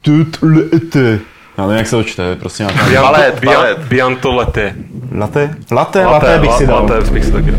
Já nevím, jak se to čte, prostě nějaká... Biantolete. Latte bych si dal. Latte bych si taky dal.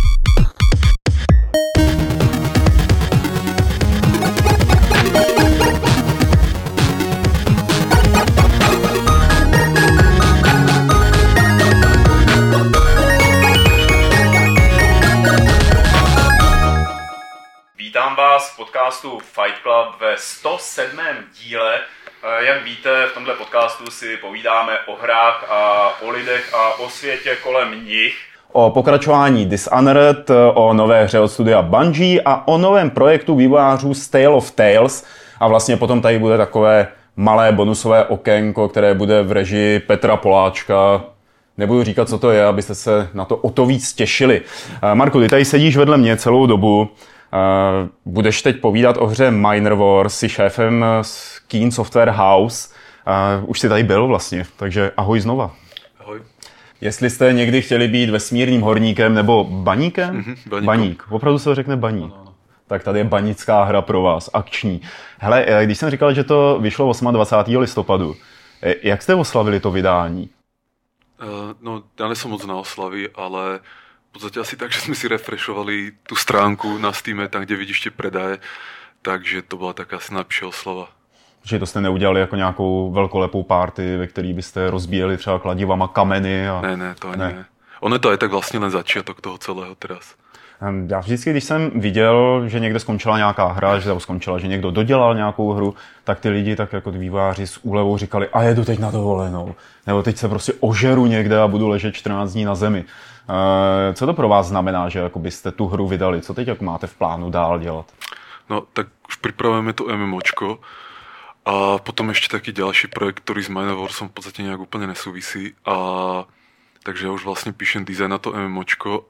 Vítám vás v podcastu Fight Club ve 107. díle. Jak víte, v tomto podcastu si povídáme o hrách a o lidech a o světě kolem nich. O pokračování Dishonored, o nové hře od studia Bungie a o novém projektu vývojářů Tale of Tales. A vlastně potom tady bude takové malé bonusové okénko, které bude v režii Petra Poláčka. Nebudu říkat, co to je, abyste se na to o to víc těšili. Marku, ty tady sedíš vedle mě celou dobu. Budeš teď povídat o hře Miner Wars, jsi šéfem Keen Software House. Už jsi tady byl vlastně, takže ahoj znova. Ahoj. Jestli jste někdy chtěli být vesmírným horníkem nebo baníkem? Baník. Opravdu se to řekne baník. No. Tak tady je banická hra pro vás, akční. Hele, když jsem říkal, že to vyšlo 28. listopadu, jak jste oslavili to vydání? No, já nejsem moc na oslavy, ale v podstate asi tak, že sme si refreshovali tú stránku na Steame, tam, kde vidíš tie predaje, takže to bola taká asi najlepšia oslava. Že to jste neudělali jako nějakou velkolepou party, ve který byste rozbíjeli třeba kladivama kameny? A... Ne, to ani ne. Ono je to aj tak vlastně len začiatok toho celého teraz. Já vždycky, když jsem viděl, že někde skončila nějaká hra, že někdo dodělal nějakou hru, tak ty lidi, tak jako ty vývojáři s úlevou říkali, a jedu teď na dovolenou. Nebo teď se prostě ožeru někde a budu ležet 14 dní na zemi. Co to pro vás znamená, že jako byste tu hru vydali? Co teď jako máte v plánu dál dělat? No, tak už pripravujeme to MMOčko a potom ešte taký ďalší projekt, ktorý s Miner Warsom v podstate nejak úplne nesúvisí. Takže ja už vlastne píšem dizajn na to MMOčko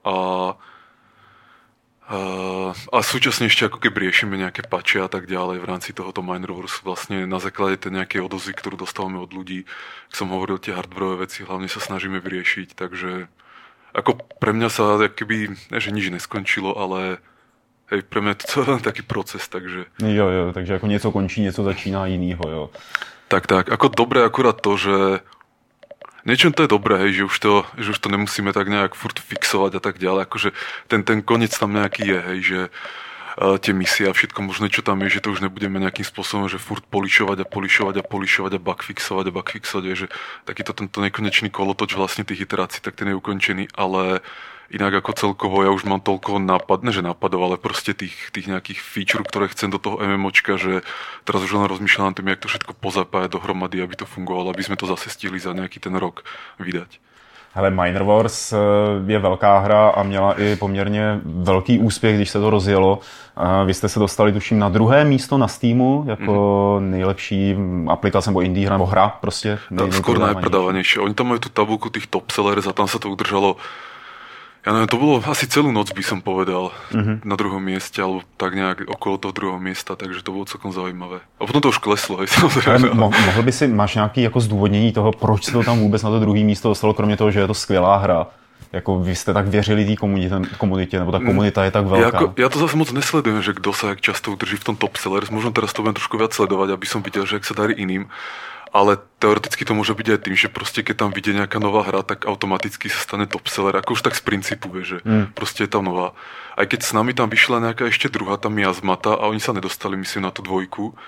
a súčasne ešte ako keby riešime nejaké patche a tak ďalej v rámci tohoto Miner Wars vlastne na základe tej nejakej odozvy, ktorú dostávame od ľudí. Ak som hovoril, tie hardwareové veci hlavne sa snažíme vyriešiť, takže ako pre mňa sa keby, ne, že nič neskončilo, ale hej, pre mňa je to celý taký proces, takže... Jo, takže ako něco končí, něco začíná jinýho, jo. Tak, ako dobré akurát to, že niečo to je dobré, hej, že už to nemusíme tak nejak furt fixovať a tak ďalej, akože ten koniec tam nejaký je, hej, že tie misie a všetko možné, čo tam je, že to už nebudeme nejakým spôsobom, že furt polišovať a bugfixovať, že takýto tento nekonečný kolotoč vlastne tých iterácií, tak ten je ukončený, ale inak ako celkovo ja už mám toľko nápadov, ale proste tých nejakých feature, ktoré chcem do toho MMOčka, že teraz už len rozmýšľam nad tým, jak to všetko pozapájať dohromady, aby to fungovalo, aby sme to zase stihli za nejaký ten rok vydať. Hele, Miner Wars je velká hra a měla i poměrně velký úspěch, když se to rozjelo. Vy jste se dostali, tuším, na 2. místo na Steamu jako nejlepší aplikace nebo indie hra, nebo hra prostě. Skôr najpredávanejšie. Oni tam majú tú tabulku tých top sellers a tam sa to udržalo. Ja neviem, to bolo asi celú noc, by som povedal, na 2. mieste, alebo tak nejak okolo toho 2. miesta, takže to bolo celkom zaujímavé. A potom to už kleslo, hej, samozrejme. Mohl by si, máš nějaký jako zdůvodnění toho, proč se to tam vůbec na to 2. místo dostalo, kromě toho, že je to skvělá hra? Jako vy jste tak věřili té komunitě, nebo ta komunita je tak velká. Ja to zase moc nesledujem, že kdo sa jak často udrží v tom top sellers. Možno teraz to budem trošku viac sledovať, aby som videl, že jak sa darí iným. Ale teoreticky to môže byť aj tým, že proste keď tam vyjde nejaká nová hra, tak automaticky sa stane top seller, ako už tak z princípu, že proste je tam nová. Aj keď s nami tam vyšla nejaká ešte druhá, tam Miasmata a oni sa nedostali, myslím, na tú 2,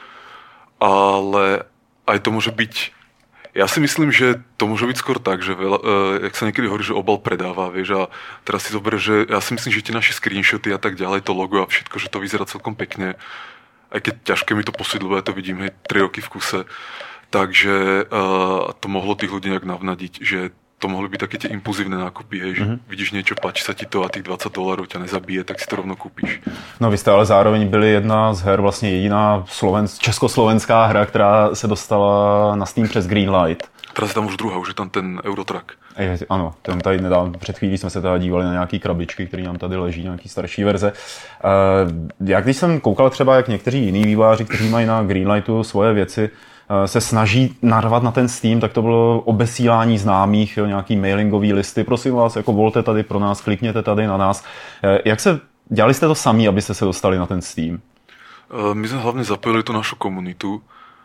ale aj to môže byť, ja si myslím, že to môže byť skôr tak, že jak sa niekedy hovorí, že obal predáva, vieš, a teraz si zober, že ja si myslím, že tie naše screenshoty a tak ďalej, to logo a všetko, že to vyzerá celkom pekne, aj keď ťažké mi to posúdiť, lebo ja to vidím, hej, 3 roky v kuse. Takže to mohlo tých ľudí nejak navnadiť, že to mohli byť také tie impulzívne nákupy, hej, že vidíš niečo, páči sa ti to a tých $20 ťa nezabije, tak si to rovno kúpiš. No vy jste ale zároveň byli jedna z her, vlastně jediná československá hra, která se dostala na Steam přes Greenlight. Teraz je tam už druhá, už je tam ten Eurotrack. Ano, ten tady nedávno, před chvílí jsme se teda dívali na nějaký krabičky, které nám tady leží, nějaký starší verze. Já když jsem koukal třeba, jak někteří jiní vývojáři, kteří mají na Greenlightu svoje věci, se snaží narvat na ten Steam, tak to bylo obesílání známých, jo, nějaký mailingový listy. Prosím vás, jako volte tady pro nás, klikněte tady na nás. Dělali jste to sami, abyste se dostali na ten Steam? My sme hlavne zapojili tú našu komunitu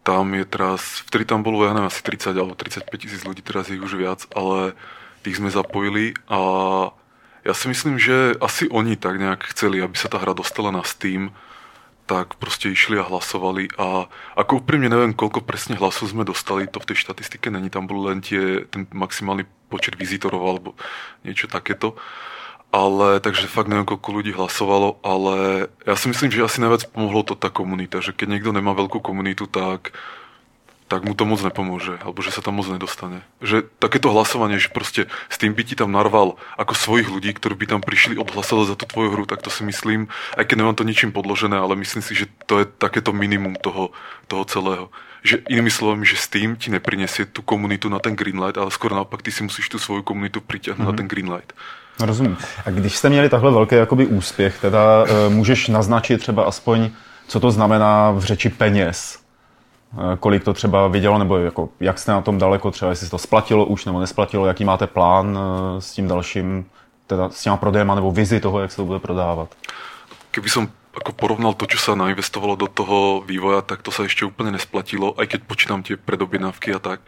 tam je teraz, vtedy tam bolo, ja neviem, asi 30 alebo 35 000 ľudí, teraz je ich už viac, ale tých sme zapojili a ja si myslím, že asi oni tak nejak chceli, aby sa tá hra dostala na Steam, tak proste išli a hlasovali a ako úprimne neviem, koľko presne hlasov sme dostali, to v tej štatistike není, tam bol len ten maximálny počet vizitorov alebo niečo takéto. Ale takže fakt neviem, koľko ľudí hlasovalo, ale ja si myslím, že asi najviac pomohlo to tá komunita, že keď niekto nemá veľkú komunitu, tak mu to moc nepomôže, alebo že sa tam moc nedostane. Že takéto hlasovanie, že proste s tým by ti tam narval ako svojich ľudí, ktorí by tam prišli odhlasovať za tú tvoju hru, tak to si myslím, aj keď nemám to ničím podložené, ale myslím si, že to je takéto minimum toho celého. Že inými slovami, že Steam ti neprinesie tú komunitu na ten Greenlight, ale skoro naopak ty si musíš tú svoju komunitu priťahnuť na ten Greenlight. Rozumím. A když jste měli takhle velký jakoby úspěch, teda můžeš naznačit třeba aspoň, co to znamená v řeči peněz? Kolik to třeba vidělo, nebo jako, jak jste na tom daleko, třeba jestli se to splatilo už nebo nesplatilo, jaký máte plán s tím dalším, teda s těma prodejema nebo vizi toho, jak se to bude prodávat? Keby som ako porovnal to, čo sa nainvestovalo do toho vývoja, tak to sa ešte úplne nesplatilo, aj keď počítam tie predobjednávky a tak.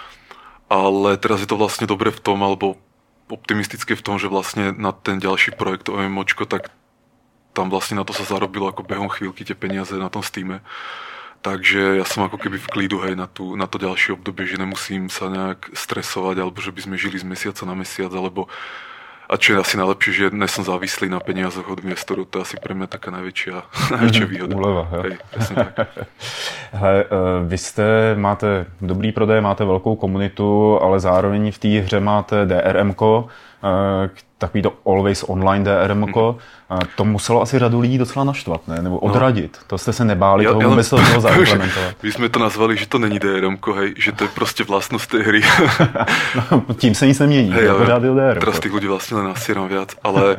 Ale teraz je to vlastne dobre v tom, alebo optimistické v tom, že vlastne na ten ďalší projekt MMOčko, tak tam vlastne na to sa zarobilo ako behom chvíľky tie peniaze na tom Steame. Takže ja som ako keby v klidu, hej, na to ďalšie obdobie, že nemusím sa nejak stresovať, alebo že by sme žili z mesiaca na mesiac, alebo a čo je asi najlepšie, že nie som závislý na peniazoch od investorov, to je asi pre mňa taká najväčšia výhoda. Úleva, hej, presne tak. Hele, vy máte dobrý prodej, máte velkou komunitu, ale zároveň v té hře máte DRMko, takový to Always Online DRMko. To muselo asi řadu lidí docela naštvat, ne? Nebo odradit. To jste se nebáli toho vůbec toho zaimplementovat. My jsme to nazvali, že to není DRMko, hej, že to je prostě vlastnost té hry. No, tím se nic nemění. Hej, DRMko. Teraz tých ľudí vlastne len nasieram viac, ale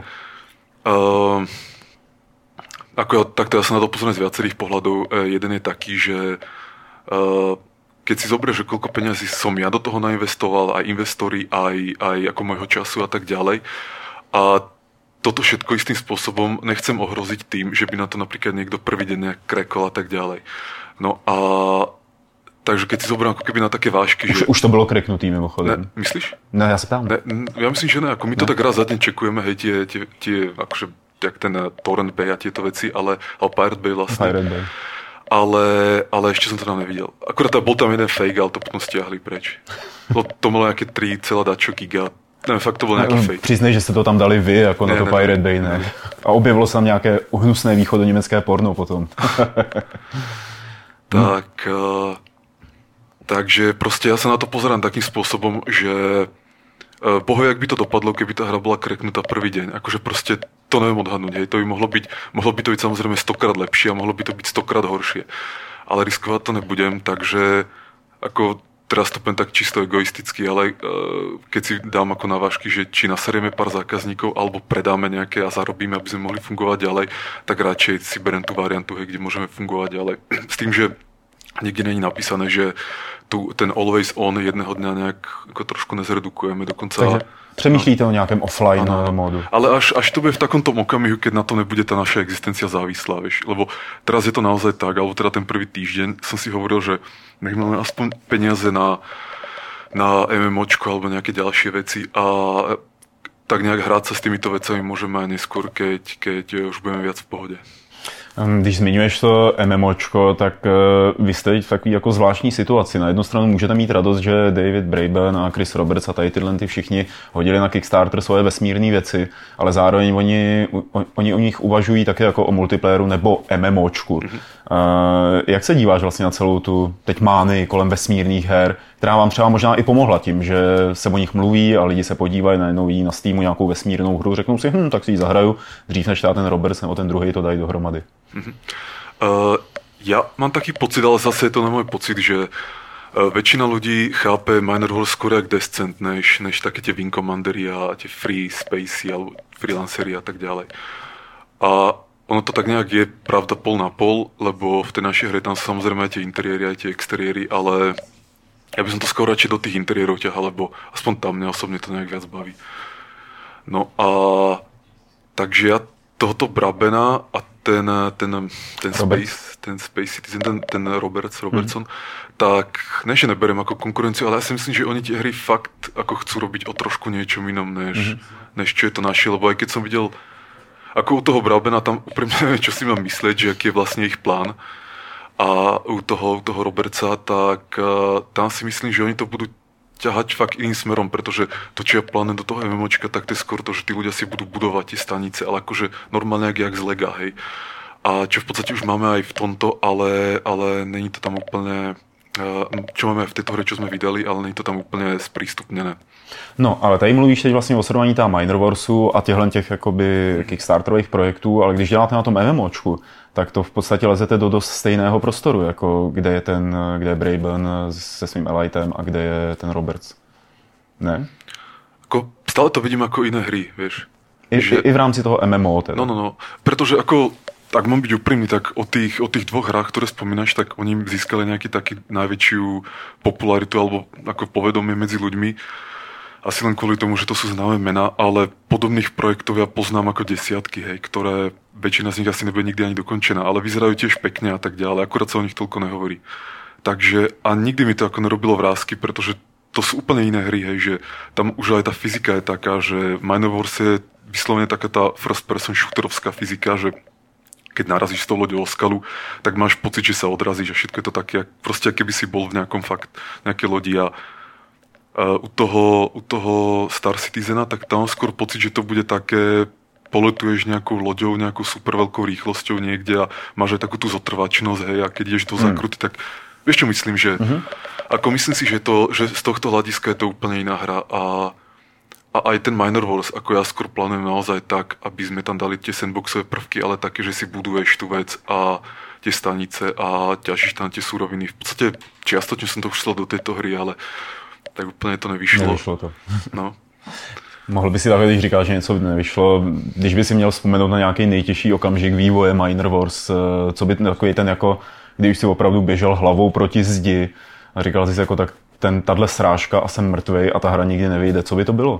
takto ja sa na to pozriem z viacerých pohľadov. Jeden je taký, že keď si zoberieš, že koľko peňazí som ja do toho nainvestoval, aj investori, aj ako môjho času a tak ďalej. A toto všetko istým spôsobom nechcem ohroziť tým, že by na to napríklad niekto prvý deň nejak krekol a tak ďalej. No a takže keď si zoberiem ako keby na také vážky, že... Už to bylo kreknutý mimochodem. Ne, myslíš? No, já se ptám. Ne, ja myslím, že ne. Ako my to tak raz za deň čekujeme, hej, tie akože, jak ten Torrent Bay a tieto veci, ale Pirate Bay vlastne. Pirate Bay. Ale ešte som to tam nevidel. Akurát bol tam jeden fake, ale to potom stiahli preč. To malo nejaké 3,dačo giga. Ne, fakt to bol nejaký fake. Přiznej, že ste to tam dali vy, ako na to Pirate Bay, ne? A objevilo sa tam nejaké hnusné východoněmecké porno potom. Takže proste ja sa na to pozerám takým spôsobom, že boho, jak by to dopadlo, keby tá hra bola kreknutá prvý deň. Akože proste to neviem odhadnúť. Hej. To by mohlo by to byť samozrejme 100-krát lepšie a mohlo by to byť 100-krát horšie. Ale riskovať to nebudem, takže ako teraz to poviem tak čisto egoisticky, ale keď si dám ako na vážky, že či naserieme pár zákazníkov alebo predáme nejaké a zarobíme, aby sme mohli fungovať ďalej, tak radšej si berem tú variantu, hej, kde môžeme fungovať ďalej. S tým, že nikde není napísané, že ten Always On jedného dňa nejak ako trošku nezredukujeme, dokonca... Takže přemýšlíte o nejakém offline módu. Ale až to bude v takomto okamihu, keď na to nebude tá naša existencia závislá, vieš. Lebo teraz je to naozaj tak, alebo teda ten prvý týždeň som si hovoril, že nech máme aspoň peniaze na MMOčko alebo nejaké ďalšie veci a tak nejak hrať sa s týmito vecami môžeme aj neskôr, keď už budeme viac v pohode. Když zmiňuješ to MMOčko, tak vy jste v takové jako zvláštní situaci. Na jednu stranu můžete mít radost, že David Braben a Chris Roberts a tady tyhle všichni hodili na Kickstarter svoje vesmírné věci, ale zároveň oni o nich uvažují také jako o multiplayeru nebo MMOčku. Jak se díváš vlastně na celou tu teď mány kolem vesmírných her, která vám třeba možná i pomohla tím, že se o nich mluví a lidi se podívají, najednou vidí na Steamu nějakou vesmírnou hru, řeknou si, tak si ji zahraju, dřív než ten Roberts nebo ten druhý to dají dohromady. Ja mám taký pocit, ale zase je to na môj pocit, že väčšina ľudí chápe Minor Hole skôr jak Descent, než také tie Wing Commandery a tie Free Spacey alebo freelancery a tak ďalej. A ono to tak nejak je pravda pol na pol, lebo v tej našej hre tam sú samozrejme aj tie interiéry, aj tie exteriéry, ale ja by som to skôr radšej do tých interiérov ťahal, lebo aspoň tam mňa osobne to nejak viac baví. No a takže ja tohoto Brabena a ten Space Citizen, ten Robertson, tak ne, že neberiem ako konkurenciu, ale ja si myslím, že oni tie hry fakt ako chcú robiť o trošku niečom inom, než čo je to naše, lebo aj keď som videl ako u toho Braubena, tam úprimne neviem, čo si mám myslieť, že aký je vlastne ich plán. A u toho Robertsa, tak tam si myslím, že oni to budú ťahať fakt iným smerom, pretože to, čo ja plánujem do toho MMOčka, tak to je skôr to, že tí ľudia si budú budovať tie stanice, ale akože normálne jak z Lega, hej. A čo v podstate už máme aj v tomto, ale není to tam úplne, čo máme aj v tejto hre, čo sme vydali, ale není to tam úplne sprístupnené. No, ale tady mluvíš teď vlastně o srovnání tá Minor Warsu a těch jakoby kickstarterových projektů, ale když děláte na tom MMOčku, tak to v podstatě lezete do dost stejného prostoru, jako kde je Braben se svým Elitem a kde je ten Roberts. Ne? Ako, stále to vidím ako iné hry, vieš. I v rámci toho MMO teda. No. Pretože ako, tak mám byť úprimný, tak o tých dvoch hrách, ktoré spomínaš, tak oni získali nejaký taký najväčšiu popularitu alebo ako povedomie medzi ľuďmi. Asi len kvôli tomu, že to sú známe mená, ale podobných projektov ja poznám ako desiatky, hej, ktoré väčšina z nich asi nebude nikdy ani dokončená, ale vyzerajú tiež pekne a tak ďalej, akurát sa o nich toľko nehovorí. Takže a nikdy mi to ako nerobilo vrásky, pretože to sú úplne iné hry, hej, že tam už aj tá fyzika je taká, že Minor Wars je vyslovene taká tá first person shooterovská fyzika, že keď narazíš s tou loďou o skalu, tak máš pocit, že sa odrazíš a všetko je to také, proste keby si bol v nejakej lodi a u toho Star Citizena, tak tam skôr pocit, že to bude také, poletuješ nejakou loďou, nejakou super veľkou rýchlosťou niekde a máš aj takú tú zotrvačnosť, hej, a keď ideš do zakruty, tak vieš čo myslím, že ako myslím si, že z tohto hľadiska je to úplne iná hra a aj ten Minor Wars, ako ja skôr plánujem naozaj tak, aby sme tam dali tie sandboxové prvky, ale také, že si buduješ tú vec a tie stanice a ťažíš tam tie suroviny. V podstate čiastočne som to už do tejto hry, ale tak úplně to nevyšlo. Nevyšlo to. No. Mohl by si takhle, když říkáš, že něco nevyšlo, když by si měl vzpomenout na nějaký nejtěžší okamžik vývoje Minor Wars, co by takový ten jako, když si opravdu běžel hlavou proti zdi a říkal jsi jako tak tahle srážka a jsem mrtvej a ta hra nikdy nevyjde, co by to bylo?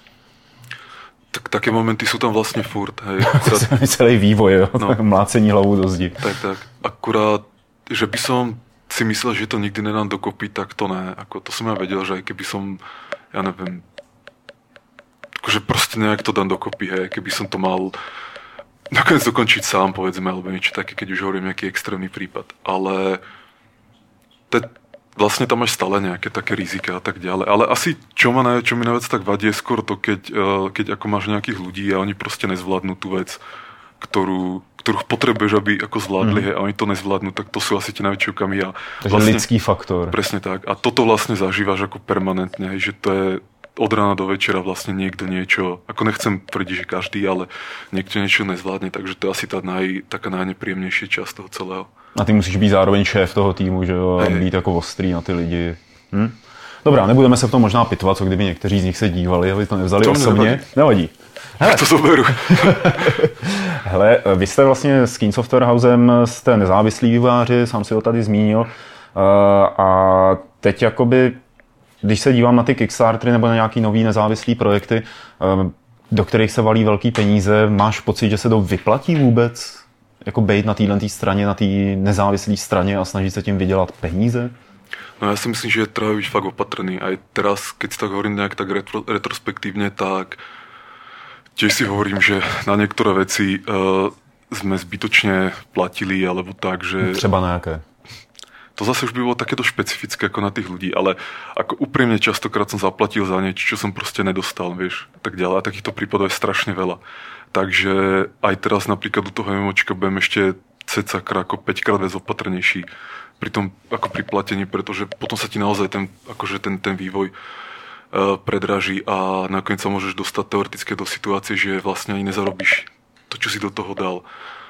Tak také momenty jsou tam vlastně furt, hej. Celý vývoj, jo? No. Mlácení hlavou do zdi. Tak. Akurát, že by som si myslel, že to nikdy nedám dokopy, tak to ne. Ako, to som ja vedel, že aj keby som, ja neviem, akože proste nejak to dám dokopy, hej, keby som to mal nakoniec dokončiť sám, povedzme, alebo niečo také, keď už hovorím nejaký extrémny prípad. Ale vlastne tam máš stále nejaké také rizika a tak ďalej. Ale asi, čo mi najviac tak vadí, je skôr to, keď ako máš nejakých ľudí a oni proste nezvládnu tú vec, ktorú potrebuješ, aby ako zvládli, a oni to nezvládnu, tak to sú asi tie najväčšie okamihy. Takže vlastne, lidský faktor. Presne tak. A toto vlastne zažívaš ako permanentne, že to je od rána do večera vlastne niekto niečo, ako nechcem tvrdiť, že každý, ale niekto niečo nezvládne, takže to je asi taká najnepríjemnejšia časť toho celého. A ty musíš být zároveň šéf toho týmu, že jo, a být jako ostrý na ty lidi. Dobrá, nebudeme se v tom možná pitvat, co kdyby někteří z nich se dívali, aby to nevzali osobně. Nevadí. Hele. To zoberu. Hele, vy jste vlastně s Keen Software Housem jste nezávislí vývojáři, sám si ho tady zmínil. A teď jakoby, když se dívám na ty Kickstartery nebo na nějaký nový nezávislý projekty, do kterých se valí velký peníze, máš pocit, že se to vyplatí vůbec? Jako bejt na této straně, na té nezávislé straně a snažit se tím vydělat peníze? No ja si myslím, že treba byť fakt opatrný. Aj teraz, keď si tak hovorím nejak tak retrospektívne, tak tiež si hovorím, že na niektoré veci sme zbytočne platili, alebo tak, že... Třeba na jaké? To zase už by bolo takéto špecifické ako na tých ľudí, ale ako úprimne častokrát som zaplatil za niečo, čo som proste nedostal, vieš, tak ďalej. A takýchto prípadov je strašne veľa. Takže aj teraz napríklad u toho MMOčka budem ešte cca ako 5-krát viac opatrnejší pri tom ako pri platení, pretože potom sa ti naozaj ten vývoj predraží a nakoniec sa môžeš dostať teoreticky do situácie, že vlastne ani nezarobíš to, čo si do toho dal.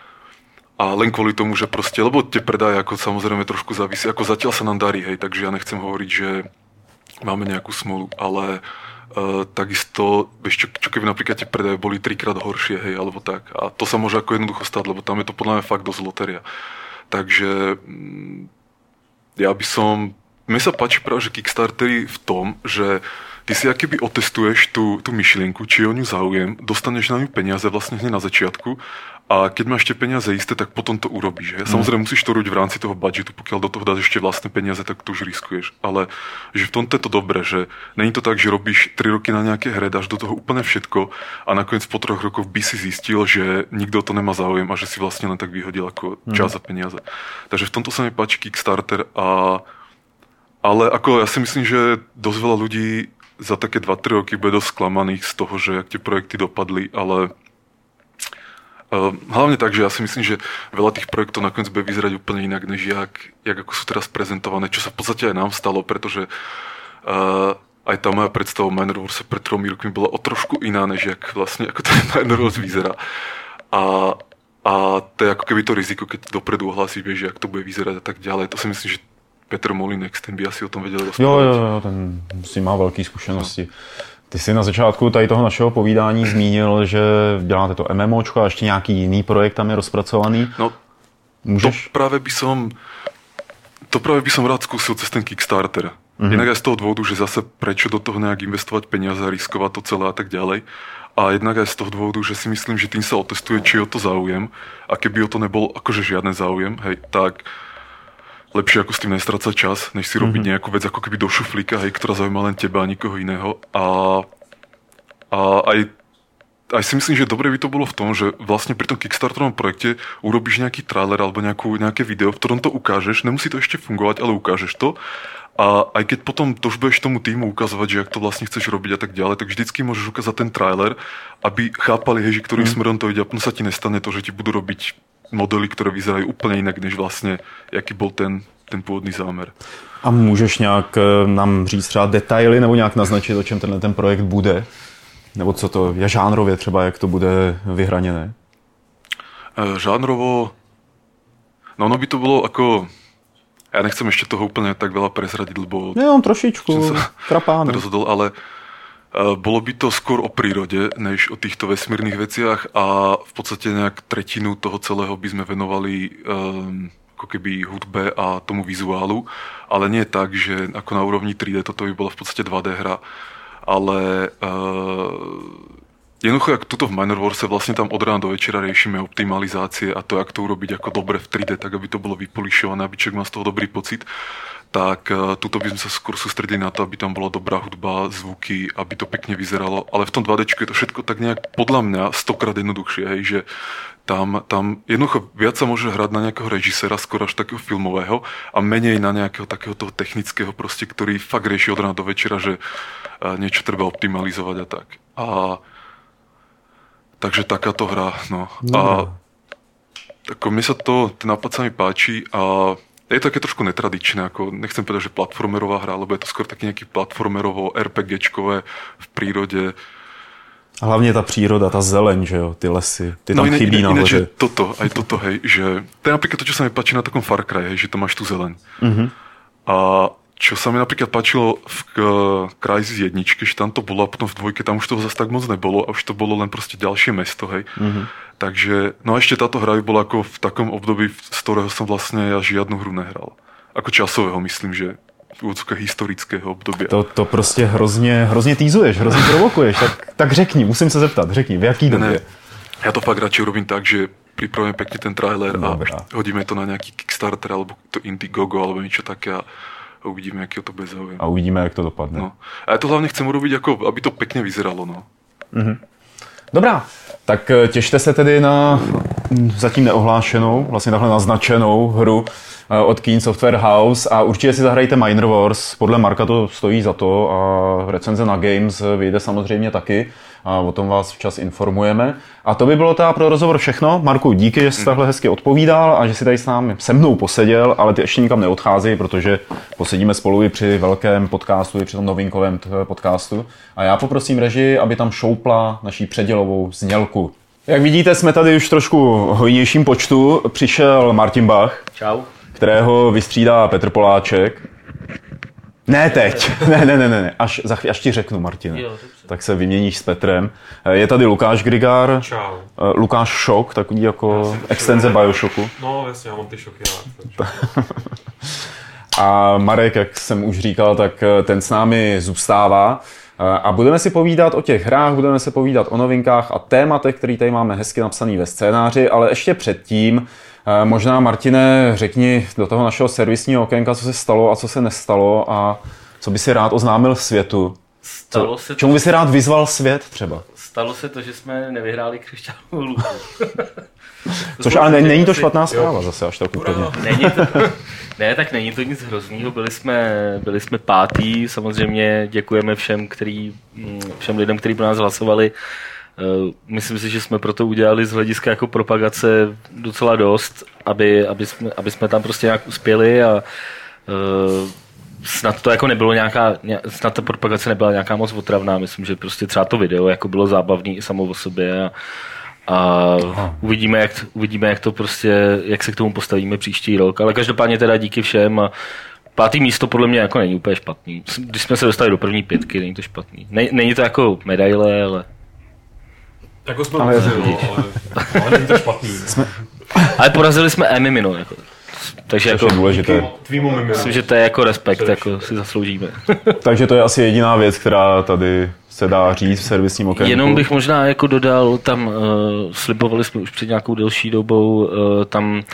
A len kvôli tomu, že proste, lebo tie predaje ako samozrejme trošku závisí, ako zatiaľ sa nám darí, hej, takže ja nechcem hovoriť, že máme nejakú smolu, ale takisto, vieš čo keby napríklad tie predaje boli 3-krát horšie, hej, alebo tak. A to sa môže ako jednoducho stať, lebo tam je to podľa mňa fakt dosť lotéria. Takže ja by som... Mne sa páči práve, že Kickstartery v tom, že ty si akoby otestuješ tú myšlienku, či o ňu záujem, dostaneš na ňu peniaze vlastne hneď na začiatku a keď máš tie peniaze isté, tak potom to urobíš. Samozrejme musíš to robiť v rámci toho budžetu, pokiaľ do toho dáš ešte vlastné peniaze, tak to už riskuješ. Ale že v tomto je to dobré, že není to tak, že robíš 3 roky na nejaké hre, dáš do toho úplne všetko a nakoniec po 3 rokoch by si zistil, že nikto to nemá záujem a že si vlastne len tak vyhodil ako čas a peniaze. Takže v tomto sa mi páči Kickstarter ale ako ja si myslím, že dosť veľa ľudí za také 2-3 roky bude dosť sklamaných z toho, že jak tie projekty dopadli, ale hlavne tak, že ja si myslím, že veľa tých projektov nakoniec bude vyzerať úplne inak, než jak ako sú teraz prezentované, čo sa v podstate aj nám stalo, pretože aj tá moja predstava o Minor Warse pred 3 rokmi bola o trošku iná, než jak vlastne ako ten Minor Wars vyzerá. A to je ako keby to riziko, keď dopredu ohlásíš, že jak to bude vyzerať a tak ďalej. To si myslím, že Petr Molinek, ten by asi o tom vedel rozprávať. Jo, ten si má velké zkušenosti. Ty jsi na začátku tady toho našeho povídání zmínil, že děláte to MMOčko a ještě nějaký jiný projekt tam je rozpracovaný. No, můžeš? To práve by som rád skúsil cez ten Kickstarter. Inak aj z toho dôvodu, že zase prečo do toho nejak investovať peniaze, riskovať to celé a tak ďalej. A jednak aj z toho dôvodu, že si myslím, že tým sa otestuje, či je o to záujem. A keby o to nebol akože žiadny záujem, hej, tak lepšie ako s tým nestrácať čas, než si robiť nejakú vec ako keby do šuflíka, hej, ktorá zaujíma len teba a nikoho iného. A aj si myslím, že dobre by to bolo v tom, že vlastne pri tom Kickstarterovom projekte urobíš nejaký trailer alebo nejaké video, v ktorom to ukážeš, nemusí to ešte fungovať, ale ukážeš to. A aj keď potom to už budeš tomu týmu ukazovať, že jak to vlastne chceš robiť a tak ďalej, tak vždycky môžeš ukázať ten trailer, aby chápali, hej, že ktorým smerom to ide a potom sa ti nestane to, že ti budú robiť modely, které vyzerají úplně jinak, než vlastně, jaký byl ten původný záměr. A můžeš nějak nám říct třeba detaily nebo nějak naznačit, o čem ten projekt bude? Nebo co to je žánrově třeba, jak to bude vyhraněné? Žánrovo, no ono by to bylo jako, já nechcem ještě toho úplně tak veľa prezradiť, lebo... Jenom trošičku, krapáno. Rozhodol, ale bolo by to skôr o prírode, než o týchto vesmírnych veciach a v podstate nejak 1/3 toho celého by sme venovali ako keby hudbe a tomu vizuálu, ale nie tak, že ako na úrovni 3D toto by bola v podstate 2D hra, ale jednoducho, jak tuto v Minor Warse vlastne tam od rána do večera riešime optimalizácie a to, jak to urobiť ako dobre v 3D, tak aby to bolo vypolišované, aby človek má z toho dobrý pocit, tak tuto by sme sa skôr sústredili na to, aby tam bola dobrá hudba, zvuky, aby to pekne vyzeralo. Ale v tom 2D je to všetko tak nejak podľa mňa 100-krát jednoduchšie, hej, že tam jednoducho viac sa môže hrať na nejakého režiséra, skoro až takého filmového a menej na nejakého takého toho technického proste, ktorý fakt rieši od rána do večera, že niečo treba optimalizovať a tak. Takže takáto hra, no. A tako, mne sa ten nápad sa mi páči a je to také trošku netradičné, ako nechcem povedať, že platformerová hra, lebo je to skôr taký nejaký platformerovo RPGčkové v prírode. A hlavně ta příroda, ta zeleň, že jo, ty lesy, ty tam chybí nahoře. Aj toto, hej, že to je napríklad to, čo sa mi páči na takom Far Cry, hej, že tam máš tu zeleň. A čo sa mi napríklad páčilo v Crysis 1, že tam to bolo a potom v 2 tam už toho zase tak moc nebolo a už to bolo len proste ďalšie mesto, hej. Takže, no a ešte táto hra by bola ako v takom období, z ktorého som vlastne ja žiadnu hru nehral. Ako časového, myslím, že historického období. To prostě hrozně týzuješ, hrozně provokuješ, tak řekni, musím se zeptat, řekni, v jaký době? Ja to fakt radšej robím tak, že pripravím pekne ten trailer a hodíme to na nejaký Kickstarter alebo to Indiegogo alebo niečo také a uvidíme, jaký to bude záujem. A uvidíme, jak to dopadne. No. A ja to hlavne chcem urobiť, ako, aby to pekne vyzeralo. No. Dobrá, tak těšte se tedy na zatím neohlášenou, vlastně takhle naznačenou hru od Keen Software House a určitě si zahrajte Minor Wars, podle Marka to stojí za to a recenze na Games vyjde samozřejmě taky a o tom vás včas informujeme. A to by bylo teda pro rozhovor všechno. Marku, díky, že jsi takhle hezky odpovídal a že si tady se mnou poseděl, ale ty ještě nikam neodcházej, protože posedíme spolu i při velkém podcastu, i při tom novinkovém podcastu. A já poprosím režii, aby tam šoupla naší předělovou znělku. Jak vidíte, jsme tady už trošku hojnějším počtu. Přišel Martin Bach. Čau. Kterého vystřídá Petr Poláček. Ne teď, ne, až ti řeknu, Martine. Jo, tak se vyměníš s Petrem. Je tady Lukáš Grigár. Čau. Lukáš Šok, takový jako extenze Bioshocku. No jasně, já mám ty šoky rád. A Marek, jak jsem už říkal, tak ten s námi zůstává. A budeme si povídat o těch hrách, budeme si povídat o novinkách a tématech, který tady máme hezky napsaný ve scénáři, ale ještě předtím možná, Martine, řekni do toho našeho servisního okénka, co se stalo a co se nestalo a co by si rád oznámil světu. Čemu by si rád vyzval svět třeba? Stalo se to, že jsme nevyhráli křišťálovou luku. Což ale není to špatná zpráva zase až tak úplně. Ne, tak není to nic hroznýho, byli jsme pátý, samozřejmě děkujeme všem lidem, kteří pro nás hlasovali. Myslím si, že jsme proto udělali z hlediska jako propagace docela dost, aby jsme tam prostě nějak uspěli a snad to jako nebylo snad ta propagace nebyla nějaká moc otravná, myslím, že prostě třeba to video jako bylo zábavný i samo o sobě a uvidíme, jak to prostě, jak se k tomu postavíme příští rok, ale každopádně teda díky všem a pátý místo podle mě jako není úplně špatný. Když jsme se dostali do první 5, není to špatný. Není to jako medaile, ale jako jsme ale není to špatný. Ale porazili jsme Mimino, jako. Takže jako důležité. Myslím, že to je jako respekt, jako si zasloužíme. Takže to je asi jediná věc, která tady se dá říct v servisním okénku. Jenom bych možná jako dodal, tam slibovali jsme už před nějakou delší dobou tam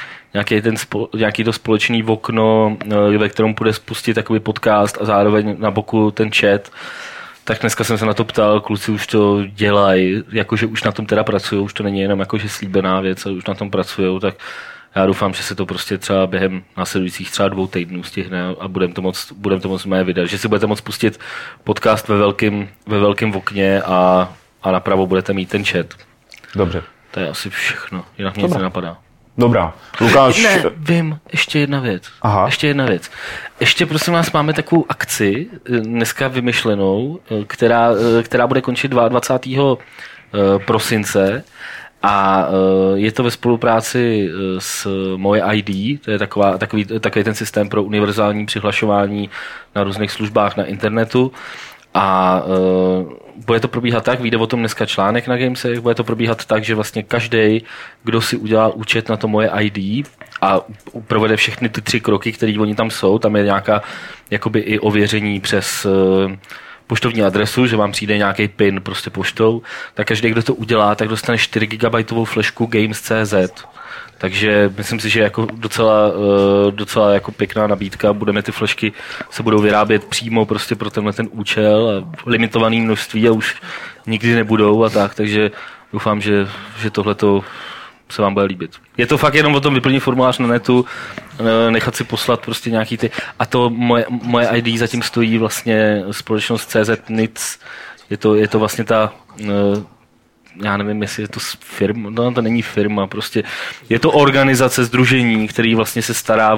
nějaký to společný okno, ve kterém půjde spustit takový podcast a zároveň na boku ten chat. Tak dneska jsem se na to ptal, kluci už to dělají, jakože už na tom teda pracují, už to není jenom jakože slíbená věc, ale už na tom pracují, tak já doufám, že se to prostě třeba během následujících třeba 2 týdnů stihne a budeme to moct mé vydat, že si budete moct pustit podcast ve velkém okně a napravo budete mít ten chat. Dobře. To je asi všechno, jinak mě nic nenapadá. Dobrá. Lukáš... Ne, vím, ještě jedna věc. Aha. Ještě prosím vás, máme takovou akci dneska vymyšlenou, která bude končit 22. prosince a je to ve spolupráci s Moje ID, to je takový ten systém pro univerzální přihlašování na různých službách na internetu. A bude to probíhat tak, vyjde o tom dneska článek na Gamesech, bude to probíhat tak, že vlastně každý, kdo si udělá účet na to Moje ID a provede všechny ty 3 kroky, které oni tam jsou, tam je nějaká jakoby i ověření přes poštovní adresu, že vám přijde nějaký PIN prostě poštou, tak každý, kdo to udělá, tak dostane 4 GB flešku Games.cz. Takže myslím si, že jako docela jako pěkná nabídka. Ty flešky se budou vyrábět přímo prostě pro tenhle ten účel a limitované množství a už nikdy nebudou a tak, takže doufám, že tohleto se vám bude líbit. Je to fakt jenom o tom vyplnit formulář na netu, nechat si poslat prostě nějaký ty... A to moje ID zatím stojí vlastně společnost CZ NIC. Je to vlastně ta... já nevím, jestli je to firma, no to není firma, prostě je to organizace, sdružení, který vlastně se stará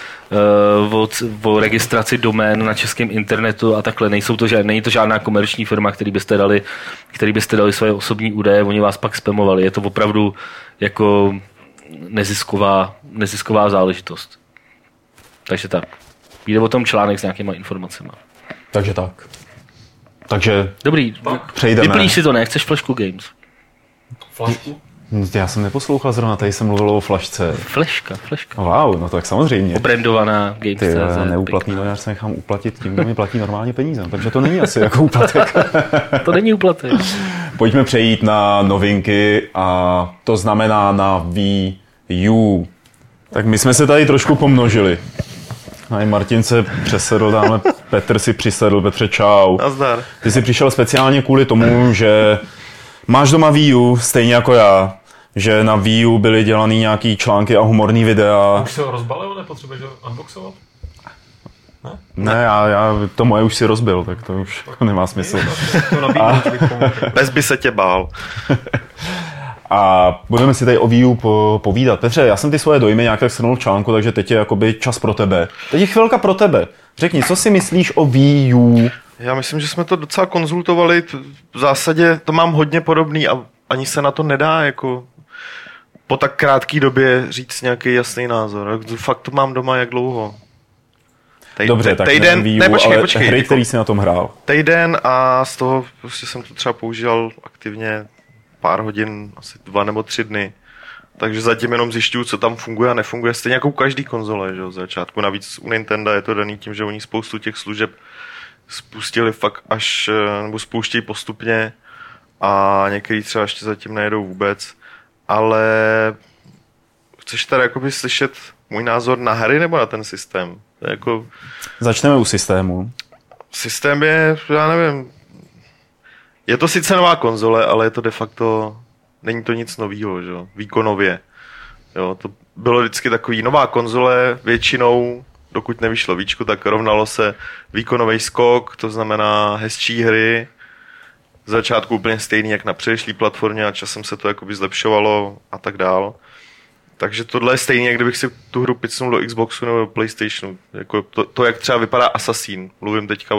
o registraci domén na českém internetu a takhle. Není to žádná komerční firma, který byste dali svoje osobní údaje, oni vás pak spamovali. Je to opravdu jako nezisková záležitost. Takže tak. Jde o tom článek s nějakýma informacemi. Takže tak. Takže dobrý, přejdeme. Vyplníš si to, ne? Chceš flašku Games? Flašku? Já jsem neposlouchal zrovna, tady jsem mluvil o flašce. Fleška. Wow, no tak samozřejmě. Obrandovaná Games.cz. Neúplatný novinář se nechám uplatit tím, kdo mi platí normálně peníze. Takže to není asi jako úplatek. To není úplatek. Pojďme přejít na novinky a to znamená na Wii U. Tak my jsme se tady trošku pomnožili. Aj Martin se přesedl, dáme Petr si přisedl. Petře, čau. Nazdar. Ty jsi přišel speciálně kvůli tomu, že máš doma Wii U, stejně jako já, že na Wii U byly dělaný nějaký články a humorný videa. Už se ho rozbalil, nepotřebuješ ho unboxovat? Ne, já to moje už si rozbil, tak to už nemá smysl. Bez by se tě bál. A budeme si tady o Wii U povídat. Petře, já jsem ty svoje dojmy nějak tak shrnul v článku, takže teď je jakoby čas pro tebe. Teď je chvilka pro tebe. Řekni, co si myslíš o Wii U? Já myslím, že jsme to docela konzultovali. V zásadě to mám hodně podobný a ani se na to nedá jako po tak krátké době říct nějaký jasný názor. Fakt to mám doma jak dlouho. Dobře, tak týden, Wii U, počkej, hry, který jsi na tom hrál. Týden a z toho prostě jsem to třeba používal aktivně pár hodin, asi 2 nebo 3 dny. Takže zatím jenom zjišťuju, co tam funguje a nefunguje. Stejně jako u každý konzole, že z začátku. Navíc u Nintendo je to daný tím, že oni spoustu těch služeb spustili fakt až, nebo spouštějí postupně a některý třeba ještě zatím nejedou vůbec, ale chceš tady jakoby slyšet můj názor na hry nebo na ten systém? Jako... Začneme u systému. Systém je, já nevím, je to sice nová konzole, ale je to de facto, není to nic novýho, že? Výkonově. Jo, to bylo vždycky takový nová konzole, většinou, dokud nevyšlo víčko, tak rovnalo se výkonový skok, to znamená hezčí hry, z začátku úplně stejný jak na předešlý platformě a časem se to jakoby zlepšovalo a tak dál. Takže tohle je stejně, jak kdybych si tu hru picnul do Xboxu nebo do PlayStationu. Jako to, jak třeba vypadá Assassin. Mluvím teďka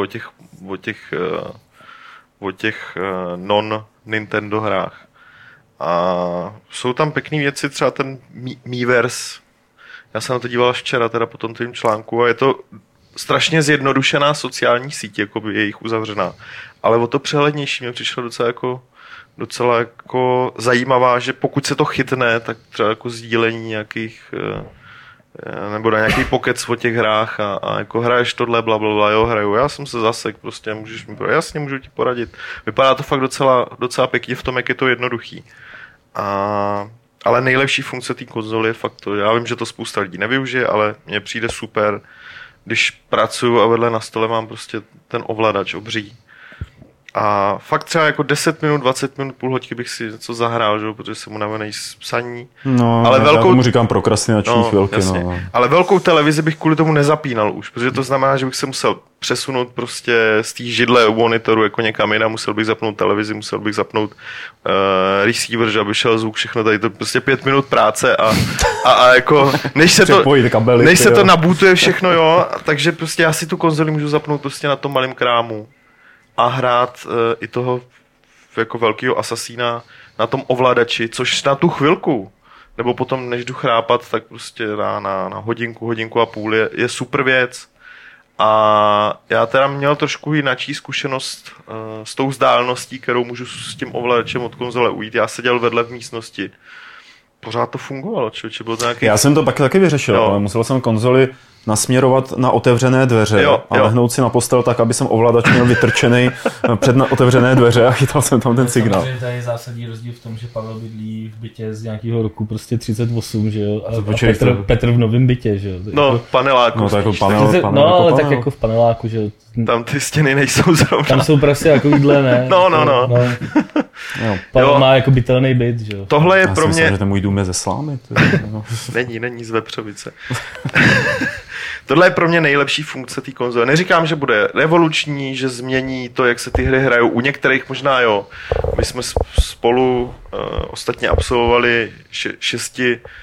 o těch non-Nintendo hrách. A jsou tam pěkné věci, třeba ten Miiverse. Já jsem na to díval včera, teda po tom tvým článku, a je to strašně zjednodušená sociální síť, jako by je jich uzavřená. Ale o to přehlednější mě přišlo docela jako zajímavá, že pokud se to chytne, tak třeba jako sdílení nějakých nebo na nějaký pokec o těch hrách a jako hraješ tohle, blablabla, jo, hraju, já jsem se zasek, prostě můžeš mi poradit, jasně, můžu ti poradit. Vypadá to fakt docela pěkně v tom, jak je to jednoduchý. Ale nejlepší funkce té konzoly je fakt to, já vím, že to spousta lidí nevyužije, ale mně přijde super, když pracuju a vedle na stole mám prostě ten ovladač obří. A fakt třeba jako 10 minut, 20 minut, půl hodiny bych si něco zahrál, že? Protože jsem unavený z psaní. No, ale já tomu říkám prokrastinační chvilky. No. Ale velkou televizi bych kvůli tomu nezapínal už, protože to znamená, že bych se musel přesunout prostě z té židle u monitoru jako někam jinam, musel bych zapnout televizi, musel bych zapnout receiver, že aby šel zvuk, všechno tady, to prostě 5 minut práce a jako než se to nabootuje všechno, jo, takže prostě já si tu konzoli můžu zapnout prostě na tom malém krámu a hrát i toho jako velkého asasína na tom ovladači, což na tu chvilku, nebo potom než jdu chrápat, tak prostě na hodinku a půl je super věc. A já teda měl trošku jinačí zkušenost s tou vzdáleností, kterou můžu s tím ovladačem od konzole ujít. Já seděl vedle v místnosti. Pořád to fungovalo, člověče, bylo to nějaký... Já jsem to pak taky vyřešil, ale musel jsem konzoli nasměrovat na otevřené dveře a lehnout si na postel tak, aby jsem ovladač měl vytrčený před otevřené dveře a chytal jsem tam ten signál. Samozřejmě tady je zásadní rozdíl v tom, že Pavel bydlí v bytě z nějakého roku prostě 38, že jo, a Petr v novém bytě, že jo. No, paneláku. No, to jako ale tak jako v paneláku, že jo. Tam ty stěny nejsou zrovna. Tam jsou prostě jako jídle, ne? No. Pavel má jako bytelný byt, že jo. Tohle je pro mě... Myslím, že ten můj dům je ze slámy. Není z Vepřovice. Tohle je pro mě nejlepší funkce té konzole. Neříkám, že bude revoluční, že změní to, jak se ty hry hrajou. U některých možná jo. My jsme spolu ostatně absolvovali 6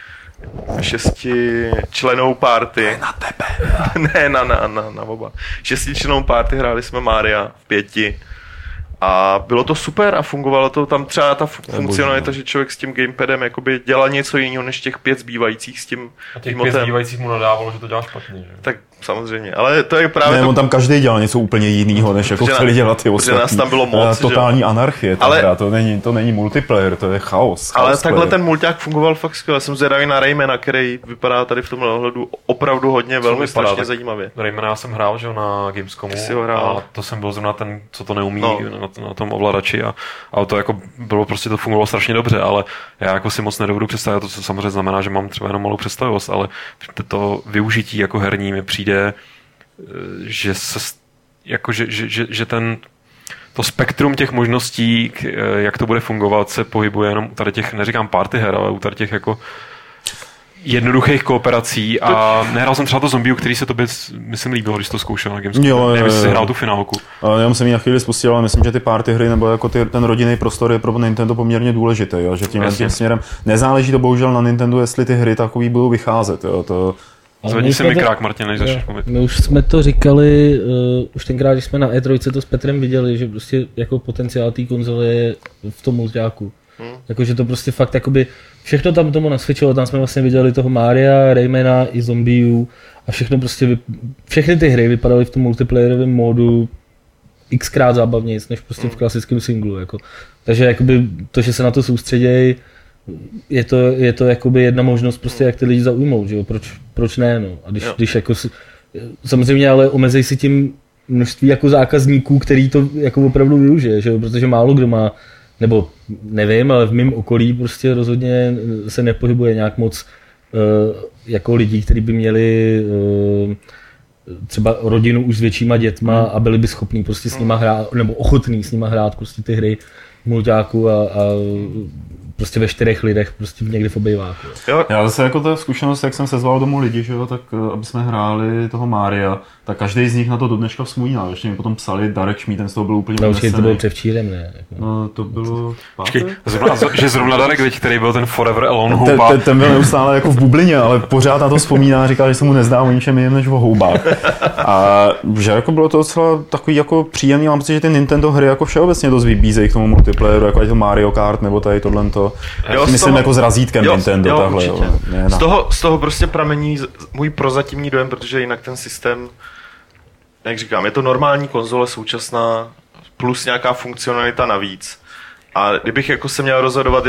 členou party. Na tebe. Ne, na oba. 6člennou party hráli jsme Mária v 5. A bylo to super a fungovalo to tam třeba ta funkcionalita, že člověk s tím gamepadem jakoby dělal něco jiného než těch 5 zbývajících s tím. A těch 5 zbývajících mu nadávalo, že to dělá špatně, že? Tak samozřejmě, ale to je právě... Ne, on tam každý dělal něco úplně jiného, než jako chtěli dělat ty ostatní. Nás tam bylo moc, totální anarchie, hra, to není multiplayer, to je chaos. Ale takhle ten mulťák fungoval fakt skvěle. Jsem zvědavý na Raymana, který vypadá tady v tomhle ohledu opravdu hodně velmi strašně zajímavě. Raymana já jsem hrál, že na Gamescomu a to jsem byl zrovna ten, co to neumí na tom ovladači a to jako bylo prostě, to fungovalo strašně dobře, ale já jako si moc nedovedu představit, to samozřejmě znamená, že mám třeba jenom malou představivost, ale to využití jako herní mi přijde, že se jako, že to spektrum těch možností, jak to bude fungovat, se pohybuje jenom u tady těch, neříkám party her, ale u tady těch jako jednoduchých kooperací a nehrál jsem třeba to Zombie, který se tobě, myslím, líbilo, když to zkoušel na Gamescomu. Nevím, jestli jsi hrál tu finálku. Já jsem ji na chvíli spustil, ale myslím, že ty party hry nebo jako ten rodinný prostor je pro Nintendo poměrně důležitý, jo? Že tím směrem nezáleží to bohužel na Nintendo, jestli ty hry takový budou vycházet. Jo? Zvedni si mikrák, Martin, než začneš mluvit. My už jsme to říkali, už tenkrát, když jsme na E3 to s Petrem viděli, že prostě jako potenciál té konzole je v tom mulťáku. Jakože to prostě fakt jakoby, všechno tam tomu nasvědčilo, tam jsme vlastně viděli toho Mária, Raymana i Zombiu a všechno prostě, všechny ty hry vypadaly v tom multiplayerovém módu xkrát zábavnějc, než prostě v klasickém singlu, jako. Takže jakoby to, že se na to soustředějí, je to jakoby jedna možnost prostě, jak ty lidi zaujmout, že jo, proč ne, no. A když jako samozřejmě ale omezej si tím množství jako zákazníků, který to jako opravdu využije, že? Protože málo kdo má, nebo nevím, ale v mém okolí prostě rozhodně se nepohybuje nějak moc jako lidí, kteří by měli třeba rodinu už s většíma dětma a byli by schopní prostě s nima hrát, nebo ochotní s nima hrát prostě ty hry mulťáku a prostě ve 4 lidech, prostě někdy v obejváku. Já zase jako ta zkušenost, jak jsem sezval domů lidi, že jo, tak aby jsme hráli toho Mária, tak každý z nich na to do dneška vzpomíná. Ještě mi potom psali, Darek Šmíd, ten z toho byl úplně unesený. To bylo převčírem, ne? No, to bylo že zrovna Darek, který byl ten Forever Alone houba. Ten byl neustále jako v bublině, ale pořád na to vzpomíná, říká, že se mu nezdá o ničem jiném než o houbách. A že jako bylo to docela takový jako příjemný, mám pocit, že ty Nintendo hry jako všeobecně dost vybízejí k tomu multiplayeru, jako to Mario Kart nebo tady tohleto. Myslím jako s razítkem Nintendo, takhle. Z toho prostě pramení můj prozatímní dojem, protože jinak ten systém, jak říkám, je to normální konzole současná plus nějaká funkcionalita navíc. A kdybych jako se měl rozhodovat,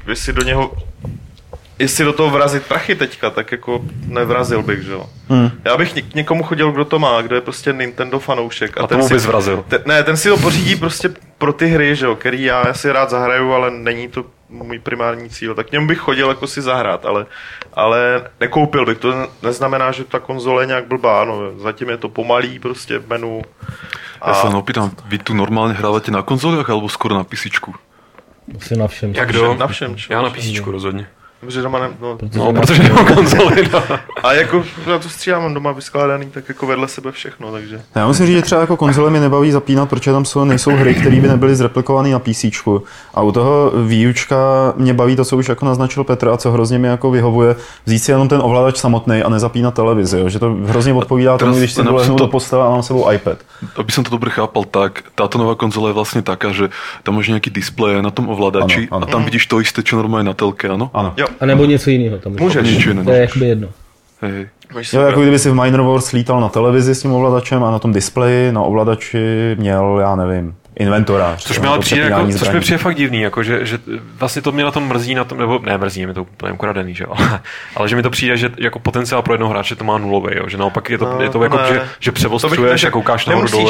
jestli do toho vrazit prachy teďka, tak jako nevrazil bych, že jo. Já bych někomu chodil, kdo to má, kdo je prostě Nintendo fanoušek. A tomu bys vrazil. Ten si to pořídí prostě pro ty hry, že jo, který já si rád zahraju, ale není to můj primární cíl. Tak k němu bych chodil jako si zahrát, ale nekoupil bych. To neznamená, že ta konzole je nějak blbá, no. Zatím je to pomalý prostě menu. Ja sa opýtam, vy tu normálne hrávate na konzoliach alebo skôr na písičku? Asi na všem. Jak kdo? Na všem. Já na písičku rozhodně. Protože doma protože nemám konzoli. A jako já to stříhám, mám doma vyskládaný, tak jako vedle sebe všechno, takže. Já musím říct, že třeba jako konzole mě nebaví zapínat, protože tam nejsou hry, které by nebyly zreplikované na PCčku. A u toho výučka mě baví to, co už jako naznačil Petr a co hrozně mi jako vyhovuje, vzít si jenom ten ovladač samotný a nezapínat televizi, jo? Že to hrozně odpovídá tomu, když si dolehnu do postele a mám sebou iPad. Aby som to dobre chápal, tak táto nová konzola je vlastne taká, že tam máš nejaký displej na tom ovládači a tam vidíš to isté, čo normálne na telke, áno? Áno. A nebo něco jiného tam. Můžeš. To je jakoby jedno. Hej. Jo, jako kdyby si v Minor Wars lítal na televizi s tím ovladačem a na tom displeji, na ovladači měl, já nevím, inventorář. Což mi přijde fakt divný, jako, že vlastně to mě na tom mrzí, nebo ne mrzí, je mi to úplně ukradený, že jo, ale že mi to přijde, že jako potenciál pro jednoho hráče to má nulový, jo, že naopak je to jako, že převostřuješ a koukáš nahoru dolů.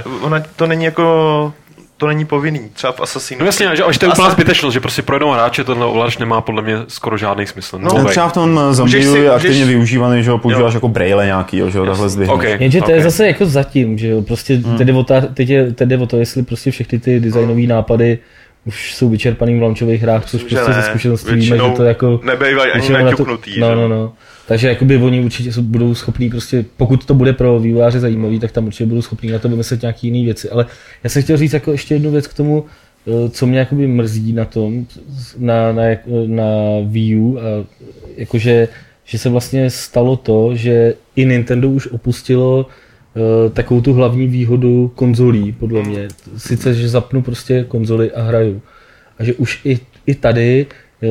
To není povinný, třeba v Assassinu. No jasně, že to je úplná zbytečnost, že prostě pro jednoho hráče tenhle ovladač nemá podle mě skoro žádný smysl. No, třeba v tom Zombieu je aktivně využívaný, že ho používáš jako braille nějaký, že ho takhle zdvihneš. Jenže to je zase jako zatím, že jo, prostě teď jde o to, jestli prostě všechny ty designové nápady už jsou vyčerpaný v launchových hrách, což prostě ze zkušeností víme, že to jako... Nebejvají ani naťuknutý. No. Takže jakoby oni určitě budou schopní prostě, pokud to bude pro vývojáře zajímavý, tak tam určitě budou schopní na to vymyslet nějaký jiný věci. Ale já jsem chtěl říct jako ještě jednu věc k tomu, co mě jakoby mrzí na tom, na Wii U, a jakože, že se vlastně stalo to, že i Nintendo už opustilo takovou tu hlavní výhodu konzolí, podle mě. Sice, že zapnu prostě konzoli a hraju. A že už i tady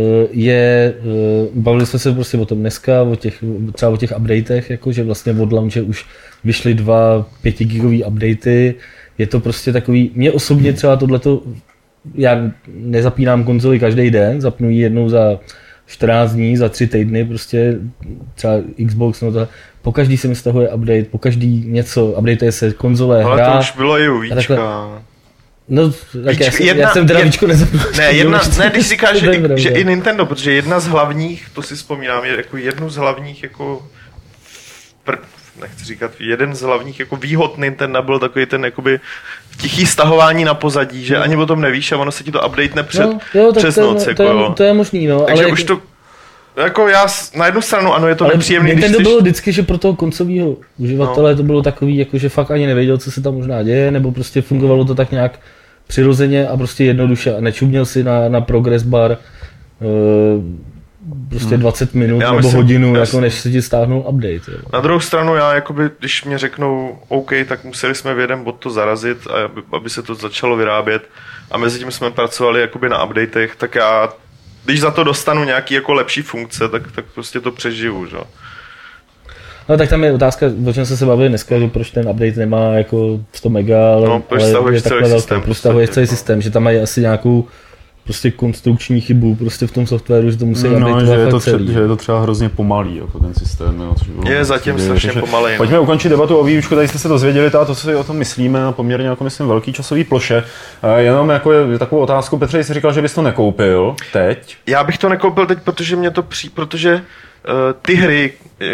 bavili jsme se prostě o tom dneska, třeba o těch updatech, jako, že vlastně od launche už vyšly 2 5-gigový updaty. Je to prostě takový, mě osobně třeba tohleto, já nezapínám konzoli každý den, zapnu ji jednou za 14 dní, za 3 týdny, prostě třeba Xbox, no to, pokaždý se mi stahuje update, pokaždý něco, updateuje se konzole, hra. Ale to už bylo i u Víčka. No, tak já jsem teda Víčko nezapnul. Ne, když říkáš, že i Nintendo, protože jedna z hlavních, to si vzpomínám, je jako jednu z hlavních jako nechci říkat, jeden z hlavních jako výhod Nintendo byl takový ten jakoby tichý stahování na pozadí, že ani o tom nevíš a ono se ti to updatene přes noc. To je možný, no. Takže ale už to jako já na jednu stranu, ano, je to nepříjemný. Nintendo bylo vždycky, že pro toho koncového uživatele to bylo takový, jako že fakt ani nevěděl, co se tam možná děje, nebo prostě fungovalo to tak nějak přirozeně a prostě jednoduše a nečuměl si na progress bar prostě 20 minut nebo hodinu, jako než se ti stáhnul update. Jo. Na druhou stranu já, jakoby, když mě řeknou OK, tak museli jsme v jeden bod to zarazit, aby se to začalo vyrábět a mezi tím jsme pracovali jakoby na updatech, tak já, když za to dostanu nějaký jako lepší funkce, tak prostě to přežiju, že? No tak tam je otázka, o čem se bavili dneska, že proč ten update nemá jako 100 mega, ale, proč stahuješ celý systém. Proč stahuješ celý systém, že tam mají asi nějakou prostě konstrukční chybu prostě v tom softwaru, že to musí updateovat že je to třeba hrozně pomalý, jako ten systém. Jo, je zatím strašně pomalý. Pojďme ukončit debatu o výučku, tady jste se dozvěděli to, co si o tom myslíme na poměrně jako myslím velký časový ploše. Jenom jako je takovou otázku, Petře, jsi říkal, že bys to nekoupil teď. Já bych to nekoupil teď, protože mě to protože ty hry,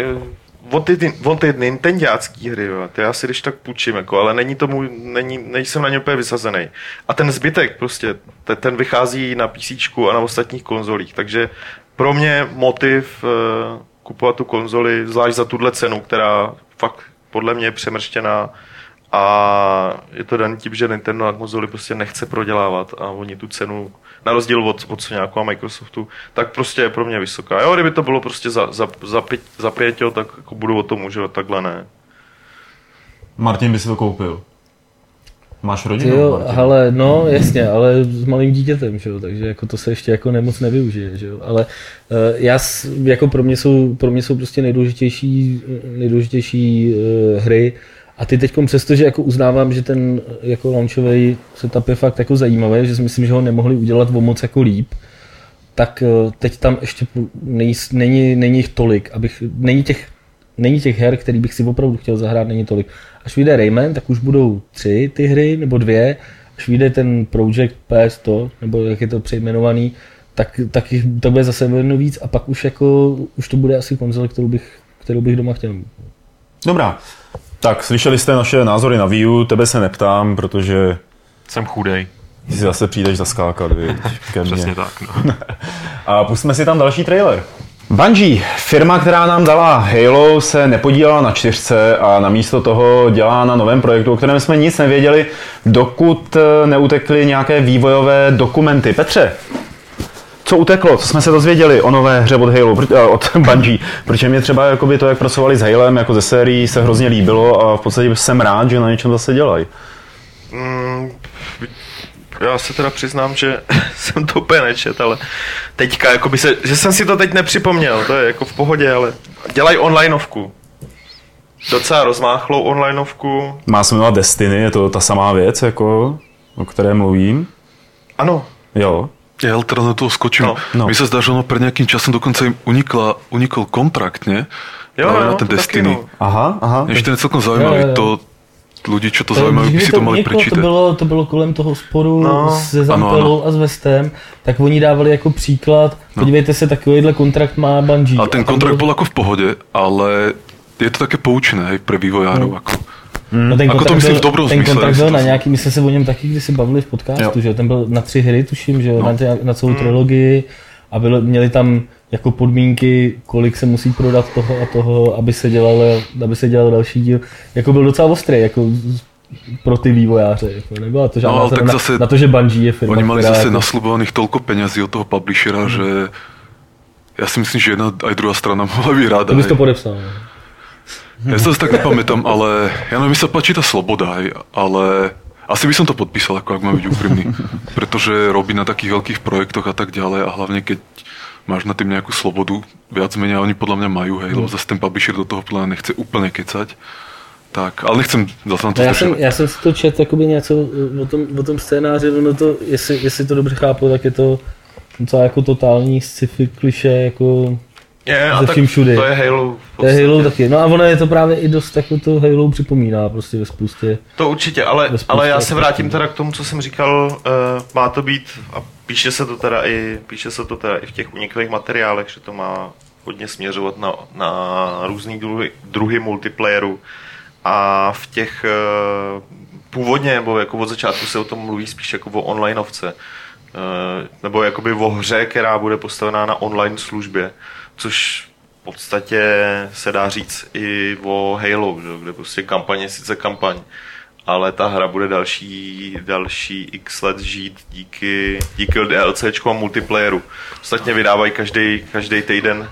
ty nintendácký hry, jo, ty já si když tak půjčím, jako, ale nejsem na ně úplně vysazený. A ten zbytek prostě, ten vychází na PCčku a na ostatních konzolích, takže pro mě motiv kupovat tu konzoli, zvlášť za tuhle cenu, která fakt podle mě je přemrštěná a je to daný tím, že Nintendo na konzoli prostě nechce prodělávat a oni tu cenu, na rozdíl od Soňáku a Microsoftu, tak prostě je pro mě vysoká. Jo, kdyby to bylo prostě za 5, tak jako budu o tom uvažovat, takhle ne. Martin by si to koupil. Máš rodinu? Jo, ale no jasně, ale s malým dítětem, že jo, takže jako to se ještě jako nemoc nevyužije, že jo, ale jako pro mě jsou prostě nejdůležitější hry a ty teďkom přesto, že jako uznávám, že ten jako launchový setup je fakt jako zajímavý, že si myslím, že ho nemohli udělat o moc jako líp, tak teď tam ještě není jich tolik, není těch her, který bych si opravdu chtěl zahrát, není tolik. Až vyjde Rayman, tak už budou 3 ty hry, nebo 2. Až vyjde ten Project PS100, nebo jak je to přejmenovaný, tak jich to bude zase jedno víc a pak už to bude asi konzole, kterou bych doma chtěl. Dobrá. Tak, slyšeli jste naše názory na Wii U, tebe se neptám, protože... Jsem chudej. Ty si zase přijdeš zaskákat, viď, ke mně. Přesně tak, no. A pustíme si tam další trailer. Bungie, firma, která nám dala Halo, se nepodílela na 4 a namísto toho dělá na novém projektu, o kterém jsme nic nevěděli, dokud neutekly nějaké vývojové dokumenty. Petře, co uteklo? Co jsme se dozvěděli o nové hře od Halo, od Bungie? Protože mě třeba jakoby to, jak pracovali s Halem, jako ze sérií, se hrozně líbilo a v podstatě jsem rád, že na něčem zase dělají. Já se teda přiznám, že jsem to úplně nečet, ale teďka, jakoby že jsem si to teď nepřipomněl, to je jako v pohodě, ale dělají onlineovku. Docela rozmáchlou onlineovku. Má se jmenovat Destiny, je to ta samá věc, jako, o které mluvím? Ano. Jo. Ja teda na toho skočím. No. Mi sa zdá, že ono pred nejakým časom dokonca im unikol kontrakt, nie? Jo, na ten Destiny. No. Aha. Ešte je celkom zaujímavý to, ľudí, čo to zaujímavé, by si to mali prečítať. To bylo kolem toho sporu se Zampelou a s Westem, tak oni dávali jako příklad, podívejte se, takovýhle kontrakt má Bungie. A ten kontrakt bol ako v pohode, ale je to také poučné, hej, pre vývojárov. Ako. No ten ako to myslím v dobrom ten zmysle. kontrakt byl na nějaký, my jsme se o něm taky kdysi bavili v podcastu, že ten byl na 3 hry, tuším, že na celou trilogii a měli tam jako podmínky, kolik se musí prodat toho a toho, aby se dělal další díl. Jako byl docela ostrý, jako pro ty vývojáře. Jako nebyla to žádná na to, že Bungie je firma. Oni mali zase nasľubovaných toľko peňazí od toho publishera, že ja si myslím, že jedna aj druhá strana mohla byť rada. To bys to podepsal. Ja sa tak nepamätám, ale ja neviem, mi sa páči tá sloboda, hej, ale asi by som to podpísal, ako ak mám byť úprimný. Pretože robí na takých veľkých projektoch a tak ďalej a hlavne keď máš na tým nejakú slobodu, viac menej, oni podľa mňa majú, hej, lebo zase ten publisher do toho podľa mňa nechce úplne kecať. Tak, ale nechcem zase na to zdržovat. Já jsem si to čet jakoby něco o tom scénáři, no to, jestli to dobře chápu, tak je to docela jako totální sci-fi kliše, jako ze vším všudy. To je Halo. To je Halo taky, no a ono je to právě i dost jako to Halo připomíná prostě ve spoustě. To určitě, ale já se vrátím teda k tomu, co jsem říkal, má to být, a píše se to teda i v těch uniklých materiálech, že to má hodně směřovat na různý druhy multiplayeru. A v těch původně, nebo jako od začátku se o tom mluví spíš jako o onlineovce. Nebo jakoby o hře, která bude postavená na online službě. Což v podstatě se dá říct i o Halo, kde prostě kampaň je sice kampaň, ale ta hra bude další x let žít díky DLCčku a multiplayeru. Ostatně vydávají každý týden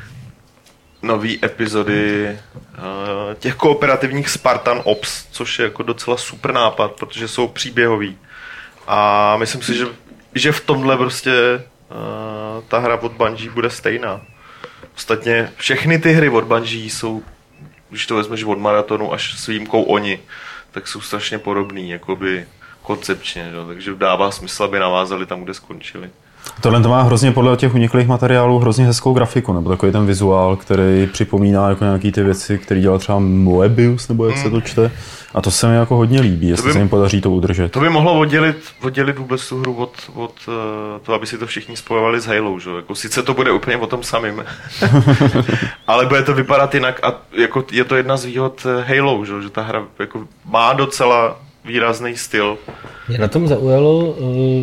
nový epizody těch kooperativních Spartan Ops, což je jako docela super nápad, protože jsou příběhový. A myslím si, že v tomhle prostě ta hra od Bungie bude stejná. Ostatně všechny ty hry od Bungie jsou, když to vezmeš od Maratonu až s výjimkou Oni, tak jsou strašně podobný, jakoby koncepčně, jo? Takže dává smysl, aby navázali tam, kde skončili. Tohle to má hrozně podle těch uniklých materiálů hrozně hezkou grafiku, nebo takový ten vizuál, který připomíná jako nějaký ty věci, které dělal třeba Moebius, nebo jak se to čte. A to se mi jako hodně líbí, jestli se jim podaří to udržet. To by mohlo oddělit vůbec tu hru od toho, aby si to všichni spojovali s Halo, že? Jako, sice to bude úplně o tom samým, ale bude to vypadat jinak a jako je to jedna z výhod Halo, že ta hra jako má docela výrazný styl. Mě na tom zaujalo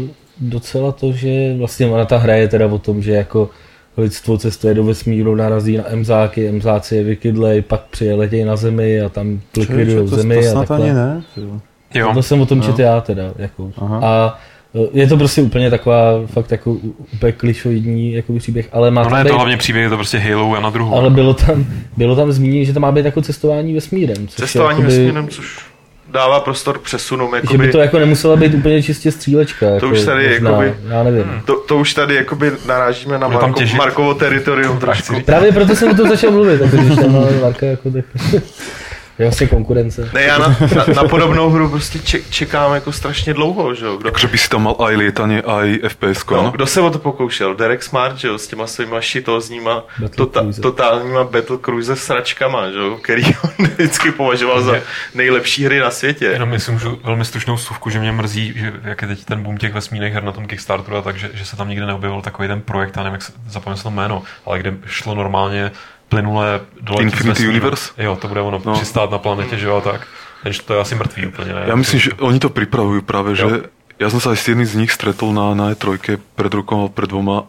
docela to, že vlastně ona ta hra je teda o tom, že jako lidstvo cestuje do vesmíru, narazí na emzáky, emzáci je vykydlej, pak přiletějí na Zemi a tam likvidujou Zemi to a takhle. ani ne? Jo. To jsem o tom četl já teda. Jako. A je to prostě úplně taková fakt jako úplně klišoidní jako příběh, ale má to hlavně příběh, je to prostě Halo a na druhou. Ale bylo tam zmíněno, že to má být jako cestování vesmírem. Cestování vesmírem, což dává prostor k přesunům. Jakoby, že by to jako nemusela být úplně čistě střílečka. To jako, už tady možná, jakoby, já nevím. To už tady jakoby narážíme na Markovo teritorium trošku. Právě proto jsem o tom začal mluvit, jako když tam máme Marka jako tak. Je vlastně konkurence. Ne, já na podobnou hru prostě čekám jako strašně dlouho, že jo. Takže by si tam mal aj lietanie, aj FPS-ko, no? Kdo se o to pokoušel? Derek Smart, že jo, s těma svýma šitózníma totálníma Battlecruiser sračkama, že jo, který on vždycky považoval za nejlepší hry na světě. Jenom myslím, že velmi stručnou vsuvku, že mě mrzí, že jak je teď ten boom těch vesmírných her na tom Kickstarteru, takže že se tam nikde neobjevil takový ten projekt, já nevím, jak se zapomněl to jméno, ale kde šlo normálně plynule do Infinity Universe? Jo, to bude ono přistát na planetě, že jo, tak. Takže to je asi mrtvý úplně, ne? Ja myslím, že oni to pripravujú práve, že ja som sa aj s jedným z nich stretol na E3 pred rokom alebo pred dvoma,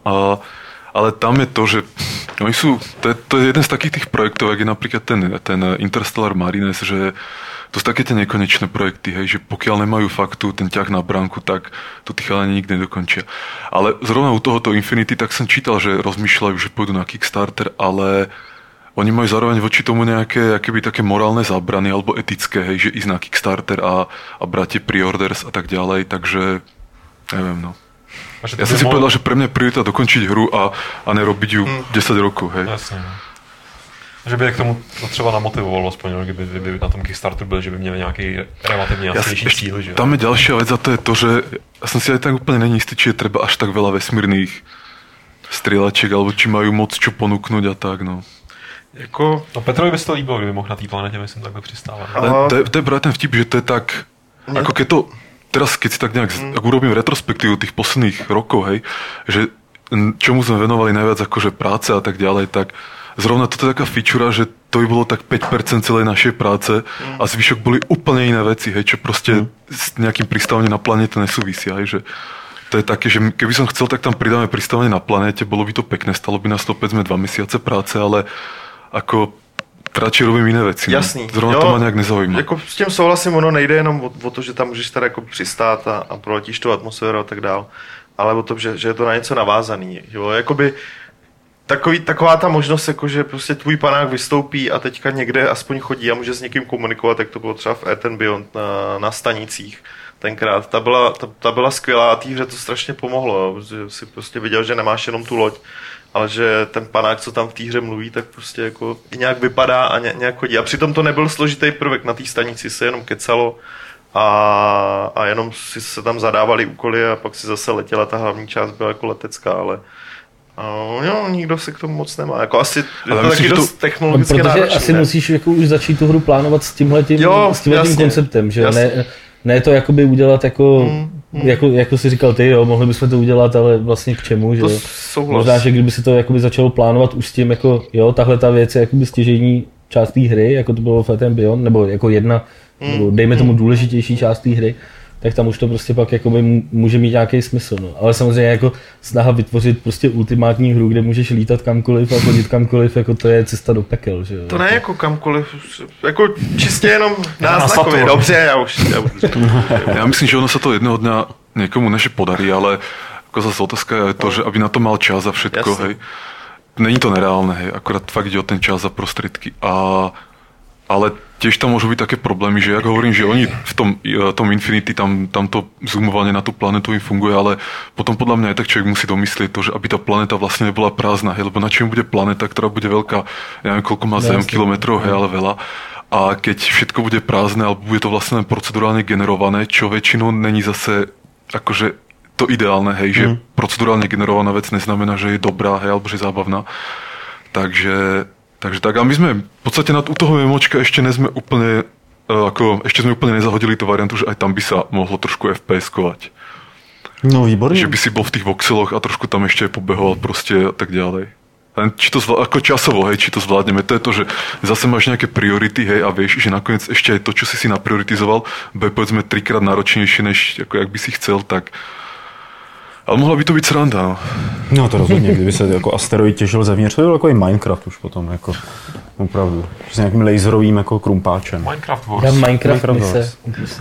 ale tam je to, že oni sú, to je jeden z takých tých projektov, jak je napríklad ten Interstellar Marines, že to sú také tie nekonečné projekty, hej, že pokiaľ nemajú faktu ten ťah na bránku, tak to tí chalani nikdy nedokončia. Ale zrovna u tohoto Infinity tak som čítal, že rozmýšľajú, že pôjdu na Kickstarter, ale oni majú zároveň voči tomu nejaké akéby také morálne zábrany alebo etické, hej, že ísť na Kickstarter a brať pre-orders a tak ďalej, takže neviem, no. Ja som si povedal, že pre mňa je priorita dokončiť hru a nerobiť ju 10 rokov, hej. Jasne, no. Že by k tomu to třeba namotivovalo aspoň, kdyby na tom Kickstarteru byl, že by měl nějaký relativně jasnější cíl. Že? Tam je ďalšia vec a to je to, že ja som si aj tak úplne není istý, či je treba až tak veľa vesmírnych strieľačiek, alebo či majú moc čo ponúknuť a tak, no. Jako... No Petrovi by se to líbilo, kdyby mohl na té planetě, myslím, takhle přistávat. To je právě ten vtip, že to je tak, ako keď to, teraz keď si tak nejak, ak urobím retrospektívu tých posledných rokov, hej, že čomu sme venovali najviac akože práce a tak ďalej, tak zrovna toto je taká fičura, že to by bolo tak 5% celej našej práce a zvyšok boli úplne iné veci, hej, čo proste s nejakým pristávaním na planéte nesúvisia, hej, že to je také, že keby som chcel, tak tam pridáme pristávanie na planéte, bolo by to pekné, stalo by nás to povedzme 2 mesiace práce, ale ako radšej robím jiné věci. Jasný. No. Zrovna to má nějak nezaujíma. Jako s tím souhlasím, ono nejde jenom o to, že tam můžeš teda jako přistát a proletíš tu atmosféru a tak dál, ale o to, že je to na něco navázaný. Jo? Jakoby taková ta možnost, jako že prostě tvůj panák vystoupí a teďka někde aspoň chodí a může s někým komunikovat, jak to bylo třeba v Earth and Beyond na stanicích. Tenkrát ta byla skvělá a té hře to strašně pomohlo, protože si prostě viděl, že nemáš jenom tu loď, ale že ten panák, co tam v té hře mluví, tak prostě jako nějak vypadá a nějak chodí. A přitom to nebyl složitý prvek, na té stanici se jenom kecalo a jenom si se tam zadávali úkoly a pak si zase letěla, ta hlavní část byla jako letecká, ale nikdo se k tomu moc nemá. Jako asi je to taky dost technologicky náročné. Protože asi musíš jako už začít tu hru plánovat s tímhletím konceptem, že ne to jakoby udělat jako si říkal ty, jo, mohli bychom to udělat, ale vlastně k čemu, že možná, že kdyby si to jakoby začalo plánovat už s tím, jako jo, tahle ta věc je jakoby stěžejní část té hry, jako to bylo v Earth and Beyond, nebo jako jedna, nebo dejme tomu důležitější část té hry, tak tam už to prostě pak jakoby může mít nějaký smysl, no. Ale samozřejmě jako snaha vytvořit prostě ultimátní hru, kde můžeš lítat kamkoliv a chodit kamkoliv, jako to je cesta do pekel, že jo. To ne jako kamkoliv, jako čistě jenom náznakově, dobře, já už. Já myslím, že ono se to jednoho dňa někomu než podarí, ale jako zase otázka je to, že aby na to mal čas a všetko, hej. Není to nereálne, hej, akorát fakt ide o ten čas a prostriedky ale tiež tam môžu byť také problémy, že jak hovorím, že oni v tom Infinity tam to zoomovanie na tú planetu im funguje, ale potom podľa mňa aj tak človek musí domyslieť to, že aby tá planéta vlastne nebola prázdna, hej, lebo na čím bude planéta, ktorá bude veľká, neviem koľko má Zem kilometrov, hej, ale veľa. a keď všetko bude prázdne alebo bude to vlastne procedurálne generované, čo väčšinou není zase akože to ideálne, hej, že procedurálne generovaná vec neznamená, že je dobrá, hej, alebo že je zábavná. Takže tak, a my sme v podstate u toho MMOčka ešte sme úplne nezahodili tú variantu, že aj tam by sa mohlo trošku FPS-kovať. No výborně. Že by si bol v tých voxeloch a trošku tam ešte pobehoval proste a tak ďalej. Len či to ako časovo, hej, či to zvládneme. To je to, že zase máš nejaké priority, hej, a vieš, že nakoniec ešte aj to, čo si naprioritizoval, bude povedzme 3-krát náročnejšie, než ako jak by si chcel, tak... Ale mohla by to být sranda, no. No to rozhodně, kdyby se jako asteroid těžil zevnitř, to byl jako i Minecraft už potom, jako opravdu. S nějakým laserovým jako krumpáčem. Minecraft Wars. Minecraft mise.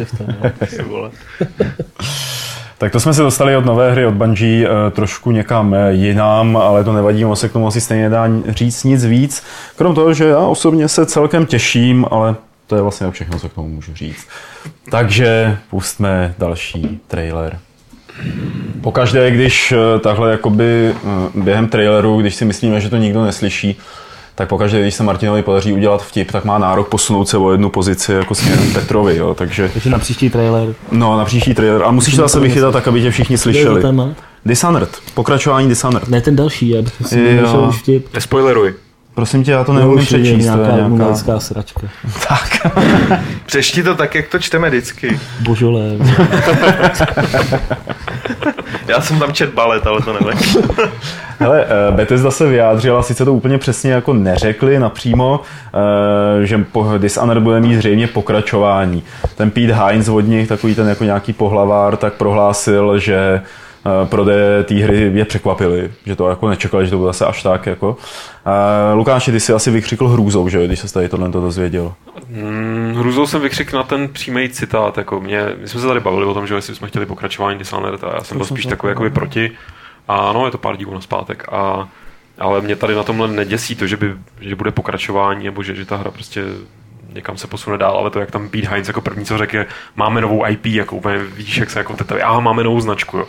Tak to jsme se dostali od nové hry od Bungie trošku někam jinam, ale to nevadí, ono se k tomu asi stejně nedá říct nic víc. Krom toho, že já osobně se celkem těším, ale to je vlastně všechno, co k tomu můžu říct. Takže pustme další trailer. Pokaždé, když takhle jakoby během traileru, když si myslíme, že to nikdo neslyší, tak pokaždé, když se Martinovi podaří udělat vtip, tak má nárok posunout se o jednu pozici jako směrem Petrovi, jo, takže na příští trailer. No, na příští trailer. A musíš to zase vychytat tak, aby tě všichni slyšeli. Dishonored, pokračování Dishonored. Ne ten další, aby si nešel už vtip. Nespoileruj. Prosím tě, já to neumím přečíst. Nějaká umělecká sračka. Tak. Přečti to tak, jak to čteme vždycky. Božolé. Já jsem tam čet balet, ale to nevím. Hele, Bethesda se vyjádřila, sice to úplně přesně jako neřekli napřímo, že Dishonored bude mít zřejmě pokračování. Ten Pete Hines od nich, takový ten jako nějaký pohlavár, tak prohlásil, že prodeje té hry je překvapily, že to jako nečekali, že to bude zase až tak jako. Lukáši, ty si asi vykřikl hrůzou, že když se tady tohle dozvěděl. Hrůzou jsem vykřikl na ten přímý citát, jako my jsme se tady bavili o tom, že jestli jsme chtěli pokračování Dishonored a já jsem byl spíš takový jakoby proti. A ano, je to pár dílů nazpátek, ale mě tady na tomhle neděsí to, že bude pokračování, nebo že ta hra prostě někam se posune dál, ale to, jak tam Pete Hines jako první, co řekl, máme novou IP, jako úplně vidíš, jak se jako tetaví, máme novou značku, jo.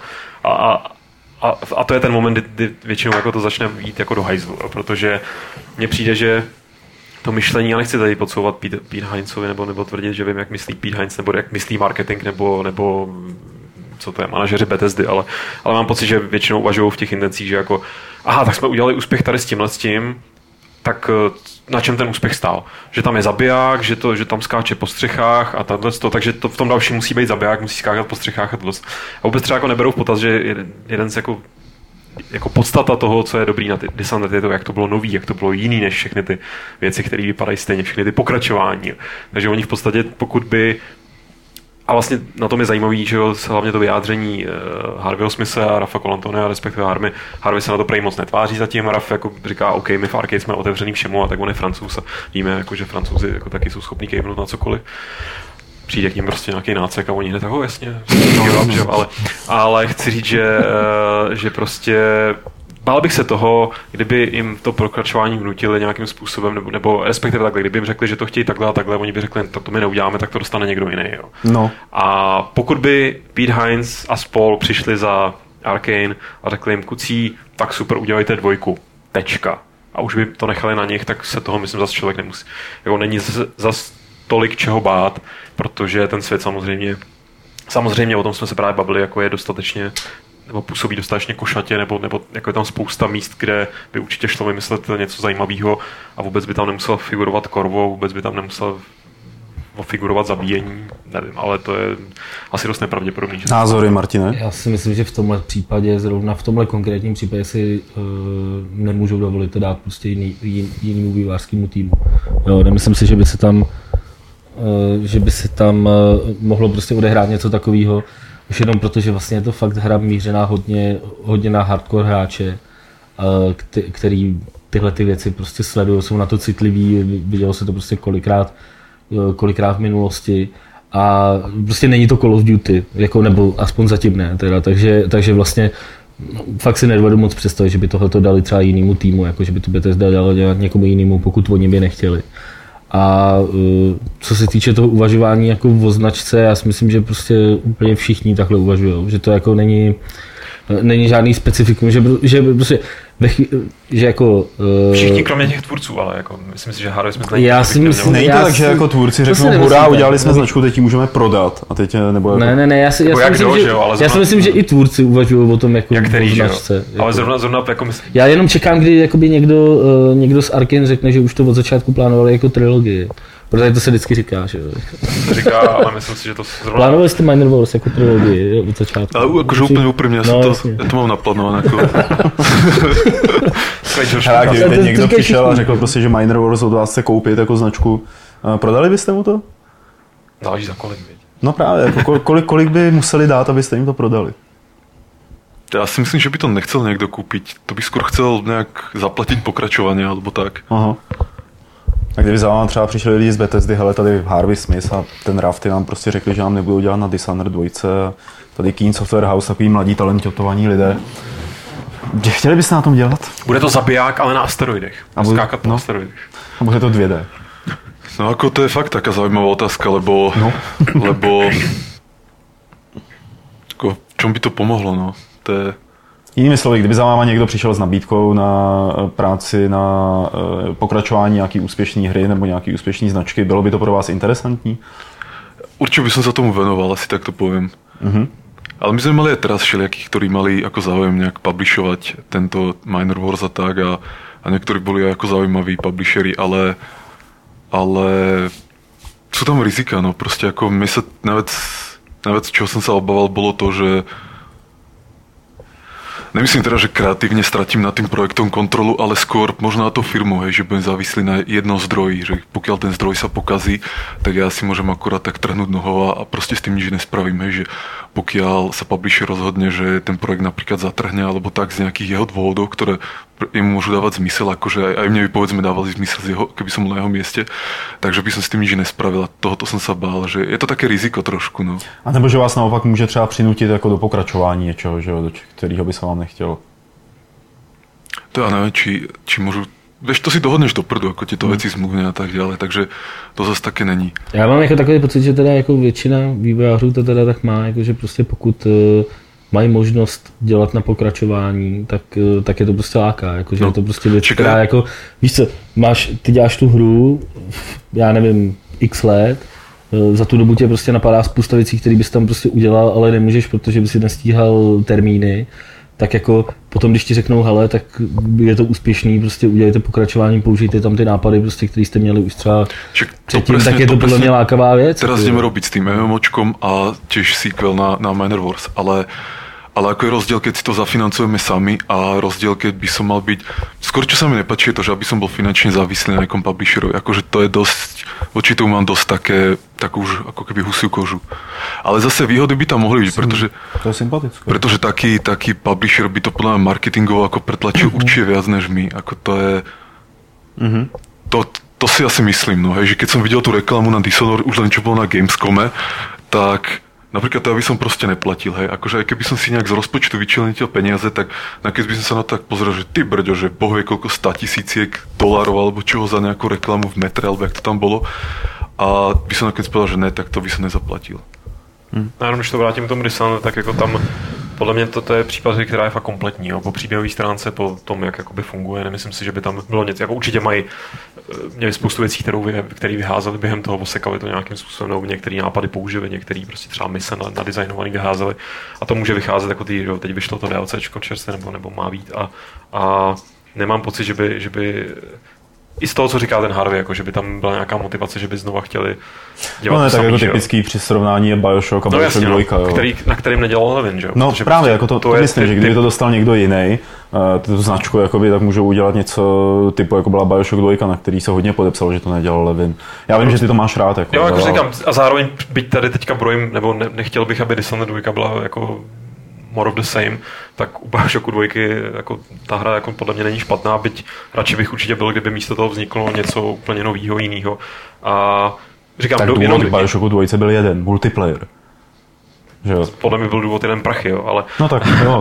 A to je ten moment, kdy většinou jako to začne jít jako do hajzlu, jo, protože mně přijde, že to myšlení, já nechci tady podsouvat Pete Hinesovi nebo tvrdit, že vím, jak myslí Pete Hines, nebo jak myslí marketing, nebo co to je, manažeři Bethesdy, ale mám pocit, že většinou uvažují v těch intencích, že jako tak jsme udělali úspěch tady s tím, tak na čem ten úspěch stál? Že tam je zabiják, že tam skáče po střechách a tohleto, takže to v tom dalším musí být zabiják, musí skákat po střechách a tohleto. A vůbec třeba jako neberou v potaz, že jeden z jako podstata toho, co je dobrý na Dishonored, je to, jak to bylo nový, jak to bylo jiný než všechny ty věci, které vypadají stejně, všechny ty pokračování. Takže oni v podstatě, pokud by a vlastně na tom je zajímavý, že hlavně to vyjádření Harveyho Smithe a Raffa Colantonea, respektive Harvey se na to prej moc netváří zatím. Raff jako říká, OK, my v Arcade jsme otevřený všemu, a tak on je Francouz a víme, jako, že Francouzi jako taky jsou schopní kejvnout na cokoliv. Přijde k ním prostě nějaký nácek a oni hned tak, jasně, ale chci říct, že prostě bál bych se toho, kdyby jim to pokračování vnutili nějakým způsobem, nebo respektive takhle, kdyby jim řekli, že to chtějí takhle a takhle, oni by řekli, to my neuděláme, tak to dostane někdo jiný. Jo. No. A pokud by Pete Hines a spol přišli za Arcane a řekli jim, kucí, tak super, udělejte 2, tečka. A už by to nechali na nich, tak se toho, myslím, zase člověk nemusí. Jako není zase tolik čeho bát, protože ten svět samozřejmě o tom jsme se právě bavili, jako je dostatečně nebo působí dostatečně košatě, nebo jako je tam spousta míst, kde by určitě šlo vymyslet něco zajímavého a vůbec by tam nemusel figurovat korvo, vůbec by tam nemusel figurovat zabíjení, nevím, ale to je asi dost nepravděpodobný. Názory, Martine? Já si myslím, že v tomhle případě, zrovna v tomhle konkrétním případě si nemůžou dovolit to dát prostě jinému vývojářskému týmu. Jo, nemyslím si, že by se tam mohlo prostě odehrát něco takového, už jenom proto, že vlastně je to fakt hra mířená hodně na hardcore hráče, který tyhle ty věci prostě sledují, jsou na to citliví, vidělo se to prostě kolikrát v minulosti a prostě není to Call of Duty, jako, nebo aspoň zatím ne, teda, takže vlastně fakt si nedovedu moc představit, že by tohleto dali třeba jinému týmu, jako že by to Bethesda dalo dělat někomu jinému, pokud oni by nechtěli. A co se týče toho uvažování jako o značce, já si myslím, že prostě úplně všichni takhle uvažují, že to jako není... není žádný specifikum, že prostě že jako... Všichni kromě těch tvůrců, ale jako myslím si, že Harvey Smith já si myslím, není to tak, že jako tvůrci řeknou hurá, udělali jsme značku, teď ji můžeme prodat a teď nebo jako... Ne, já si myslím, že i tvůrci uvažují o tom jako který, značce. Ale zrovna jako myslím... Já jenom čekám, kdy jakoby někdo z Arkane řekne, že už to od začátku plánovali jako trilogii. Protože to se vždycky říká, že jo. To říká, ale myslím si, že to zrovna... Plánovali jste Minor Wars jako trilogii od začátku. Ale jakože úplně úprimně, já to mám naplánované jako... Kdyby někdo přišel a řekl prostě, že Minor Wars od vás chce koupit jako značku, prodali byste mu to? Záleží za kolik, viď? No právě, jako kolik by museli dát, abyste jim to prodali? Já si myslím, že by to nechcel někdo koupit. To by skoro chcel nějak zaplatit pokračování, alebo tak. Aha. A kdyby za vámi třeba přišli lidi z Bethesdy, hele, tady Harvey Smith a ten Rafty nám prostě řekli, že nám nebudou dělat na Dishonored 2, a tady Keen Software House, takový mladí talentovaní lidé. Chtěli byste na tom dělat? Bude to zabiják, ale na asteroidech. A skákat po asteroidech. A bude to 2D. No ako to je fakt taká zaujímavá otázka, lebo ako, v čom by to pomohlo, no? To je... Jinými slovy, kdyby za váma někdo přišel s nabídkou na práci na pokračování nějaký úspěšný hry nebo nějaký úspěšný značky, bylo by to pro vás interesantní? Určite by som sa tomu venoval, asi tak to poviem. Ale my sme mali aj teraz všelijakých, ktorí mali ako záujem nejak publishovať tento Minor Wars a tak a niektorí boli aj ako zaujímaví publisheri, ale sú tam rizika, no proste ako my sa najviac čoho som sa obával bolo to, že nemyslím teda, že kreatívne stratím nad tým projektom kontrolu, ale skôr možno na to firmu, hej, že budem závislý na jednom zdroji, že pokiaľ ten zdroj sa pokazí, tak ja si môžem akurát tak trhnúť nohou a proste s tým nič nespravím, hej, že pokiaľ sa publisher rozhodne, že ten projekt napríklad zatrhne alebo tak z nejakých jeho dôvodov, ktoré im môžu dávať zmysel, akože aj mne by povedzme dávali zmysel keby som bol na jeho mieste, takže by som s tým nič nespravil a tohoto som sa bál, že je to také riziko trošku, no. A nebo že vás naopak může třeba přinutit jako do pokračování něčeho, že jo, do kterého by se vám nechtělo. To ja neviem, či môžu... Vieš, to si dohodneš dopredu, ako tieto veci zmluvne a tak ďalej, takže to zase také není. Já mám jako takový pocit, že teda jako většina vývojářů to teda tak má, jako že prostě pokud mají možnost dělat na pokračování, tak je to prostě láká, jakože je to prostě věc, která jako, víš co, ty děláš tu hru, já nevím, x let, za tu dobu tě prostě napadá spousta věcí, které bys tam prostě udělal, ale nemůžeš, protože by si nestíhal termíny, tak jako potom, když ti řeknou, hele, tak je to úspěšný, prostě udělejte pokračování, použijte tam ty nápady, prostě, které jste měli už třeba předtím, tak je to podle mě lákavá věc. Teraz ideme robiť s tým MMOčkom a tiež sequel na Minor Wars, ale ako je rozdiel, keď si to zafinancujeme sami a rozdiel, keď by som mal byť... Skôr, čo sa mi nepáči, je to, že aby som bol finančne závislý na nejakom publisherovi. Akože to je dosť... Voči tomu mám dosť takú už ako keby husiu kožu. Ale zase výhody by tam mohli byť, pretože... To je sympatické. Pretože taký publisher by to podľa mňa marketingovo ako pretlačil určite viac než my. Ako to je... To si asi myslím, no hej, že keď som videl tú reklamu na Dishonored, už len čo bolo na Gamescome, tak... Napríklad to, aby som proste neplatil, hej. Akože aj keby som si nejak z rozpočtu vyčlenil peniaze, tak keď by som sa na to tak pozrel, že ty brďo, že boh vie koľko 100 000 dolárov alebo čoho za nejakú reklamu v metre, alebo jak to tam bolo. A by som nakoniec povedal, že ne, tak to by som nezaplatil. Já když to vrátím k tomu Dishonored, tak jako tam podle mě to je případ, která je fakt kompletní, jo, po příběhové stránce, po tom, jak jakoby funguje. Nemyslím si, že by tam bylo něco, jako určitě měli spoustu věcí, které vyházeli během toho, osekali to nějakým způsobem, nebo některé nápady použili, některé prostě třeba mise nadizajnovaný vyházeli a to může vycházet jako teď vyšlo to DLCčko čerstvé nebo má být a nemám pocit, že by i z toho, co říká ten Harvey, jako že by tam byla nějaká motivace, že by znova chtěli dělat to samý, tak jako typický při srovnání je BioShock a BioShock 2, jo. Na kterým nedělal Levin, že jo? No právě, jako to myslím, že kdyby to dostal někdo jiný, tu značku, jakoby, tak můžou udělat něco typu, jako byla BioShock 2, na který se hodně podepsal, že to nedělal Levin. Já vím, že ty to máš rád. Jako, jo, jako říkám, a zároveň byť tady teďka brojím, nebo nechtěl bych, aby Dishonored 2 byla jako more of the same, tak u BioShocku 2 jako ta hra jako podle mě není špatná, byť radši bych určitě byl, kdyby místo toho vzniklo něco úplně nového, jiného. A říkám, tak důvod k BioShocku 2 byl jeden, multiplayer. Že jo? Podle mě byl důvod jeden prachy, jo, ale... No tak, jo.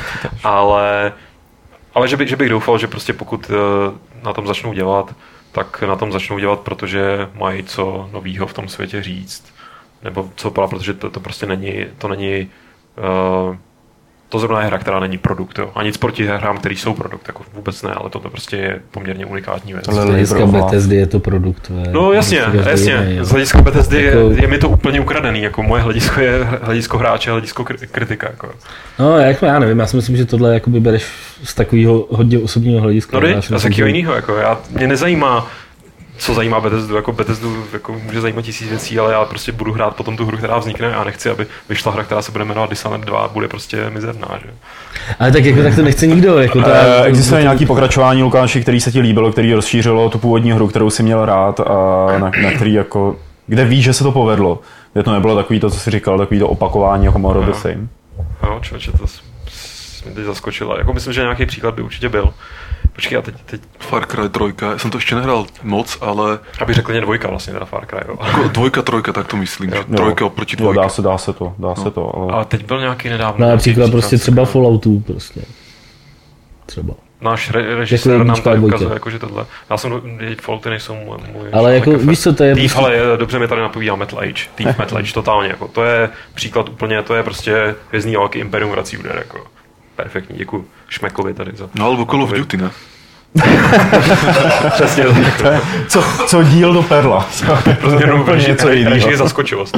ale že bych doufal, že prostě pokud na tom začnou dělat, tak na tom začnou dělat, protože mají co novýho v tom světě říct. Nebo co, protože to prostě není to zrovna je hra, která není produkt, jo. A nic proti hrám, který jsou produkt, jako vůbec ne, ale to prostě je poměrně unikátní věc. Z hlediska Bethesdy je to produkt. No jasně. Z hlediska Bethesdy je mi to úplně ukradený, jako moje hledisko je hledisko hráče, hledisko kritika, jako. No, jako já nevím, já si myslím, že tohle jakoby bereš z takového hodně osobního hlediska. No a z jakého jiného, jako mě nezajímá, co zajímá Bethesdu, jako Bethesdu jako může zajímat 1000 věcí, ale já prostě budu hrát potom tu hru, která vznikne a nechci, aby vyšla hra, která se bude jmenovat Dishonored 2 a bude prostě mizerná, že? Ale tak jako tak to nechce nikdo, jako existuje nějaký pokračování, Lukáši, který se ti líbilo, který rozšířilo tu původní hru, kterou si měl rád a na který jako, kde víš, že se to povedlo. Kde to nebylo takový to, co jsi říkal, takový to opakování jako more of the same. Jo, člověče, to mě teď zaskočilo. Jako myslím, že nějaký příklad by určitě byl. Počkej, a teď... Far Cry 3, já jsem to ještě nehrál moc, ale... Aby řekl ně 2 vlastně, teda Far Cry, jo. Jako 2, 3, tak to myslím, že 3 oproti 2. Dá se to. Ale... A teď byl nějaký nedávno... No například prostě třeba Falloutu prostě. Třeba. Náš režisér nám tady ukazuje, jakože tohle. Já jsem, Fallouty nejsou můj... Ale jako víš co, to je... Thief, ale dobře mi tady napovídá Metal Age. Thief, Metal Age, totálně, jako. To je příklad úplně, to je prostě Hvězdný války Imperium vrací úder, jako. Perfektní, děkuji Šmekovi tady za... No ale Call of Duty, ne? Přesně. Co díl do perla. Prostě něco jiného. Takže je zaskočilost.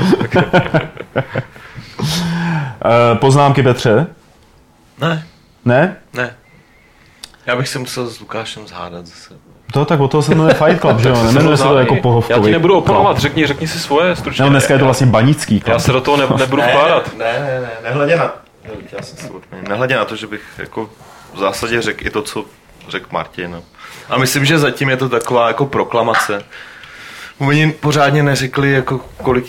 Poznámky, Petře? Ne. Ne? Ne. Já bych se musel s Lukášem zhádat zase. To tak o toho se jmenuje Fight Club, že jo? Nemenuje se to jako Pohovkový. Já ti nebudu oponovat, řekni si svoje stručně. No, dneska je to vlastně Banický klub. Já se do toho nebudu vkládat. Ne, nehledě na to, že bych jako v zásadě řekl i to, co řekl Martin. No. A myslím, že zatím je to taková jako proklamace. Oni pořádně neřekli, jako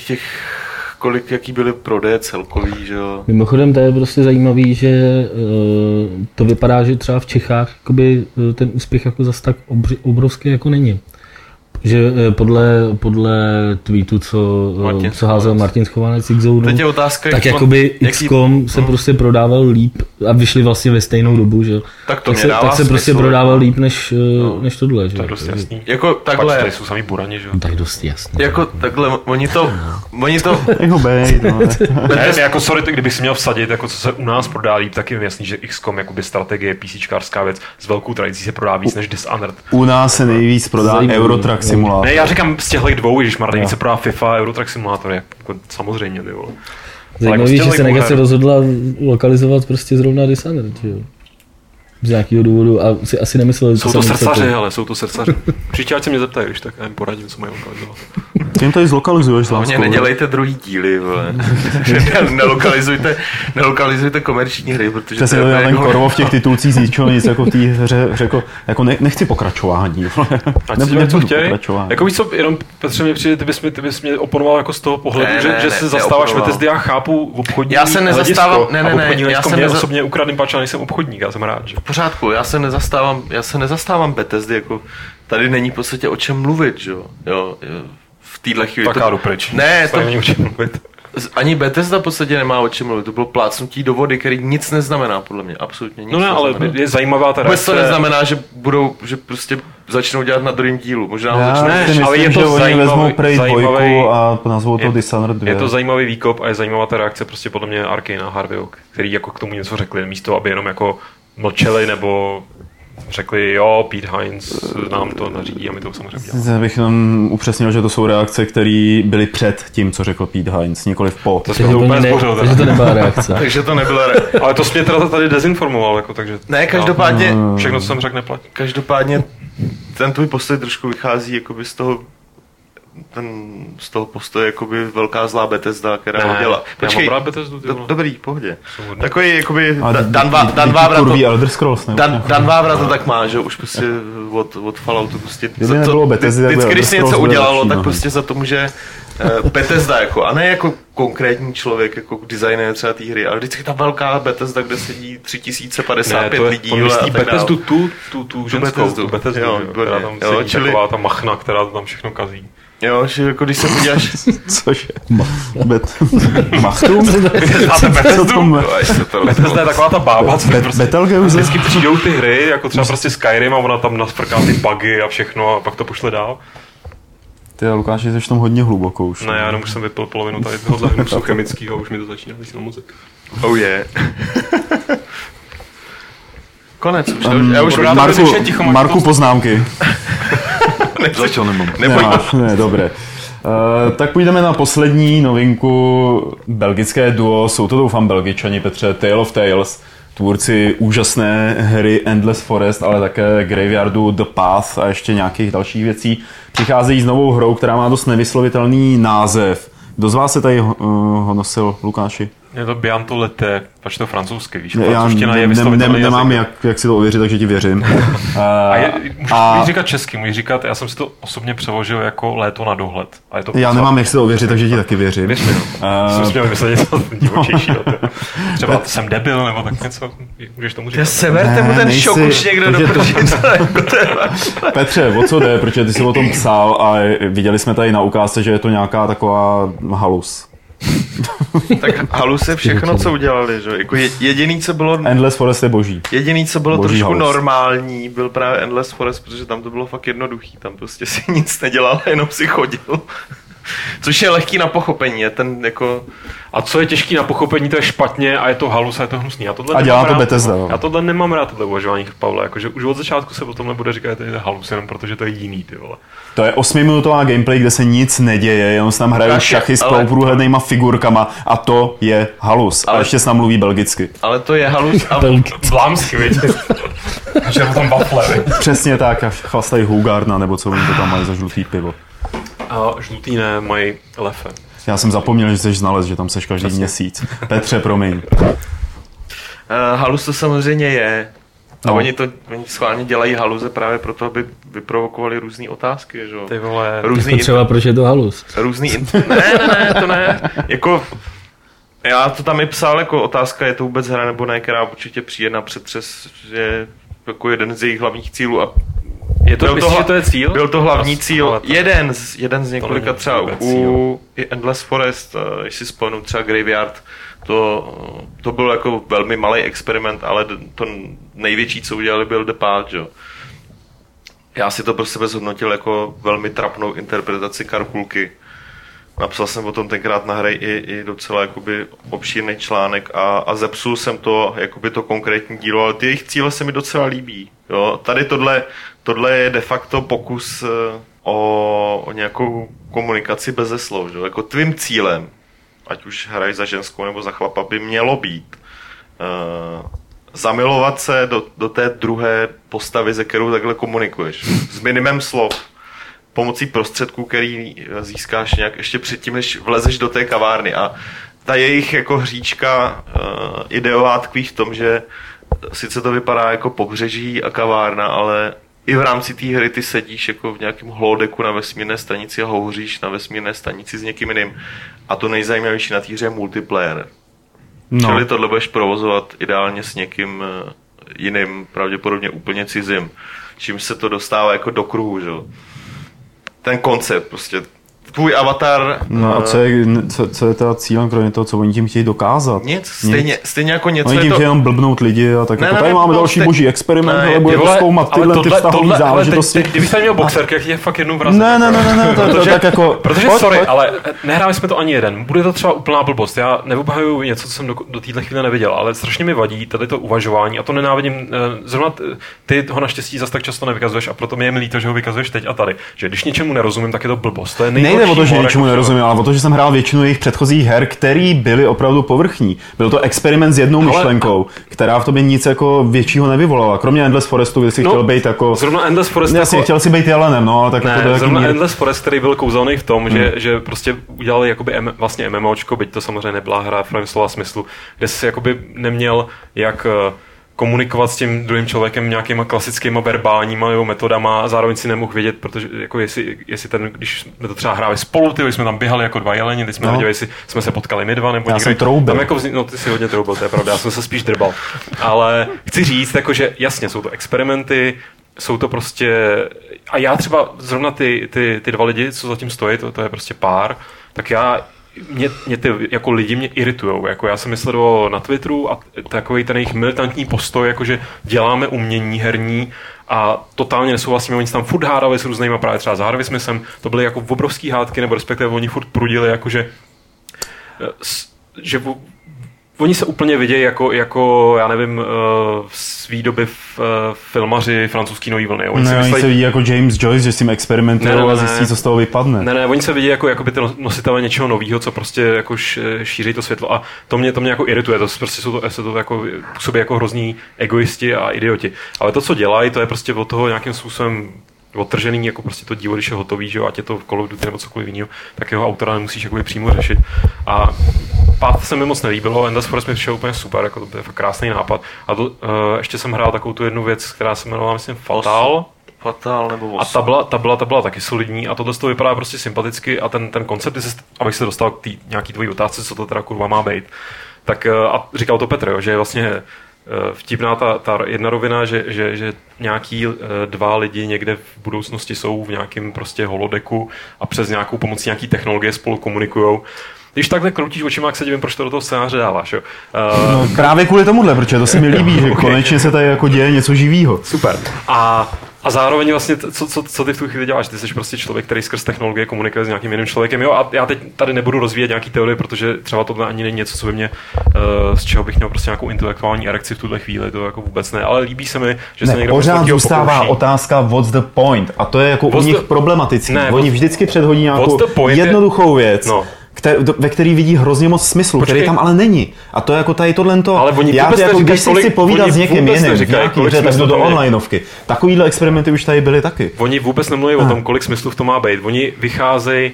jaký byly prodeje celkový, že jo. Mimochodem to je prostě zajímavý, že to vypadá, že třeba v Čechách jakoby, ten úspěch jako zas tak obrovský jako není. Že podle tweetu, co házel Martin Schovanec X-Zone, tak jakoby XCOM se prostě prodával líp a vyšli vlastně ve stejnou dobu, že? Tak se prostě prodával líp než tohle, že? To je dost jasný. Jako takhle. Tady jsou sami burani, že? Tak dost jasný. Jako takhle, oni to... Jako bejt, no. Ne, jako sorry, kdybych si měl vsadit, jako co se u nás prodá líp, tak je jasný, že XCOM jakoby strategie, PCčkářská věc s velkou tradicí se prodá víc než Dishonored. U nás se nejvíc prodá Eurotrack Simulator. Ne, já říkám z těchto dvou, když Martin se prodá FIFA, Eurotrack Simulator, jako samozřejmě, ty vole. Zajímavý, že se negace rozhodla lokalizovat prostě zrovna Dishonored, že jo? Z nějakého důvodu a si asi nemyslel, jsou to srdcaři, ale jsou to srdcaři. Příště ať se mě zeptají, když tak já jim poradím, co mají lokalizovat. Ty jim tady zlokalizuješ s láskou. Nedělejte druhý díly, vole. Nelokalizujte komerční hry, protože přesně to je ten Korvo v těch titulcích z ničeho nic, jako v té hře řekl, jako nechci pokračování. Nebudu pokračování. Jako víš co, jenom Petře mi přijde, ty bys mě oponoval jako z toho pohledu, že se zastáváš Bethesdy, já chápu obchodní hledisko. Já se nezastávám, mě osobně ukradným páč, nejsem obchodník, já jsem rád, že? V pořádku, já se nezastávám Bethesdy, jako tady není v podstatě o čem mluvit, že jo. V téhle chvíli. Tak já jdu pryč. Ne, to není o čem mluvit. Ani Bethesda v podstatě nemá o čem mluvit. To bylo plácnutí do vody, který nic neznamená, podle mě. Absolutně nic. No ne, ale je zajímavá ta reakce. To neznamená, že prostě začnou dělat na druhém dílu. Možná začnou. Ale je to zajímavý a nazvou to Dishonored 2. Je to zajímavý výkop a je zajímavá ta reakce prostě podle mě Arkane a Harvey Oak, který jako k tomu něco řekli, místo aby jenom jako mlčeli nebo řekli, jo, Pete Hines nám to nařídí a my to samozřejmě děláme. Já bych jenom upřesnil, že to jsou reakce, které byly před tím, co řekl Pete Hines, nikoliv po. To jsme to úplně zbořil. Takže to nebyla reakce. Takže to nebyla reakce. Ale to jsi mě teda tady dezinformoval, jako, takže... Ne, každopádně... Všechno, co jsem řekl, neplatí. Každopádně ten tvůj postoj trošku vychází jakoby z toho postoje jakoby velká zlá Bethesda, která ho dělá. Počkej, já mám Bethesdu, dobrý, pohodě. Takový jakoby Dan Vávra to tak má, že už prostě od Falloutu prostě... Když si něco udělalo, tak prostě za to může Bethesda jako, a ne jako konkrétní člověk, jako designer třeba té hry, ale vždycky ta velká Bethesda, kde sedí 3055 lidí. Ne, to je Bethesdu tu ženskou, tu Bethesdu, která tam sedí taková ta machna, která tam všechno kazí. Jo, že jako když se podíváš... Cože? Machtum? Bethesda je taková ta bába, co vždycky přijdou ty hry, jako třeba prostě Skyrim a ona tam nasprká ty bugy a všechno a pak to pošle dál. Ty Lukáši, jsi tam hodně hluboko už. Ne, já jenom už jsem vypil polovinu tady tohohle hnusu chemického a už mi to začíná jít na mozek. Oh yeah. Konec už. Marku poznámky. Zatiaľ nemám. Ne, dobré. Tak půjdeme na poslední novinku, belgické duo, jsou to doufám Belgičani, Petře, Tale of Tales, tvůrci úžasné hry Endless Forest, ale také Graveyardu The Path a ještě nějakých dalších věcí. Přicházejí s novou hrou, která má dost nevyslovitelný název. Kdo z vás se tady honosil, Lukáši? Je to Bientôt l'été, pač to francouzsky, víš? Já nemám jak si to ověřit, takže ti věřím. Můžeš říkat česky, můžeš říkat, já jsem si to osobně přeložil jako léto na dohled. A je to já nemám jak si to ověřit, takže ti taky věřím. Věř mi, jsem si měl vymyslet něco divočejšího. Třeba jsem debil, nebo tak něco, můžeš tomu říkat. Severte mu ten šok už někdo do Petře, o co jde, protože ty jsi o tom psal a viděli jsme tady na ukázce, že je to nějaká taková halus. Tak halus je všechno, co udělali, že? Jako jediný, co bylo... Endless Forest je boží. Jediný, co bylo boží trošku halus. Normální, byl právě Endless Forest, protože tam to bylo fakt jednoduchý. Tam prostě si nic nedělal, jenom si chodil. Což je lehký na pochopení, je ten jako... A co je těžký na pochopení, to je špatně a je to halus a je to hnusný. A dělá to Bethesda. Já tohle nemám rád, tohle uvažování, Pavle. Jakože už od začátku se o tomhle bude říkat, že to je halus, jenom protože to je jiný, ty vole. To je 8minutová gameplay, kde se nic neděje, jenom se tam hrají šachy s průhlednýma figurkama a to je halus. A ještě se tam mluví belgicky. Ale to je halus a vlámsky, vidíte. A že tam wafle. Přesně tak, a chlastají Hougartna, nebo co oni to tam mají za žlutý pivo. A žlutý ne, mají lefe. Já jsem zapomněl, že jsi znalec, že tam seš každý měsíc. Petře, promiň. Halus to samozřejmě je. A oni schválně dělají haluze právě proto, aby vyprovokovali různé otázky, že jo. Ty vole, různý třeba proč je to halus? Ne, to ne. Jako, já to tam i psal jako otázka, je to vůbec hra nebo ne, která určitě přijde na přetřes, že jako jeden z jejich hlavních cílů a je to, myslíš, že to je cíl? Byl to hlavní cíl, jeden z několika třeba u Endless Forest, když si spomenu třeba Graveyard, to byl jako velmi malý experiment, ale to největší, co udělali, byl The Path, jo. Já si to pro sebe zhodnotil jako velmi trapnou interpretaci Karkulky. Napsal jsem o tom tenkrát na hry i docela jakoby obšírný článek a zepsul jsem to, jakoby to konkrétní dílo, ale ty jejich cíle se mi docela líbí. Jo. Tady tohle je de facto pokus o nějakou komunikaci beze slov. Jo. Jako tvým cílem, ať už hraješ za ženskou nebo za chlapa, by mělo být zamilovat se do té druhé postavy, ze kterou takhle komunikuješ. S minimem slov. Pomocí prostředků, který získáš nějak ještě předtím, než vlezeš do té kavárny. A ta jejich jako hříčka ideová tkví v tom, že sice to vypadá jako pobřeží a kavárna, ale i v rámci té hry ty sedíš jako v nějakém holodeku na vesmírné stanici a hovoříš na vesmírné stanici s někým jiným. A to nejzajímavější na té hře je multiplayer. No. Čili tohle budeš provozovat ideálně s někým jiným, pravděpodobně úplně cizím. Čím se to dostává jako do kruhu, že? Ten koncept prostě. Tvůj avatar... No a co je teda cílem, kromě toho, co oni tím chtějí dokázat? Nic, stejně jako něco. Oni tím chtějí jenom blbnout lidi a tak jako tady máme další boží experiment, ale bude to zkoumat tyhle ty vztahové záležitosti. Kdybych tady měl boxerky, jak je fakt jednou vrazit. Ne, to tak jako... Protože, ale nehráli jsme to ani jeden. Bude to třeba úplná blbost. Já neobhajuju něco, co jsem do téhle chvíle neviděl, ale strašně mi vadí tady to uvažování a to nenávidím. Zrovna ty ho naštěstí zas tak často nevykazuješ a proto mi je mi líto, že ho vykazuješ teď a tady. Že když něčemu nerozumím, tak je to blbost. To je nejde o to, že něčemu nerozumím, ale o to, že jsem hrál většinu jejich předchozích her, které byly opravdu povrchní. Byl to experiment s jednou myšlenkou, která v tobě nic jako většího nevyvolala. Kromě Endless Forestu, kde jsi chtěl být jako... Zrovna Endless Forest... Jasně, chtěl si být jelenem, no, ale tak ne, jako do zrovna Endless Forest, který byl kouzelný v tom, že prostě udělali jakoby vlastně MMOčko, byť to samozřejmě nebyla hra v slova smyslu, kde jsi jakoby neměl jak komunikovat s tím druhým člověkem nějakýma klasickýma verbálníma nebo metodama a zároveň si nemohl vědět, protože jako jestli ten, když jsme to třeba hráli spolu, ty jsme tam běhali jako dva jeleni, když jsme věděli, jestli jsme se potkali my dva nebo já někdo. Jsem troubil. Tam jako no ty si hodně troubil, to je pravda, já jsem se spíš drbal. Ale chci říct, jako, že jasně, jsou to experimenty, jsou to prostě, a já třeba zrovna ty dva lidi, co zatím stojí, to je prostě pár, tak mě ty jako lidi mě iritujou. Jako já jsem myslel na Twitteru a takový ten jejich militantní postoj, jakože děláme umění herní a totálně nesouhlasíme, oni se tam furt hádali s různýma právě třeba za Harvey Smithem, to byly jako obrovský hádky, nebo respektive oni furt prudili, jakože že oni se úplně vidějí jako já nevím, svý doby filmaři francouzský nový vlny. Oni se vidí jako James Joyce, že s tím experimentují a zjistí, co z toho vypadne. Ne, oni se vidí jako by ty nositelé něčeho nového, co prostě jako šíří to světlo a to mě jako irituje, to prostě se to jako působí jako hrozný egoisti a idioti. Ale to, co dělají, to je prostě od toho nějakým způsobem odtržený, jako prostě to dílo, když je hotový, že jo, ať je to Call of Duty nebo cokoliv jiného, tak jeho autora nemusíš jakoby přímo řešit. A Path se mi moc nelíbilo, Endless Forest mi přišel úplně super, jako to je fakt krásný nápad. A to, ještě jsem hrál takovou tu jednu věc, která se jmenovala, myslím, Fatal. Fatal nebo Os. A ta byla taky solidní a tohle to vypadá prostě sympaticky a ten koncept, abych se dostal k nějaký tvojí otázce, co to teda kurva má být. Tak a říkal to Petr, jo, že vlastně vtipná ta jedna rovina, že nějaký dva lidi někde v budoucnosti jsou v nějakém prostě holodeku a přes nějakou pomocí nějaký technologie spolu komunikujou. Když takhle kroutíš očima, jak se divím, proč to do toho scénáře dáváš, jo? No, právě kvůli tomuhle, protože to se mi líbí, že konečně se tady jako děje něco živýho. Super. A zároveň vlastně, co ty v tu chvíli děláš? Ty jsi prostě člověk, který skrz technologie komunikuje s nějakým jiným člověkem. Jo, a já teď tady nebudu rozvíjet nějaký teorie, protože třeba tohle ani není něco, co by mě, z čeho bych měl prostě nějakou intelektuální erekci v tuhle chvíli, to jako vůbec ne. Ale líbí se mi, že se někdo pořád zůstává pokouší. Otázka what's the point? A to je jako u nich problematický. Oni vždycky předhodí nějakou jednoduchou věc. No. Ve který vidí hrozně moc smyslu, který tam ale není. A to je jako tady tohle to. Ale oni já jako, když si chci povídat s někým jiným, tak do onlineovky. Takovýhle experimenty už tady byly taky. Oni vůbec nemluví o tom, kolik smyslu v tom má být. Oni vycházejí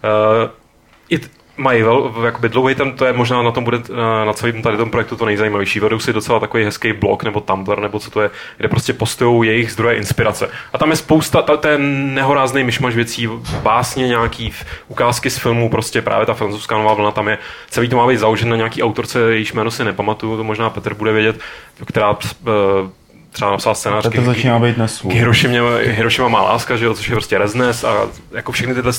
mají jakoby dlouhý ten, to je možná na tom bude na celém tady tom projektu to nejzajímavější. Vedou si docela takový hezký blog nebo Tumblr nebo co to je, kde prostě postují jejich zdroje inspirace. A tam je spousta, ten nehorázný myšmaš věcí, básně nějaký ukázky z filmů, prostě právě ta francouzská nová vlna, tam je celý to má být založen na nějaký autorce, jejíž jméno si nepamatuju, to možná Petr bude vědět, která třeba napsal scénář k Hirošima má láska, že jo, což je prostě Reznes a jako všechny tyhle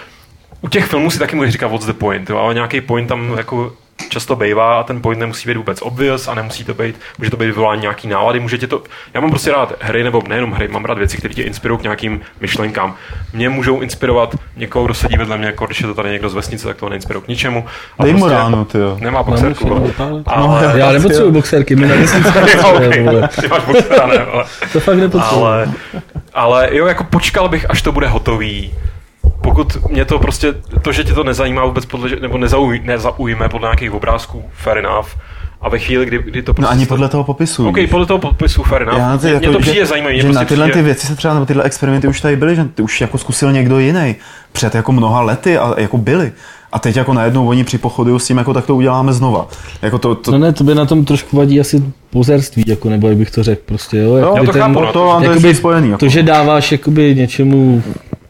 u těch filmů si taky můžeš říkat what's the point, jo, ale nějaký point tam jako často bejvá a ten point nemusí být vůbec obvious a nemusí to být, může to být vyvolání nějaký nálady, můžete to, já mám prostě rád hry, nebo nejenom hry, mám rád věci, které tě inspirují k nějakým myšlenkám. Mě můžou inspirovat někoho, kdo sedí vedle mě, jako když je to tady někdo z vesnice, tak to neinspirují k ničemu. Dej mu prostě ráno, tyjo. Nemá boxerku. Já nepotřebuji boxerky, my na vesnici. Ty máš boxera, ne? To fakt nepotřebuji. Ale jo, jako počkal bych, až to bude hotový. Pokud mě to prostě, to, že tě to nezajímá vůbec nebo nezaujme podle nějakých obrázků, fair enough. A ve chvíli, kdy to prostě... No ani podle toho popisu. OK, podle toho popisu, fair enough. Mě to přijde zajímavé. Že na tyhle ty věci se třeba, nebo tyhle experimenty už tady byly, že ty už jako zkusil někdo jiný před jako mnoha lety a jako byly. A teď jako najednou oni při pochodu s tím, jako tak to uděláme znova. Jako to... No ne, to by na tom trošku vadí asi pozerství, jako, nebo jak bych to řekl prostě, jo. No, to chápu, to je spojený. Jako. To, že dáváš jakoby něčemu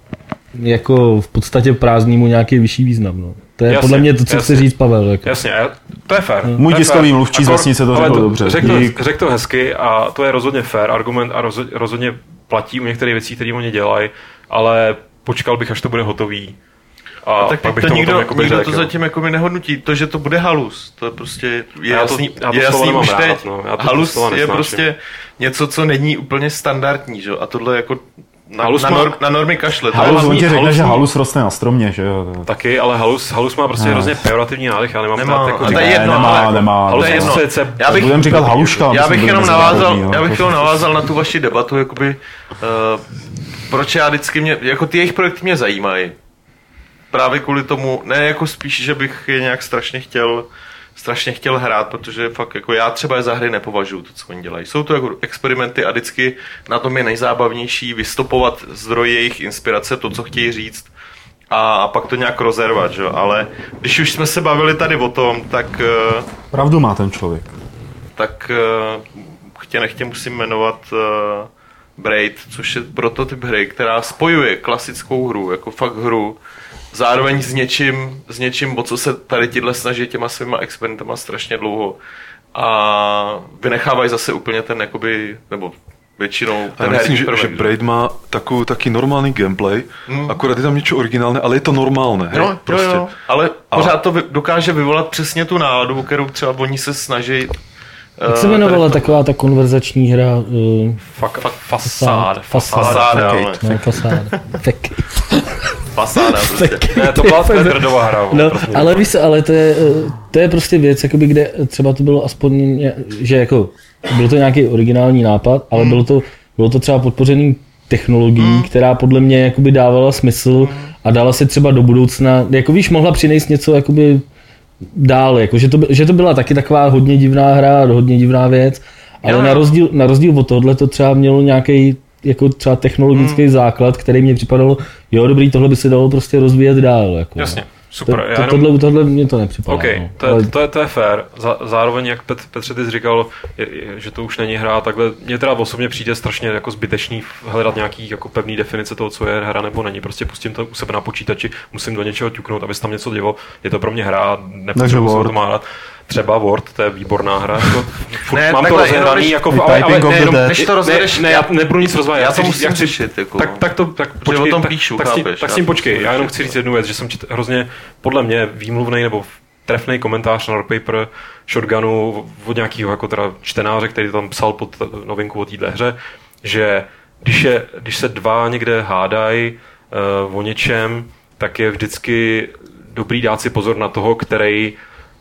jako v podstatě prázdnému nějaký vyšší význam, no. To je jasně, podle mě to, co chce říct Pavel. Jako. Jasně, to je fér. Můj tiskový mluvčí z vesnice to řekl dobře. Řekl to hezky a to je rozhodně fér argument a rozhodně platí u některých věcí, které oni dělají, ale počkal bych, až to bude hotový. A tak pak bych to nikdo to zatím jako mi nehodnotí. To, že to bude halus, to je prostě jasný už teď. No. Halus je prostě něco, co není úplně standardní, že? A tohle jako na normy kašle. Halus, on ti řekne, že halus roste na stromě, že jo? Taky, ale halus má prostě hrozně pejorativní nádech, já nemám rád jako nemá. Halus je jedno. Budem říkat haluška. Já bych jenom navázal na tu vaši debatu, jakoby, proč já vždycky jako ty jejich projekty mě zajímají. Právě kvůli tomu, ne jako spíš, že bych je nějak strašně chtěl hrát, protože fakt jako já třeba je za hry nepovažuji to, co oni dělají. Jsou to jako experimenty a vždycky na tom je nejzábavnější vystopovat zdroj jejich inspirace, to, co chtějí říct a pak to nějak rozervat, že? Ale když už jsme se bavili tady o tom, tak... Pravdu má ten člověk. Tak chtě nechtě musím jmenovat Braid, což je prototyp hry, která spojuje klasickou hru, jako fakt hru, zároveň s něčím, o co se tady tíhle snaží těma svýma experimentama strašně dlouho a vynechávají zase úplně ten jakoby, nebo většinou ten herní prvek. Že Braid má taký normální gameplay, akorát je tam něco originálné, ale je to normálné. Hej? No, prostě. Jo, ale pořád to dokáže vyvolat přesně tu náladu, kterou třeba oni se snaží. Jak se jmenovala taková ta konverzační hra? Fasád. Fasád. Pasána prostě. Ne, to byla Dredová hra. No, ale víš, ale to je prostě věc, jakoby, kde třeba to bylo aspoň, že jako, byl to nějaký originální nápad, ale bylo to třeba podpořený technologií, která podle mě jakoby dávala smysl a dala se třeba do budoucna, jako víš, mohla přinést něco jakoby dál, jako, že to byla taky taková hodně divná hra, hodně divná věc, ale na rozdíl od tohle to třeba mělo nějaký jako třeba technologický základ, který mě připadalo, jo dobrý, tohle by se dalo prostě rozvíjet dál. Jako, jasně, super. Tohle mě to nepřipadá. Okay, no. To je fair. Zároveň, jak Petře ty jsi říkal, že to už není hra, takhle mě teda osobně přijde strašně jako zbytečný hledat nějaký jako pevný definice toho, co je hra nebo není. Prostě pustím to u sebe na počítači, musím do něčeho ťuknout, aby se tam něco dělo. Je to pro mě hra, nepotřebuji se to má hrát. Třeba Word, to je výborná hra. Jako, mám to rozehraný, jako, ale než to rozvedeš, já nebudu nic rozvádět. Já to musím řešit. Jako, tak počkej, o tom píšu, tak s tím počkej. Já jenom chci říct jednu věc, že jsem hrozně, podle mě, výmluvnej nebo trefný komentář na Rockpaper Shotgunu od nějakého jako teda čtenáře, který tam psal pod novinku o téhle hře, že když se dva někde hádají o něčem, tak je vždycky dobrý dát si pozor na toho, který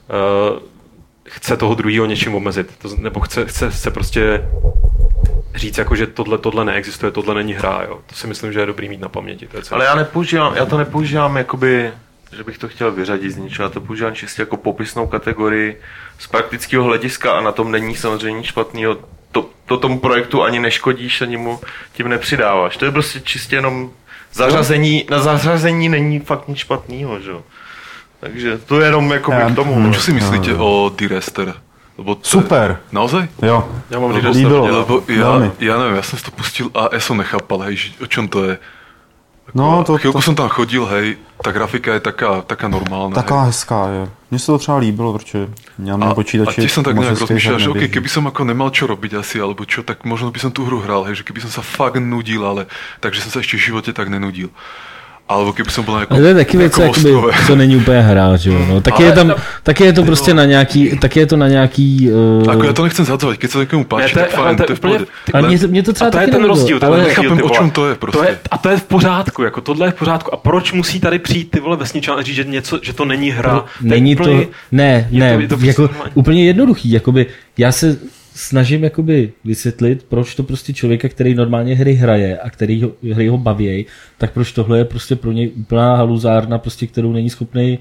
chce toho druhého něčím omezit. Nebo chce prostě říct, jako, že tohle neexistuje, tohle není hra. Jo. To si myslím, že je dobrý mít na paměti. To je ale já to nepoužívám jakoby, že bych to chtěl vyřadit z ničeho. Já to používám čistě jako popisnou kategorii z praktického hlediska a na tom není samozřejmě nic špatného. To tomu projektu ani neškodíš, ani mu tím nepřidáváš. To je prostě čistě jenom zařazení. Na zařazení není fakt nic špatného, že jo. Takže to je jenom jako k tomu. Čo si myslíte o D-Rester? Super. Naozaj? Jo. Já mám D-Rester. Lebo ja neviem, ja som si to pustil a ja som nechápal, hej, o čom to je. Chvíľku som tam chodil, hej, tá grafika je taká normálna. Taká hezká je. Mně se to třeba líbilo, protože já mám počítači. A tiež som tak nejak rozmýšľal, že okay, keby som ako nemal čo robiť asi, alebo čo, tak možno by som tú hru hral, hej, že keby som sa fakt nudil, ale takže som sa ešte v živote tak nenudil. Alebo keby som byl jako, to je taky věc, co není úplně hra, že jo. No, taky je to prostě na nějaký, taky je to na nějaký... Jako já to nechcem zadzovat, když se někomu páči, tak fajn, to je v pohodě. Ale mě to třeba taky ten rozdíl, nechápem, o čem to je prostě. A to je v pořádku, jako tohle je v pořádku. A proč musí tady přijít ty vole vesničan a říct, že to není hra? Není to, ne, jako úplně jednoduchý, jakoby já se snažím jakoby vysvětlit, proč to prostě člověka, který normálně hry hraje a který hry ho baví, tak proč tohle je prostě pro něj úplná haluzárna, prostě, kterou není schopný,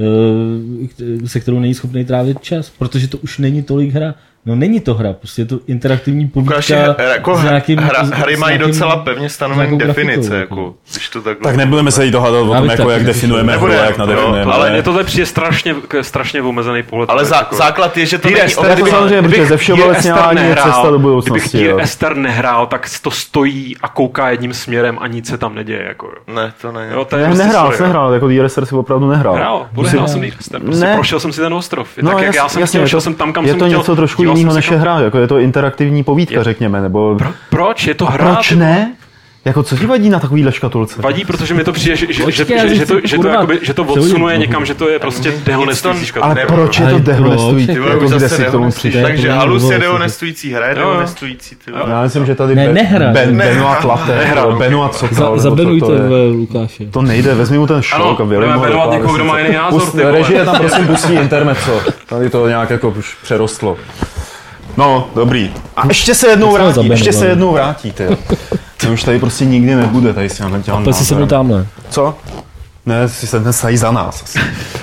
se kterou není schopný trávit čas, protože to už není tolik hra. No není to hra, prostě je to interaktivní povídka jako s nějakým... Hry mají docela pevně stanovený definice, jako, když to takhle... Tak nebudeme se jí dohadat o tom, jako, jak definujeme hru, jak nadefinujeme. Ale je tohle přijde strašně omezený pohled. Ale základ je, že to není... Samozřejmě, protože ze všeobecně cesta do budoucnosti. Kdybych Ester nehrál, tak to stojí a kouká jedním směrem a nic se tam neděje. Jako. Ne, to není. Nehrál, jako D-Rester si opravdu nehrál. Hrál jsem D-Rester, prošel jsem si ten ostrov. Tak jak já jsem chtěl, šel jsem tam, kam jsem chtěl. Jiného než je hra, jako je to interaktivní povídka, řekněme, nebo... Proč? Je to hra? Proč ne? Jako co ti vadí na takovýhle škatulce? Vadí, protože mi to přijde, že to odsunuje někam, že to je prostě dehonestující škatulka. Ale proč je to dehonestující? Kde si k tomu přijde? Takže Halus je dehonestující, hra je dehonestující. Já myslím, že tady Benoit Latte, Benoit Sokol. Zabenujte Lukáše. To nejde, vezmi mu ten šok a vylej mu ho. Benovat někoho, kdo má jiný názor. Režie tam prosím pustí intermezzo. Tady to nějak jako už přerostlo. No, dobrý. A ještě se jednou vrátí, ty. To už tady prostě nikdy nebude, tady si nám dělám názor. Jsi tamhle. Co? Ne, si se dnes za nás asi.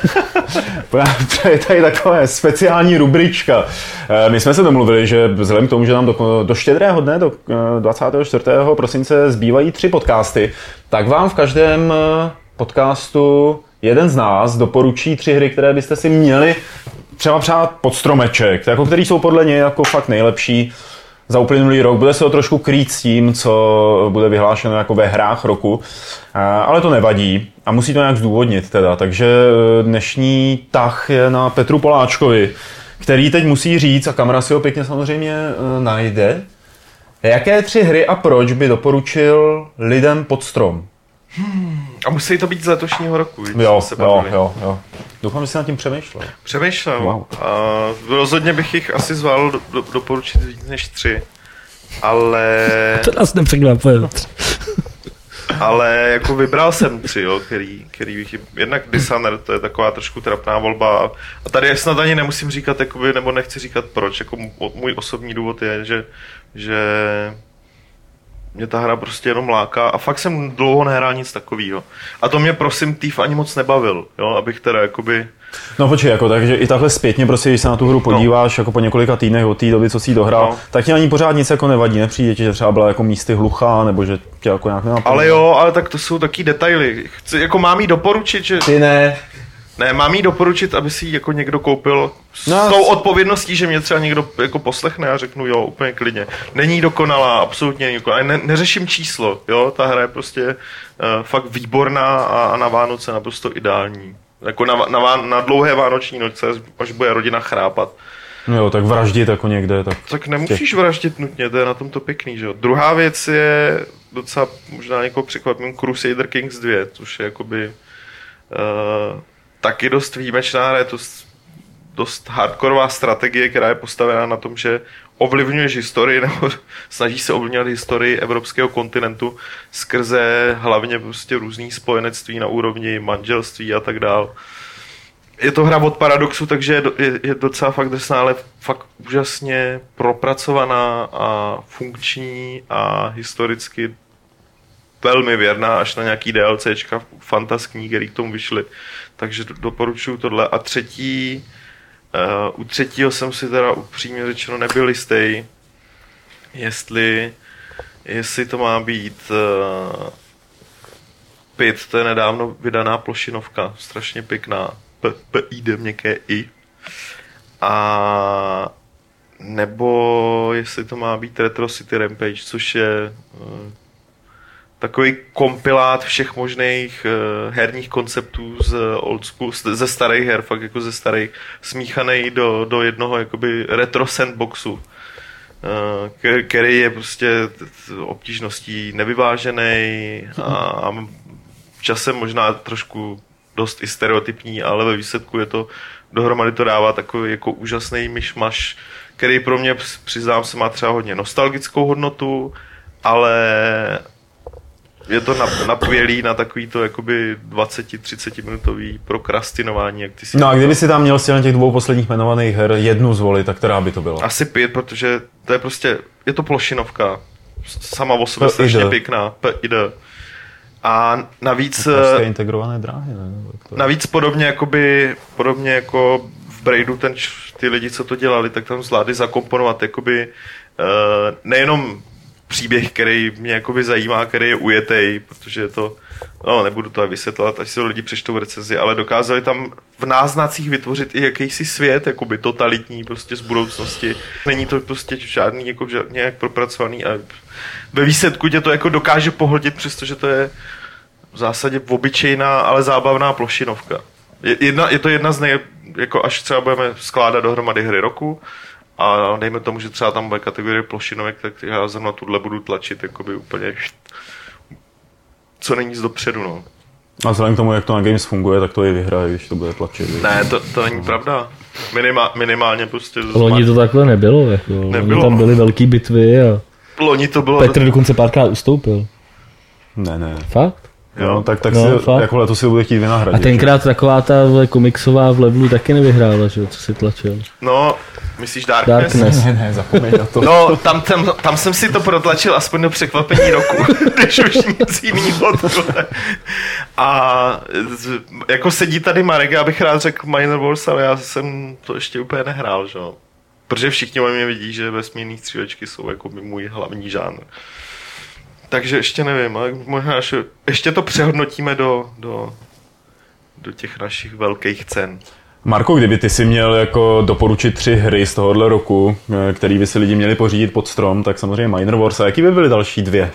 Je tady taková speciální rubrička. My jsme se domluvili, že vzhledem k tomu, že nám do štědrého dne, do 24. prosince zbývají 3 podcasty, tak vám v každém podcastu jeden z nás doporučí 3 hry, které byste si měli třeba přát pod stromeček, jako který jsou podle něj jako fakt nejlepší za uplynulý rok. Bude se to trošku krýt s tím, co bude vyhlášeno jako ve hrách roku, ale to nevadí a musí to nějak zdůvodnit teda. Takže dnešní tah je na Petru Poláčkovi, který teď musí říct, a kamera si ho pěkně samozřejmě najde, jaké 3 hry a proč by doporučil lidem pod strom. A musí to být z letošního roku, víc, jo. Doufám, že jsi nad tím přemýšlel. Wow. Rozhodně bych jich asi zval doporučit víc než 3. Ale... To nás nepřekvapuje. ale jako vybral jsem 3, jo, který bych jednak Dishonored, to je taková trošku trapná volba a tady snad ani nemusím říkat, jakoby, nebo nechci říkat proč, jako můj osobní důvod je, že mě ta hra prostě jenom láká a fakt jsem dlouho nehrál nic takového. A to mě prosím Thief ani moc nebavil, jo, abych teda jakoby... No počkej, jako, takže i takhle zpětně, prostě, když se na tu hru podíváš jako po několika týdnech od té doby, co jsi jí dohrál, tak ti ani pořád nic jako nevadí, nepřijde ti, že třeba byla jako místy hluchá, nebo že tě jako nějak nenapadlo. Ale jo, ale tak to jsou taky detaily. Jako mám jí doporučit, že... Ty ne. Ne, mám jí doporučit, aby si ji jako někdo koupil s tou odpovědností, že mě třeba někdo jako poslechne a řeknu jo, úplně klidně. Není dokonalá, absolutně není dokonalá. Neřeším číslo, jo, ta hra je prostě fakt výborná a na Vánoce naprosto ideální. Jako na dlouhé vánoční noce, až bude rodina chrápat. No jo, tak vraždit jako někde, tak... Tak nemusíš vraždit nutně, to je na tom to pěkný, že jo. Druhá věc je docela možná někoho překvapím, Crusader Kings 2, což je jakoby... taky dost výjimečná hra, je to dost hardkorová strategie, která je postavená na tom, že ovlivňuješ historii nebo snažíš se ovlivňovat historii evropského kontinentu skrze hlavně prostě různý spojenectví na úrovni manželství a tak dál. Je to hra od Paradoxu, takže je docela fakt drsná, ale fakt úžasně propracovaná a funkční a historicky velmi věrná až na nějaký DLCčka fantaskní, který k tomu vyšly. Takže doporučuju tohle. A u třetího jsem si teda upřímně řečeno nebyl jistý, jestli to má být PID, to je nedávno vydaná plošinovka, strašně pěkná, PID měkké I. A nebo jestli to má být Retro City Rampage, což je takový kompilát všech možných herních konceptů z old school, ze starých her, fakt jako ze starých, smíchaný do jednoho jakoby retro sandboxu, který je prostě obtížností nevyvážený a časem možná trošku dost i stereotypní, ale ve výsledku je to, dohromady to dává takový jako úžasný myšmaš, který pro mě, přiznám se, má třeba hodně nostalgickou hodnotu, ale je to napvělý na takový to jakoby 20-30 minutový prokrastinování, jak ty si... No a kdyby si tam měl z těch 2 posledních jmenovaných her jednu zvolit, tak která by to byla? Asi 5, protože to je prostě, je to plošinovka, sama o sobě strašně pěkná, PID. A navíc... Prostě integrované dráhy, ne? Navíc podobně jako v Braidu ty lidi, co to dělali, tak tam zvládli zakomponovat jakoby nejenom příběh, který mě jakoby zajímá, který je ujetej, protože je to, no nebudu to vysvětlovat, až si to lidi přečtou v recenzi, ale dokázali tam v náznacích vytvořit i jakýsi svět, jakoby totalitní, prostě z budoucnosti. Není to prostě žádný jako nějak propracovaný a ve výsledku tě to jako dokáže pohltit, přestože to je v zásadě obyčejná, ale zábavná plošinovka. Je to jedna z jako až třeba budeme skládat dohromady hry roku, a dejme tomu, že třeba tam bude kategorie plošinovek, tak já zrovna tuhle budu tlačit jakoby úplně co není nic dopředu, no. A vzhledem k tomu, jak to na Games funguje, tak to i vyhraje, když to bude tlačit. Ne, to není pravda. Minimálně prostě... Loni to takhle nebylo, jako. Loni tam byly velký bitvy a Loni to bylo... Petr dokonce párkrát ustoupil. Ne. Fakt? Jo, tak si, jako letos si to bude chtít vynahradit. A tenkrát taková ta komiksová v levelu taky nevyhrála, že? Co si tlačil. No, myslíš Darkness? Ne, zapomeň na to. No, tam jsem si to protlačil aspoň do překvapení roku, když už nic jinýho. A jako sedí tady Marek, já bych rád řekl Minor Wars, ale já jsem to ještě úplně nehrál, že? Protože všichni mě vidí, že vesmírný střílečky jsou jako můj hlavní žánr. Takže ještě nevím, ale možná ještě to přehodnotíme do těch našich velkých cen. Marko, kdyby ty si měl jako doporučit 3 hry z tohohle roku, který by si lidi měli pořídit pod strom, tak samozřejmě Minor Wars. A jaký by byly další 2?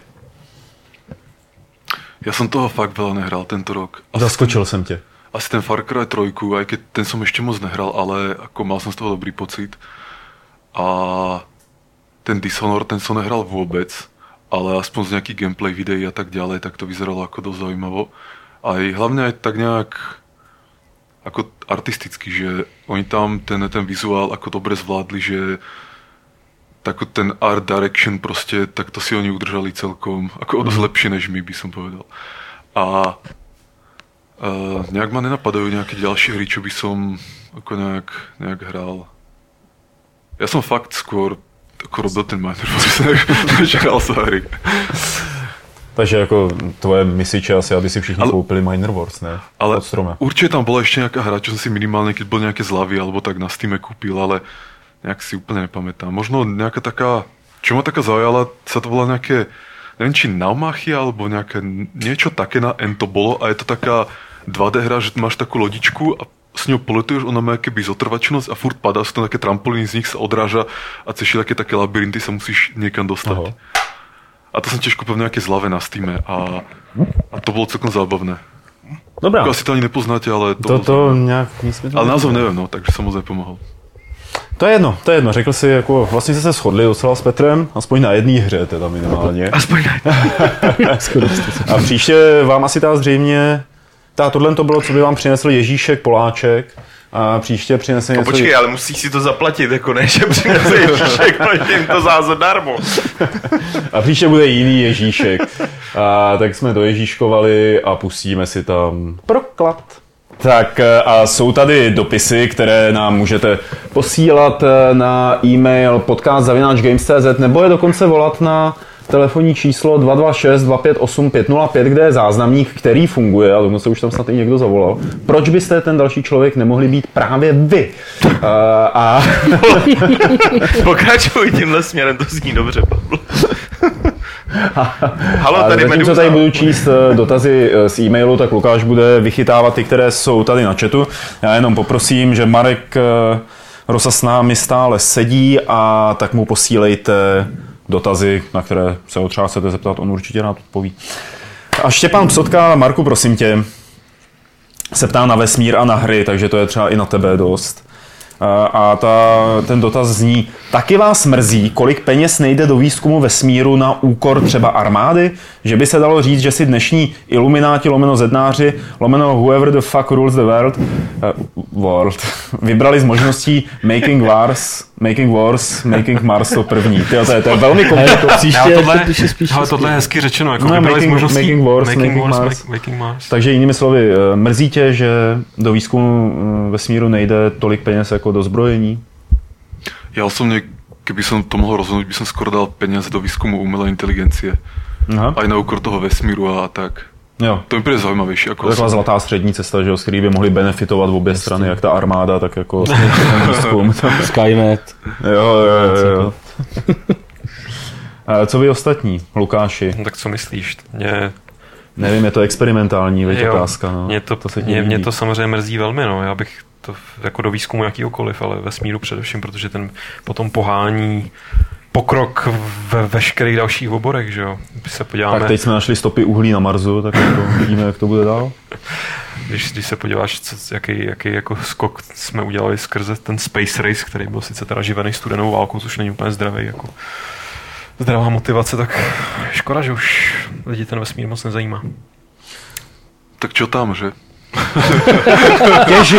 Já jsem toho fakt veľa nehral tento rok. Zaskočil jsem tě. Asi ten Far Cry 3, aj keď ten som ešte moc nehral, ale ako mal som z toho dobrý pocit. A ten Dishonored, ten som nehral vôbec, ale aspoň z nejakých gameplay videí a tak ďalej, tak to vyzeralo ako dosť zaujímavo. A hlavne aj tak nejak ako artisticky, že oni tam ten vizuál ako dobre zvládli, že tak ten art direction prostě, tak to si oni udržali celkom, ako o dosť lepšie než my, by som povedal. A nejak ma nenapadajú nejaké ďalšie hry, čo by som ako nejak hral. Ja som fakt skôr ako robil ten Minor Wars, než hral sa hry. Takže jako tvoje misiče asi, aby si všichni koupili Minor Wars, ne? Ale určite tam bola ešte nejaká hra, čo som si minimálne, keď bol nejaké zľavy, alebo tak na Steame kúpil, ale nejak si úplne nepamätám. Možno nejaká taká, čo ma taká zaujala, sa to bola nejaké, neviem či Naumachia, alebo nejaké niečo také na N to bolo a je to taká 2D hra, že máš takú lodičku a s ňou poletuješ, ona má keby zotrvačnosť a furt padá, sú tam také trampolíny, z nich sa odráža a cez také labyrinty sa musíš niekam dostať. Aha. A to som tiež kúpil v nejakej zlave na Steame a to bolo celkom zábavné. Dobrá. Asi to ani nepoznáte, ale to nějak nesmysl. Ale názov nevím, no, takže jsem moc nepomohl. To je jedno. Řekl si, jako vlastně jste se shodli docela s Petrem, aspoň na jedné hře teda minimálně. Aspoň na A příště vám asi zřejmě, tohle to bylo, co by vám přinesl Ježíšek Poláček, a příště přinese něco... Počkej, ale musíš si to zaplatit, jako ne, že přinese Ježíšek, protože jim to zadarmo. A příště bude jiný Ježíšek. A tak jsme doježíškovali a pustíme si tam proklad. Tak a jsou tady dopisy, které nám můžete posílat na e-mail podcast@games.cz nebo je dokonce volat na telefonní číslo 226 258 505, kde je záznamník, který funguje, a dokonce už tam snad i někdo zavolal. Proč byste ten další člověk nemohli být právě vy? Pokračuj tímhle směrem, to zní dobře, Pavlo. Halo, tady zatímco tady budu číst dotazy z e-mailu, tak Lukáš bude vychytávat ty, které jsou tady na chatu. Já jenom poprosím, že Marek Rosa s námi stále sedí a tak mu posílejte dotazy, na které se ho třeba chcete zeptat, on určitě rád odpoví. A Štěpán Psotka, Marku, prosím tě, se ptá na vesmír a na hry, takže to je třeba i na tebe dost. A ten dotaz zní, taky vás mrzí, kolik peněz nejde do výzkumu vesmíru na úkor třeba armády? Že by se dalo říct, že si dnešní ilumináti _zednáři _whoever the fuck rules the world vybrali z možností Making Wars, Making Mars to první. To je velmi komplikované. Tohle je hezky řečeno, jako vybrali z možností Making Mars. Takže jinými slovy, mrzí tě, že do výzkumu vesmíru nejde tolik peněz jako do zbrojení? Ja osobne, keby som to mohol rozhodnúť, by som skôr dal peniaze do výskumu umelej inteligencie. Aha. Aj na úkor toho vesmíru a tak. Jo. To mi príde zaujímavejšie. To je taková zlatá střední cesta, že z který by mohli benefitovat v obě strany, jak ta armáda, tak jako výzkum. Skynet. Jo. A co vy ostatní, Lukáši? No, tak co myslíš? Nevím, je to experimentální, otázka. No. Mě to samozřejmě mrzí velmi, no. Já bych to jako do výzkumu jakýkoliv, ale vesmíru především, protože ten potom pohání pokrok ve veškerých dalších oborech, že jo. Se podíváme... Tak teď jsme našli stopy uhlí na Marsu, tak jako vidíme, jak to bude dál. Když se podíváš, jaký jako skok jsme udělali skrze ten Space Race, který byl sice teda živený studenou válkou, což není úplně zdravý, jako zdravá motivace, tak škoda, že už lidi ten vesmír moc nezajímá. Tak čo tam, že? Těži.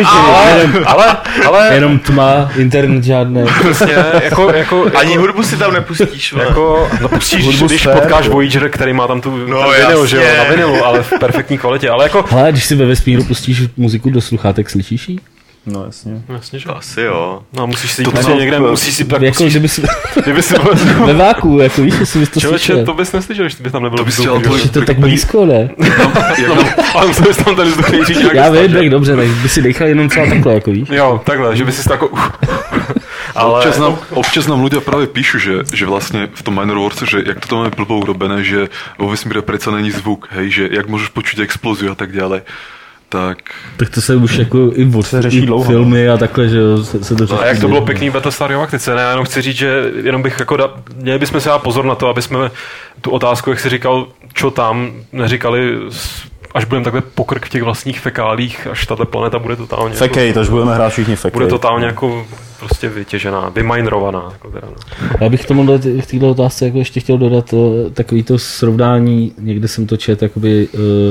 Ale jenom tma, internet žádné. Přesně, jako ani hudbu si tam nepustíš. No pustíš, když potkáš Voyager, který má tam tu vinyl, že jo, na vinilu, ale v perfektní kvalitě, ale jako... Hele, když si ve vesmíru pustíš muziku do sluchátek, slyšíš ji? No jasně. Že? Asi jo. No musíš si prostě někde, musíš si tak jako kdyby si ve váku, jako víš, jestli bys to slyšel. To bys neslyšel, že by tam nebylo vzduch. Je to tak blízko, ne? Ale musel bys tam ten vzduch nejdřív nějak já vím, tak dobře, tak by si nechal jenom třeba takhle, jako víš. Jo, takhle, že by si to jako... Ale občas nám ľudia práve píšu, že vlastne v tom Minor Warse, že jak to máme blbo urobené, že vo vesmíre predsa není zvuk, hej, že jak môžeš počuť explóziu a tak ďalej. Tak to se už jako i řeší dlouho. Filmy a takhle, že se to řeší. A jak to bylo pěkný v Battlestar Galactice, ne? Já jenom chci říct, že jenom bych jako měli bychom si dát pozor na to, aby jsme tu otázku, jak jsi říkal, čo tam, neříkali, až budeme takhle pokrk v těch vlastních fekálích, až tato planeta bude totálně... Fekej, až budeme hrát všichni fekej. Bude totálně jako prostě vytěžená, vyminerovaná. Jako teda, no. Já bych k tomu v této otázce jako ještě chtěl dodat takový to srovnání, někde jsem to četl, jakoby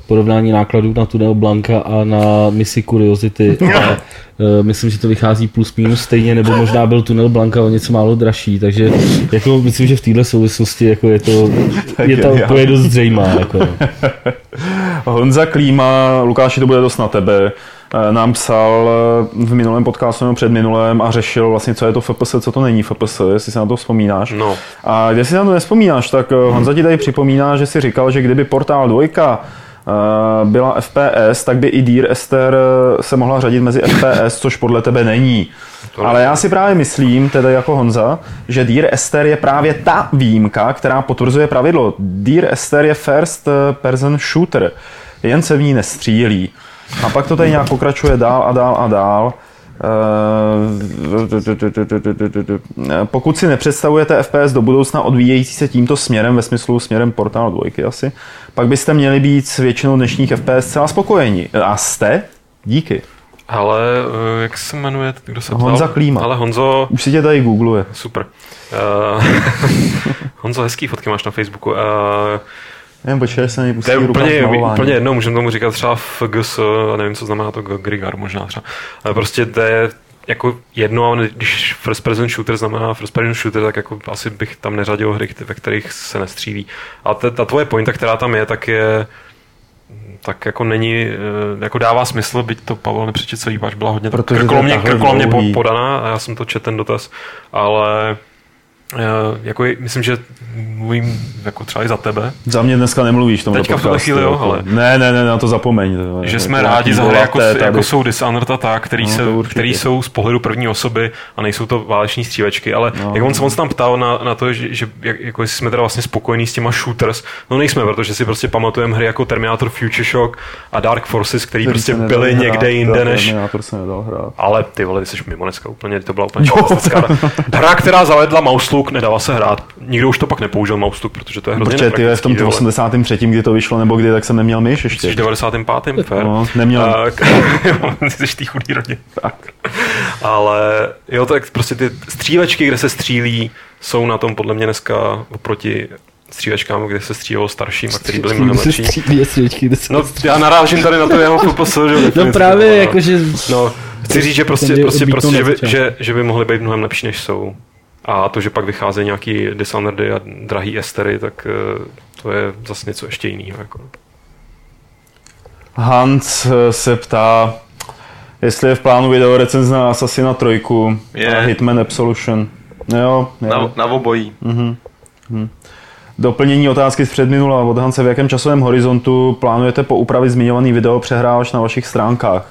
porovnání nákladů na tunel Blanka a na misi Curiosity. A myslím, že to vychází plus minus stejně, nebo možná byl tunel Blanka o něco málo dražší, takže jako myslím, že v této souvislosti jako je ta odpověď dost zřejmá. Jako. Honza Klíma, Lukáši, to bude dost na tebe, nám psal v minulém podcastu nebo předminulém a řešil vlastně, co je to FPS, co to není FPS, jestli si na to vzpomínáš. No. A když si na to nespomínáš, tak Honza ti tady připomíná, že si říkal, že kdyby Portál 2 byla FPS, tak by i Dear Esther se mohla řadit mezi FPS, což podle tebe není. Ale já si právě myslím, tedy jako Honza, že Dear Esther je právě ta výjimka, která potvrzuje pravidlo. Dear Esther je first person shooter, jen se v ní nestřílí. A pak to tady nějak pokračuje dál a dál a dál. Pokud si nepředstavujete FPS do budoucna odvíjející se tímto směrem, ve smyslu směrem Portál 2 asi, pak byste měli být s většinou dnešních FPS celá spokojeni. A jste? Díky. Ale jak se jmenuje, kdo se ptal? Honza Klíma. Ale Honzo... Už si tě tady googluje. Super. Honzo, hezký fotky máš na Facebooku. Nevím, počkej, se mi pustí to je úplně jedno, můžeme tomu říkat třeba FGS, nevím, co znamená to Grigar možná třeba. Ale prostě to je jako jedno, ale když first person shooter znamená first person shooter, tak jako asi bych tam neřadil hry, ve kterých se nestřílí. A ta tvoje pointa, která tam je, tak jako není, jako dává smysl, byť to Pavel nepřečet celý, váš byla hodně kolem mě podaná a já jsem to četl ten dotaz, ale jako myslím, že mluvím jako třeba i za tebe. Za mě dneska nemluvíš v tomhle teďka podcastu. Teďka v tuhle chvíli, jo, ale... Ne, na to zapomeň. Že jsme rádi za hry, jako jsou Dishonored a tak, který jsou z pohledu první osoby a nejsou to váleční střílečky, ale jak on se moc tam ptal na to, že jako jestli jsme teda vlastně spokojení s těma shooters, no nejsme, protože si prostě pamatujeme hry jako Terminator Future Shock a Dark Forces, který prostě byly někde jinde než... Terminator se nedal hrát. Ale ty vole, ty jsi mimo dneska úplně, to byla úplně fantastická hra, která zavedla mouse look, nedala se hrát. Nikdo už to pak nepoužil mouse look, protože to je hrozně nepraktický. Protože ty v tom 83. kdy to vyšlo, nebo kdy, tak jsem neměl myš ještě. Jsi 95. Fair. No, neměl. Jsi v té chudý rodě. Tak. Ale jo, tak prostě ty střílečky, kde se střílí, jsou na tom podle mě dneska oproti střílečkám, kde se střílelo starším a který byli mnohem lepší. No, já narážím tady na to jeho FPS, že? No právě, jakože... No, chci říct, že že by mohly být mnohem lepší, než jsou. A to, že pak vycházejí nějaký Dishonored a drahý Estery, tak to je zase něco ještě jiného. Jako. Hans se ptá, jestli je v plánu video recenze na Assassina 3 a Hitman Absolution. Jo. Na obojí. Doplnění otázky z předminula od Hanse. V jakém časovém horizontu plánujete poupravit zmiňovaný video přehrávač na vašich stránkách?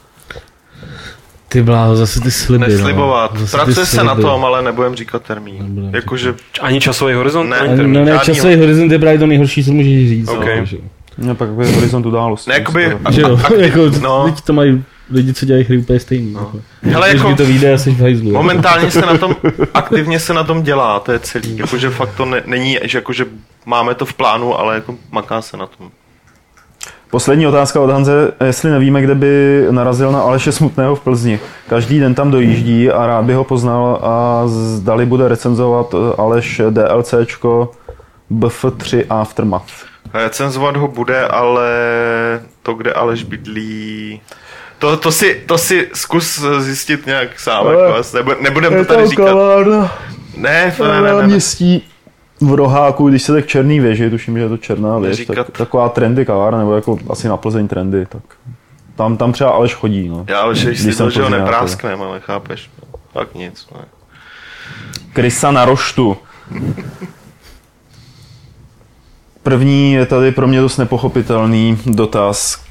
Ty bláho, zase ty sliby. Neslibovat. Pracuje se na tom, ale nebudem říkat termín. Jakože... Ani časový horizont? Ne, časový horizont je právě to nejhorší, co můžeš říct. Okay. No, pak je horizont události. Ne, jakoby... To mají lidi, co dělají hry úplně stejný. No. Hele, jako to vyjde asi v hajzlu. Momentálně se na tom, aktivně se na tom dělá, to je celý. Jakože fakt to není, že jakože máme to v plánu, ale jako maká se na tom. Poslední otázka od Hanze, jestli nevíme, kde by narazil na Aleše Smutného v Plzni. Každý den tam dojíždí a rád by ho poznal a zdali bude recenzovat Aleš DLCčko BF3 Aftermath. Recenzovat ho bude, ale to, kde Aleš bydlí... To si zkus zjistit nějak sám. Nebudem to tady říkat. Ne. Městí v Roháku, když se tak Černý věži, tuším, že je to Černá věž, tak taková trendy kavárna, nebo jako asi na Plzeň trendy, tak tam třeba Aleš chodí. No. Já Aleš jistý, že ho neprásknem, ale chápeš, tak nic. Ne. Krysa na roštu. První je tady pro mě dost nepochopitelný dotaz.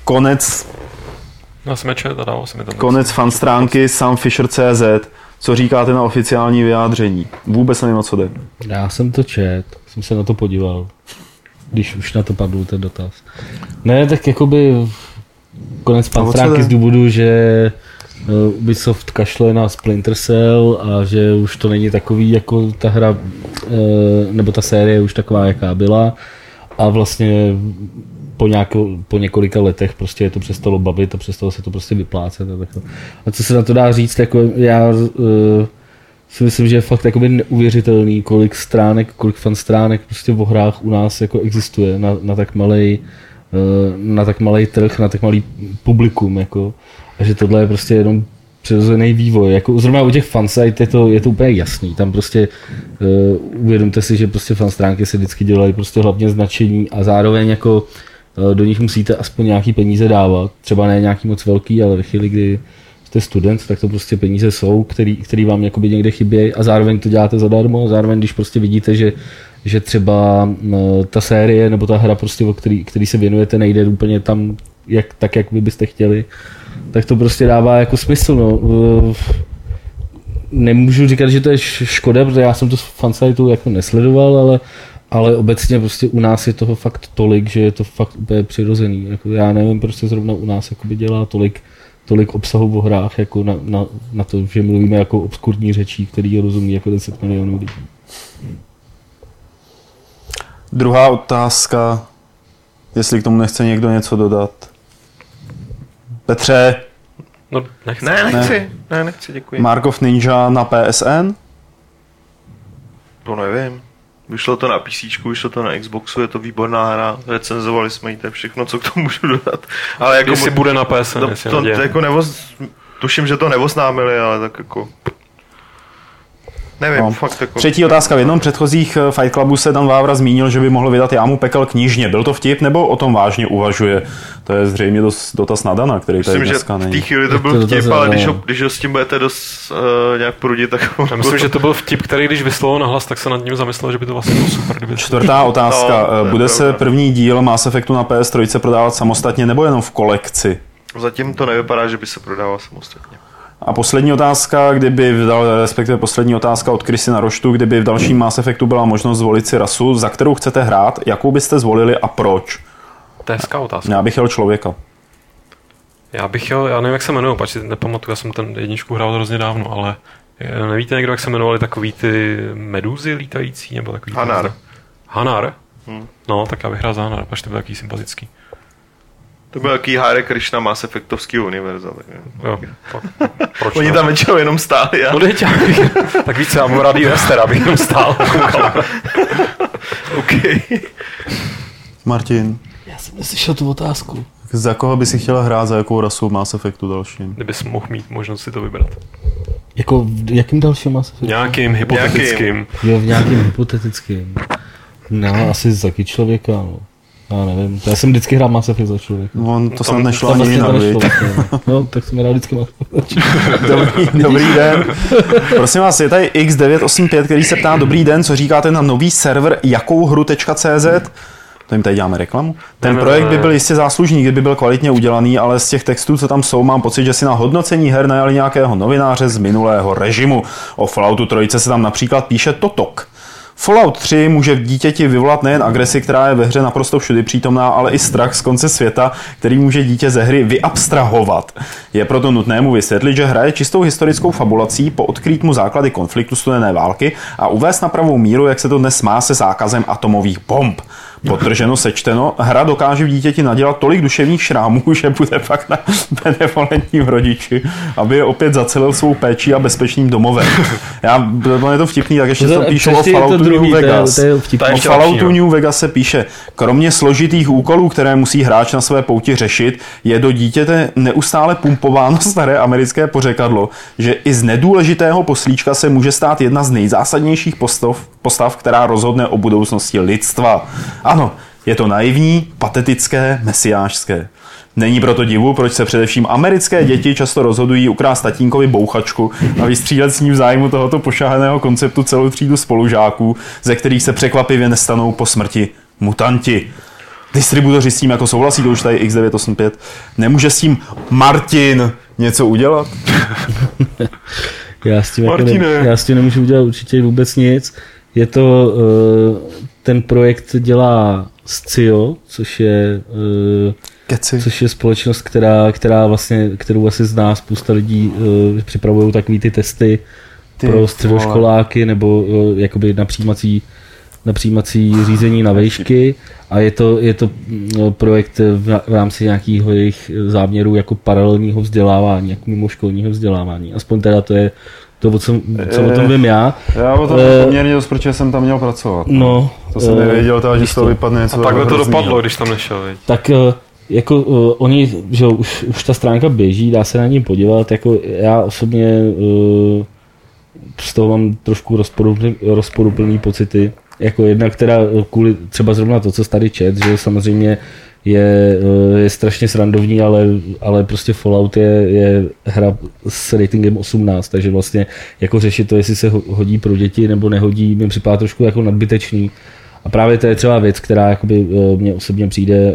Konec fanstránky samfisher.cz. Co říkáte na oficiální vyjádření? Vůbec nevím, o co jde. Já jsem to jsem se na to podíval, když už na to padl ten dotaz. Ne, tak jakoby konec fanstránky z důvodu, že Ubisoft kašle na Splinter Cell a že už to není takový jako ta hra, nebo ta série už taková, jaká byla. A vlastně po několika letech prostě je to přestalo bavit a přestalo se to prostě vyplácet. A co se na to dá říct, jako já si myslím, že je fakt jakoby neuvěřitelný, kolik fanstránek prostě v hrách u nás jako existuje na tak malej na tak malý trh, na tak malý publikum, jako, a že tohle je prostě jenom přirozený vývoj. Jako zrovna u těch fansite je to úplně jasný. Tam prostě uvědomte si, že prostě fanstránky se vždycky dělají prostě hlavně značení a zároveň jako do nich musíte aspoň nějaký peníze dávat. Třeba ne nějaký moc velký, ale ve chvíli, kdy jste student, tak to prostě peníze jsou, který vám jakoby někde chybějí a zároveň to děláte zadarmo. Zároveň, když prostě vidíte, že třeba ta série nebo ta hra, prostě, o který se věnujete, nejde úplně tam tak, jak vy byste chtěli, tak to prostě dává jako smysl. No. Nemůžu říkat, že to je škoda, protože já jsem to z fansiteu jako nesledoval, ale obecně prostě u nás je toho fakt tolik, že je to fakt úplně přirozený. Jako já nevím, prostě zrovna u nás jakoby dělá tolik obsahu o hrách, jako na to, že mluvíme jako obskurní řečí, který rozumí jako 10 milionů lidí. Druhá otázka, jestli k tomu nechce někdo něco dodat. Petře? No, nechci. Nechci, děkuji. Mark of Ninja na PSN? To nevím. Vyšlo to na PC, vyšlo to na Xboxu, je to výborná hra, recenzovali jsme ji, to je všechno, co k tomu můžu dodat. Ale jako jestli bude na PSN, to jako tuším, že to nevoznámili, ale tak jako... Nevím, fakt jako... Třetí otázka. V jednom předchozích Fight Clubu se Dan Vávra zmínil, že by mohl vydat Jámu pekel knižně. Byl to vtip, nebo o tom vážně uvažuje? To je zřejmě dotaz na Dana, který tady dneska není. Myslím, že v té chvíli to byl vtip, ale když ho s tím budete dost nějak prudit, tak... Já myslím, že to byl vtip, který když vyslovil nahlas, tak se nad ním zamyslel, že by to vlastně bylo super. Čtvrtá otázka. Bude se první díl Mass Effectu na PS3 prodávat samostatně, nebo jenom v kolekci? Zatím to nevypadá, že by se prodával samostatně. A poslední otázka, respektive poslední otázka od Chrisy na Roštu, kdyby v dalším Mass Effectu byla možnost zvolit si rasu, za kterou chcete hrát, jakou byste zvolili a proč? To je hezká otázka. Já bych jel člověka. Já nevím, jak se jmenují, pač si nepamatuju, já jsem ten jedničku hrál hrozně dávno, ale nevíte někdo, jak se jmenovali takový ty meduzy lítající, nebo takový... Hanar. Hanar? No, tak já bych hrál za Hanar, pač to byl takový sympatický. To byl jaký Hare Krishna Mass Effectovský univerza. Jo, proč oni tam většinou jenom stáli. No teď tak víc, já mám rád Wester, abych jenom stál. OK. Martin. Já jsem neslyšel tu otázku. Za koho by si chtěla hrát, za jakou rasu Mass Effectu dalším? Kdybys mohl mít možnost si to vybrat. Jako v jakým dalším Mass Effectu? Nějakým hypotetickým. Jo, v nějakým hypotetickým. No, asi taky člověka, no. Já nevím, já jsem vždycky hrál Mass Effect za člověka. To snad nešlo ani jinak, no, tak jsem hrál vždycky Mass Effect. Dobrý den. Prosím vás, je tady X985, který se ptá, dobrý den, co říkáte na nový server jakouhru.cz? To jim tady děláme reklamu. Ten projekt by byl jistě záslužný, kdyby byl kvalitně udělaný, ale z těch textů, co tam jsou, mám pocit, že si na hodnocení her najali nějakého novináře z minulého režimu. O Falloutu 3 se tam například píše totok. Fallout 3 může v dítěti vyvolat nejen agresi, která je ve hře naprosto všudy přítomná, ale i strach z konce světa, který může dítě ze hry vyabstrahovat. Je proto nutné mu vysvětlit, že hra je čistou historickou fabulací, poodkrýt mu základy konfliktu studené války a uvést na pravou míru, jak se to dnes má se zákazem atomových bomb. Podtrženo sečteno, hra dokáže v dítěti nadělat tolik duševních šrámů, že bude pak na benevolentním rodiči, aby je opět zacelil svou péčí a bezpečným domovem. Je to vtipný, tak ještě to píšu o Falloutu New Vegas. O Falloutu New Vegas se píše, kromě složitých úkolů, které musí hráč na své pouti řešit, je do dítěte neustále pumpováno staré americké pořekadlo, že i z nedůležitého poslíčka se může stát jedna z nejzásadnějších postav, která rozhodne o budoucnosti lidstva. Ano, je to naivní, patetické, mesiášské. Není proto divu, proč se především americké děti často rozhodují ukrást tatínkovi bouchačku a vystřílet s ní v zájmu tohoto pošahaného konceptu celou třídu spolužáků, ze kterých se překvapivě nestanou po smrti mutanti. Distributoři s tím jako souhlasí, to už tady X985. Nemůže s tím Martin něco udělat? Já s tím nemůžu udělat určitě vůbec nic. Je to, ten projekt dělá Scio, což je společnost, kterou asi zná spousta lidí, připravují takový ty testy pro středoškoláky nebo jakoby na přijímací na přijímací řízení na vejšky a je to projekt v rámci nějakého jejich záměru jako paralelního vzdělávání, jako mimoškolního vzdělávání. Aspoň teda to je to, co o tom vím já. Já o tom poměrně dost, protože jsem tam měl pracovat. No, to jsem nevěděl, že z toho vypadne něco. A takhle to dopadlo, když tam nešel. Viď? Tak jako oni, že už ta stránka běží, dá se na ní podívat, jako já osobně z toho mám trošku rozporuplný pocity. Jako jedna, která kvůli třeba zrovna to, co tady čet, že samozřejmě je strašně srandovní, ale prostě Fallout je hra s ratingem 18, takže vlastně jako řešit to, jestli se hodí pro děti nebo nehodí, mi připadá trošku jako nadbytečný. A právě to je třeba věc, která jakoby mně osobně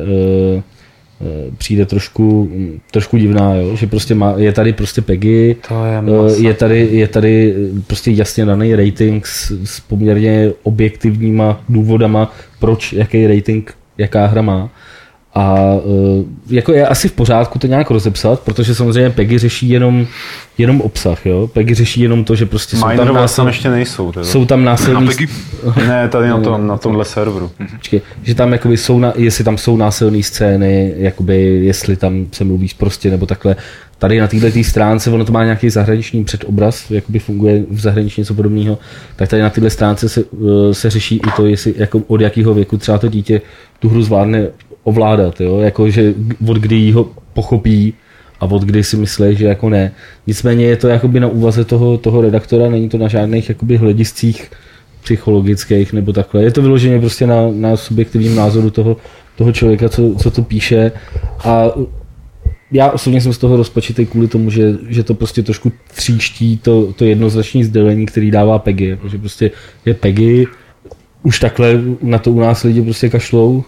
přijde trošku divná, jo? Že prostě je tady prostě PEGI, je tady prostě jasně daný rating s poměrně objektivníma důvodama, proč jaký rating jaká hra má. A jako je asi v pořádku to nějak rozepsat, protože samozřejmě PEGI řeší jenom obsah, jo? PEGI řeší jenom to, že prostě tam ještě nejsou. Jsou tam násilný... Ne, tady na tomhle serveru. Počkej, že tam jakoby jestli tam jsou násilné scény, jakoby jestli tam se mluví prostě nebo takhle. Tady na této stránce, ono to má nějaký zahraniční předobraz, jakoby funguje v zahraničí něco podobného, tak tady na této stránce se řeší i to, jestli jako od jakého věku třeba to dítě tu hru zvládne ovládat, jo? Jako, že od kdy jí ho pochopí a od kdy si myslí, že jako ne. Nicméně je to jakoby na úvaze toho redaktora, není to na žádných jakoby hlediscích psychologických nebo takhle. Je to vyloženě prostě na subjektivním názoru toho člověka, co to píše a já osobně jsem z toho rozpačitý kvůli tomu, že to prostě trošku tříští to jednoznačné sdělení, který dává PEGI, protože prostě je PEGI, už takhle na to u nás lidi prostě kašlou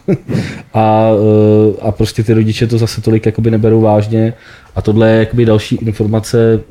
a prostě ty rodiče to zase tolik jakoby neberou vážně a tohle je jakoby další informace,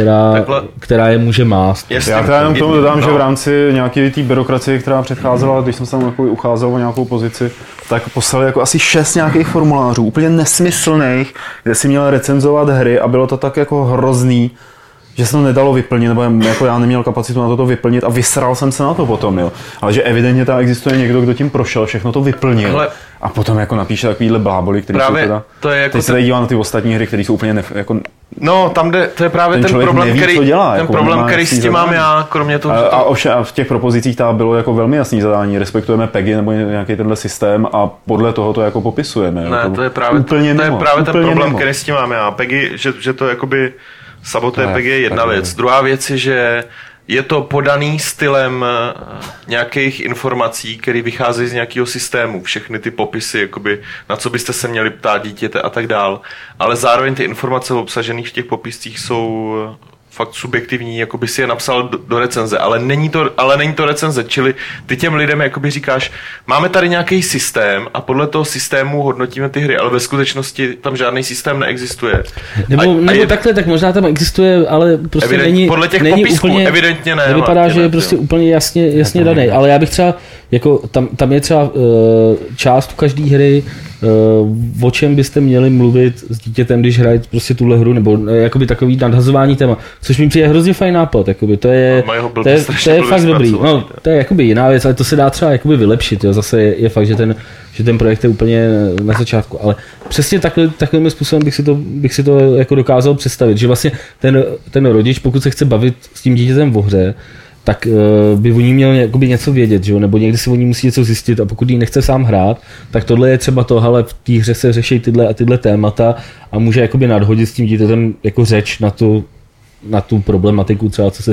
která je může mást. Já teda jenom k tomu dodám, že v rámci nějaké té byrokracie, která předcházela, když jsem se tam ucházel o nějakou pozici, tak poslali jako asi 6 nějakých formulářů, úplně nesmyslných, kde si měl recenzovat hry a bylo to tak jako hrozný, že se to nedalo vyplnit, nebo jako já neměl kapacitu na to vyplnit a vysral jsem se na to potom, jo. Ale že evidentně tam existuje někdo, kdo tím prošel, všechno to vyplnil a potom jako napíše takovýhle bláboli, který jsou teda... To je jako teď se tady dívá na ty ostatní hry, které jsou úplně jako... No, tam jde, to je právě ten problém, neví, který, dělá, ten problém, který s tím mám já, kromě toho, a v těch propozicích tam bylo jako velmi jasný zadání, respektujeme PEGI nebo nějaký tenhle systém a podle toho to jako popisujeme. Ne, to je právě, úplně ten problém, který s tím mám já. PEGI, že to jakoby sabotuje PEGI je jedna věc. Druhá věc je, že je to podaný stylem nějakých informací, které vycházejí z nějakého systému. Všechny ty popisy, jakoby, na co byste se měli ptát dítěte a tak dál. Ale zároveň ty informace obsažené v těch popiscích jsou fakt subjektivní, jako by si je napsal do recenze, ale není to recenze, čili ty těm lidem jakoby říkáš, máme tady nějaký systém a podle toho systému hodnotíme ty hry, ale ve skutečnosti tam žádný systém neexistuje. Nebo takhle, tak možná tam existuje, ale prostě není podle těch není popisků úplně, evidentně ne. Nevypadá, že je prostě úplně jasně daný, ale já bych třeba, jako tam je třeba část každé hry, o čem byste měli mluvit s dítětem, když hrajete prostě tuhle hru, nebo jakoby takový nadhazování téma, což mi přijde hrozně fajn nápad, jakoby, to je fakt dobrý, no, to je jakoby jiná věc, ale to se dá třeba jakoby vylepšit, jo. Zase je fakt, že ten projekt je úplně na začátku, ale přesně takovým způsobem bych si to jako dokázal představit, že vlastně ten rodič, pokud se chce bavit s tím dítětem o hře, tak by o ní měl něco vědět, že? Nebo někdy si o ní musí něco zjistit a pokud jí nechce sám hrát, tak tohle je třeba to, ale v té hře se řeší tyhle témata a může jakoby nadhodit s tím dítětem jako řeč na tu problematiku třeba, co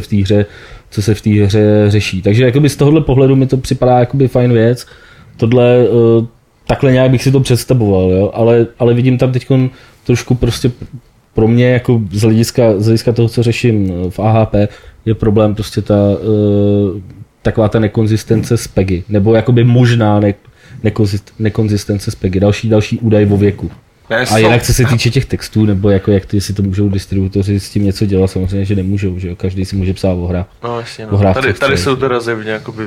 se v té hře řeší. Takže jakoby z tohohle pohledu mi to připadá jakoby fajn věc. Tohle takhle nějak bych si to představoval, jo? Ale vidím tam teď trošku prostě pro mě jako z hlediska toho, co řeším v AHP, je problém prostě taková ta nekonzistence s PEGI, nebo jakoby možná nekonzistence s PEGI, další údaj o věku. A jinak co se týče těch textů, nebo jako jak si to můžou distributoři s tím něco dělat, samozřejmě, že nemůžou, že jo, každý si může psát o hrách. No jasně, no. Tady jsou teda zjevně jakoby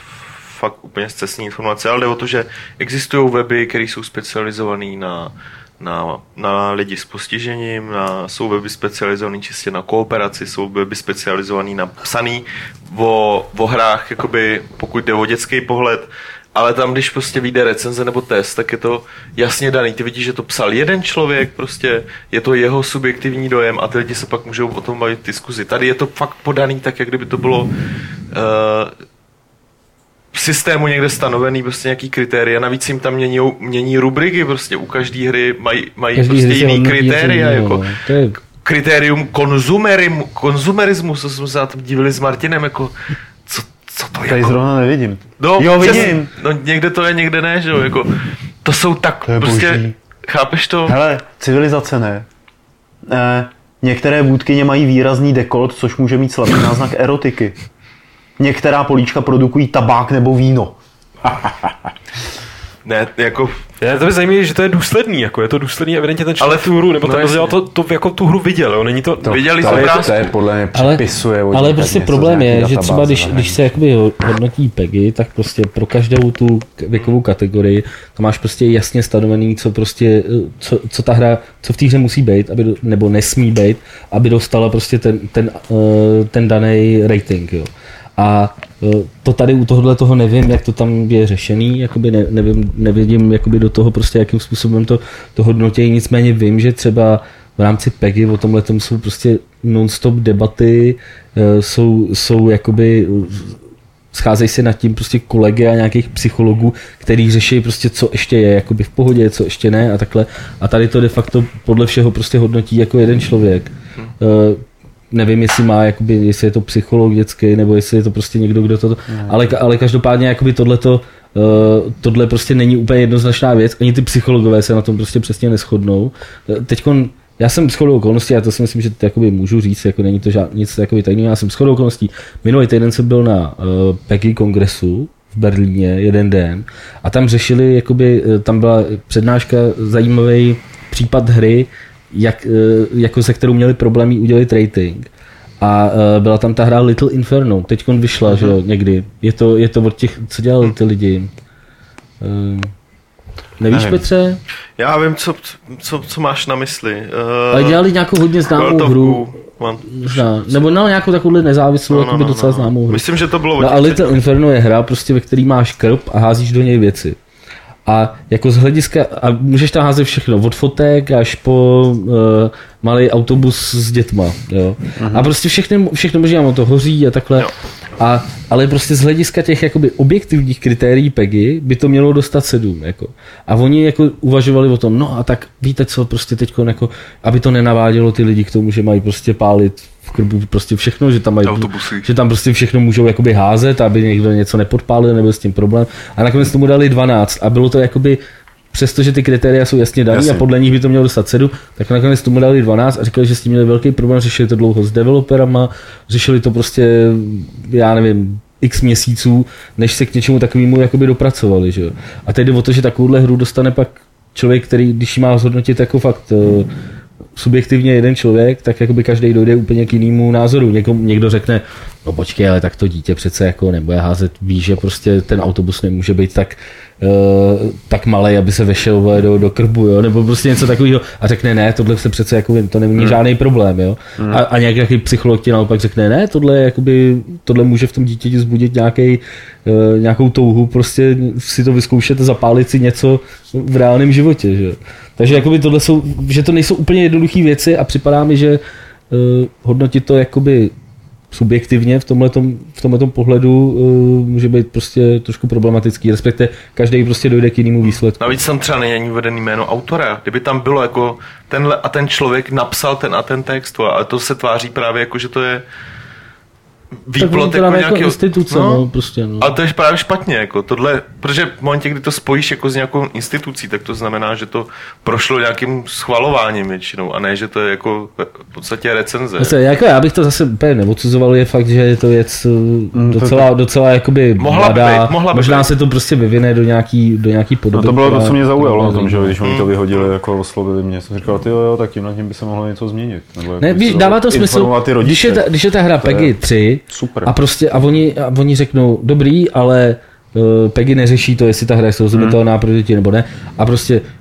fakt úplně scestní informace, ale jde o to, že existují weby, které jsou specializované na lidi s postižením, jsou weby specializovaný čistě na kooperaci, jsou weby specializovaný na psaný o hrách, jakoby, pokud jde o dětský pohled, ale tam, když prostě vyjde recenze nebo test, tak je to jasně daný. Ty vidíš, že to psal jeden člověk, prostě je to jeho subjektivní dojem a ty lidi se pak můžou o tom bavit v diskuzi. Tady je to fakt podaný tak, jak kdyby to bylo v systému někde stanovený prostě nějaký kritéria. Navíc jim tam mění rubriky, prostě u každé hry mají prostě jiný kritéria, jako kritérium konzumerismu, co jsme se na tom divili s Martinem, jako co to je? Tady zrovna nevidím. No, jo, vidím. No, někde to je, někde ne, že jo, jako to jsou tak to prostě, boží. Chápeš to? Hele, civilizace ne. Některé vůdkyně mají výrazný dekolt, což může mít slabý náznak erotiky. Některá políčka produkují tabák nebo víno. Ne, jako... To by zajímavé, že to je důsledný, jako je to důsledný evidentně ten člověk tu hru, nebo ten rozdělal to jako tu hru viděl, jo, není to... Viděli to to je podle mě připisuje. Ale prostě problém je, že třeba když se jakoby hodnotí PEGI, tak prostě pro každou tu věkovou kategorii to máš prostě jasně stanovený, co prostě, co ta hra, co v té hře musí být, nebo nesmí být, aby dostala prostě ten daný rating, jo. A to tady u tohohle toho nevím, jak to tam je řešený, jakoby nevidím jakoby do toho prostě, jakým způsobem to hodnotějí, nicméně vím, že třeba v rámci PEGI o tomhletom jsou prostě non-stop debaty, jsou jakoby, scházejí se nad tím prostě kolegy a nějakých psychologů, který řeší prostě, co ještě je jakoby v pohodě, co ještě ne a takhle. A tady to de facto podle všeho prostě hodnotí jako jeden člověk. Nevím, jestli má, jakoby, jestli je to psycholog dětský, nebo jestli je to prostě někdo, kdo to... Ale každopádně jakoby tohle prostě není úplně jednoznačná věc, ani ty psychologové se na tom prostě přesně neshodnou. Teďkon, já jsem shodou okolností, a to si myslím, že to jakoby můžu říct, jako není to nic jakoby tajného, já jsem shodou okolností. Minulý týden jsem byl na PEGI kongresu v Berlíně jeden den a tam řešili, jakoby, tam byla přednáška, zajímavý případ hry, jako se kterou měli problémy udělat rating. A byla tam ta hra Little Inferno, teďkon vyšla, že jo, někdy. Je to od těch, co dělali ty lidi. Nevíš, nevím. Petře? Já vím, co máš na mysli. Ale dělali nějakou hodně známou hru. Nebo nějakou takovou nezávislou, jakoby docela známou hru. Myslím, že to bylo No a Little Inferno je hra, prostě, ve který máš krb a házíš do něj věci. A jako z hlediska, a můžeš tam házet všechno, od fotek až po malý autobus s dětma, jo. A prostě všechno možná to hoří a takhle. Ale prostě z hlediska těch jakoby objektivních kritérií PEGI by to mělo dostat 7, jako. A oni jako uvažovali o tom, no a tak víte co, prostě teďko, jako, aby to nenavádělo ty lidi k tomu, že mají prostě pálit v krbu prostě všechno, že tam mají autobusy. Že tam prostě všechno můžou jakoby házet, aby někdo něco nepodpálil, nebyl s tím problém. A nakonec tomu dali 12 a bylo to jakoby, přestože ty kritéria jsou jasně daný a podle nich by to mělo dostat 7, tak nakonec tomu dali 12 a říkali, že s tím měli velký problém, řešili to dlouho s developerama, řešili to prostě, já nevím, x měsíců, než se k něčemu takovému jakoby dopracovali, že jo. A teď jde o to, že takovouhle hru dostane pak člověk, který, když ji má zhodnotit jako fakt subjektivně jeden člověk, tak jakoby každý dojde úplně k jinému názoru. Někdo řekne, no počkej, ale tak to dítě přece jako nebude házet, ví, že prostě ten autobus nemůže být tak malej, aby se vešel do krbu, jo? Nebo prostě něco takového a řekne ne, tohle se přece jako to není žádný problém, jo? A nějaký psycholog ti naopak řekne ne, tohle může v tom dítěti vzbudit nějakou touhu, prostě si to vyzkoušet a zapálit si něco v reálném životě, že? Takže jakoby že to nejsou úplně jednoduché věci a připadá mi, že hodnotit to jakoby subjektivně v tomhletom pohledu může být prostě trošku problematický, respektive každý prostě dojde k jinému výsledku. Navíc tam třeba není uvedený jméno autora. Kdyby tam bylo jako tenhle a ten člověk napsal ten a ten text, a to se tváří právě jako, že to je výplot jako nějakého instituce, no, prostě, no. Ale to je právě špatně, jako tohle, protože v momentě, kdy to spojíš jako s nějakou institucí, tak to znamená, že to prošlo nějakým schvalováním většinou, a ne, že to je jako v podstatě recenze. Vlastně, jako já bych to zase úplně neodsuzoval, je fakt, že je to věc docela jakoby mladá, možná se to prostě vyvine do nějaký podoby. No to bylo to, co mě zaujalo na tom, že když oni to vyhodili, jako oslovili mě, jsem říkal, jo, tak tímhle tím by se mohlo něco změnit. Ne, víš, dává to smysl, když je ta hra PEGI 3, super. A oni řeknou, dobrý, ale PEGI neřeší to, jestli ta hra je srozumitelná pro děti nebo ne. A prostě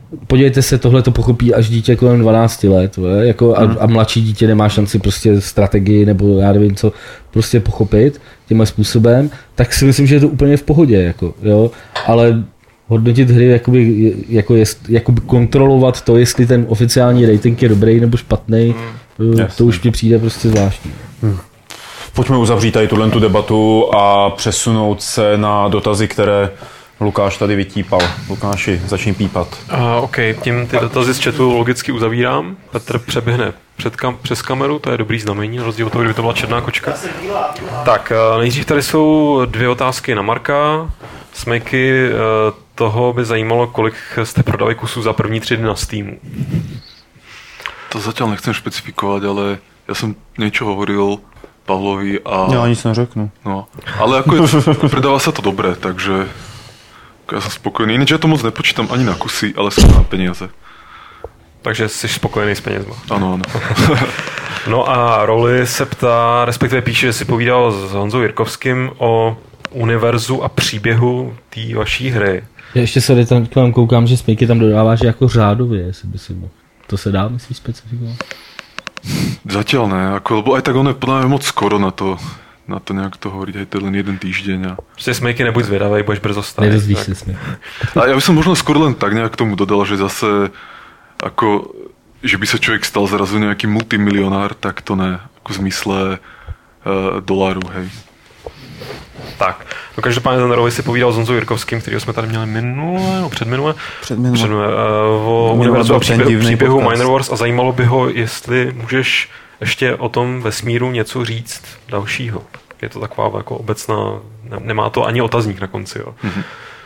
podívejte se, tohle to pochopí až dítě kolem 12 let, jako a mladší dítě nemá šanci prostě strategii nebo já nevím co prostě pochopit tímhle způsobem, tak si myslím, že je to úplně v pohodě, jako, jo, ale hodnotit hry, jakoby kontrolovat to, jestli ten oficiální rating je dobrý nebo špatný, to už mi přijde prostě zvláštní. Pojďme uzavřít tady tu debatu a přesunout se na dotazy, které Lukáš tady vytípal. Lukáši, začni pípat. OK, tím ty dotazy z chatu logicky uzavírám. Petr přeběhne přes kameru, to je dobrý znamení, na rozdíl od toho, kdyby to byla černá kočka. Tak, nejdřív tady jsou 2 otázky na Marka. Smejky, toho by zajímalo, kolik jste prodali kusů za první 3 dny na Steamu. To zatiaľ nechcem špecifikovať, ale ja som niečo hovoril Pavlovi a... Ja nic neřeknu. No, ale predáva sa to dobre, takže ja som spokojný. Ináč ja to moc nepočítam ani na kusy, ale som na peniaze. Takže jsi spokojený s penězma. Ano. No a Roli se ptá, respektive píše, že si povídal s Honzou Jirkovským o univerzu a příběhu té vaší hry. Já ještě se tam k vám koukám, že Smejky tam dodáváš jako řádově, jestli by si mohl. To se dá, myslíš, specifikovat? Zatiaľ ne, lebo aj tak ono je podľa mňa moc skoro na to nejak to hovoriť, aj to len jeden týždeň. Prostě Smejky, nebuď zvedavej, budeš brzo starý. Nedozvíš se Smejky. A ja by som možno skôr len tak nejak k tomu dodal, že zase že by sa človek stal zrazu nejaký multimilionár, tak to ne, v zmysle doláru, hej. Tak, no každopádně ten Rovi si povídal s Honzou Jirkovským, kterýho jsme tady měli předminule, o univerzu a příběhu Minor Wars a zajímalo by ho, jestli můžeš ještě o tom vesmíru něco říct dalšího. Je to taková jako obecná, nemá to ani otazník na konci, jo. Mm-hmm.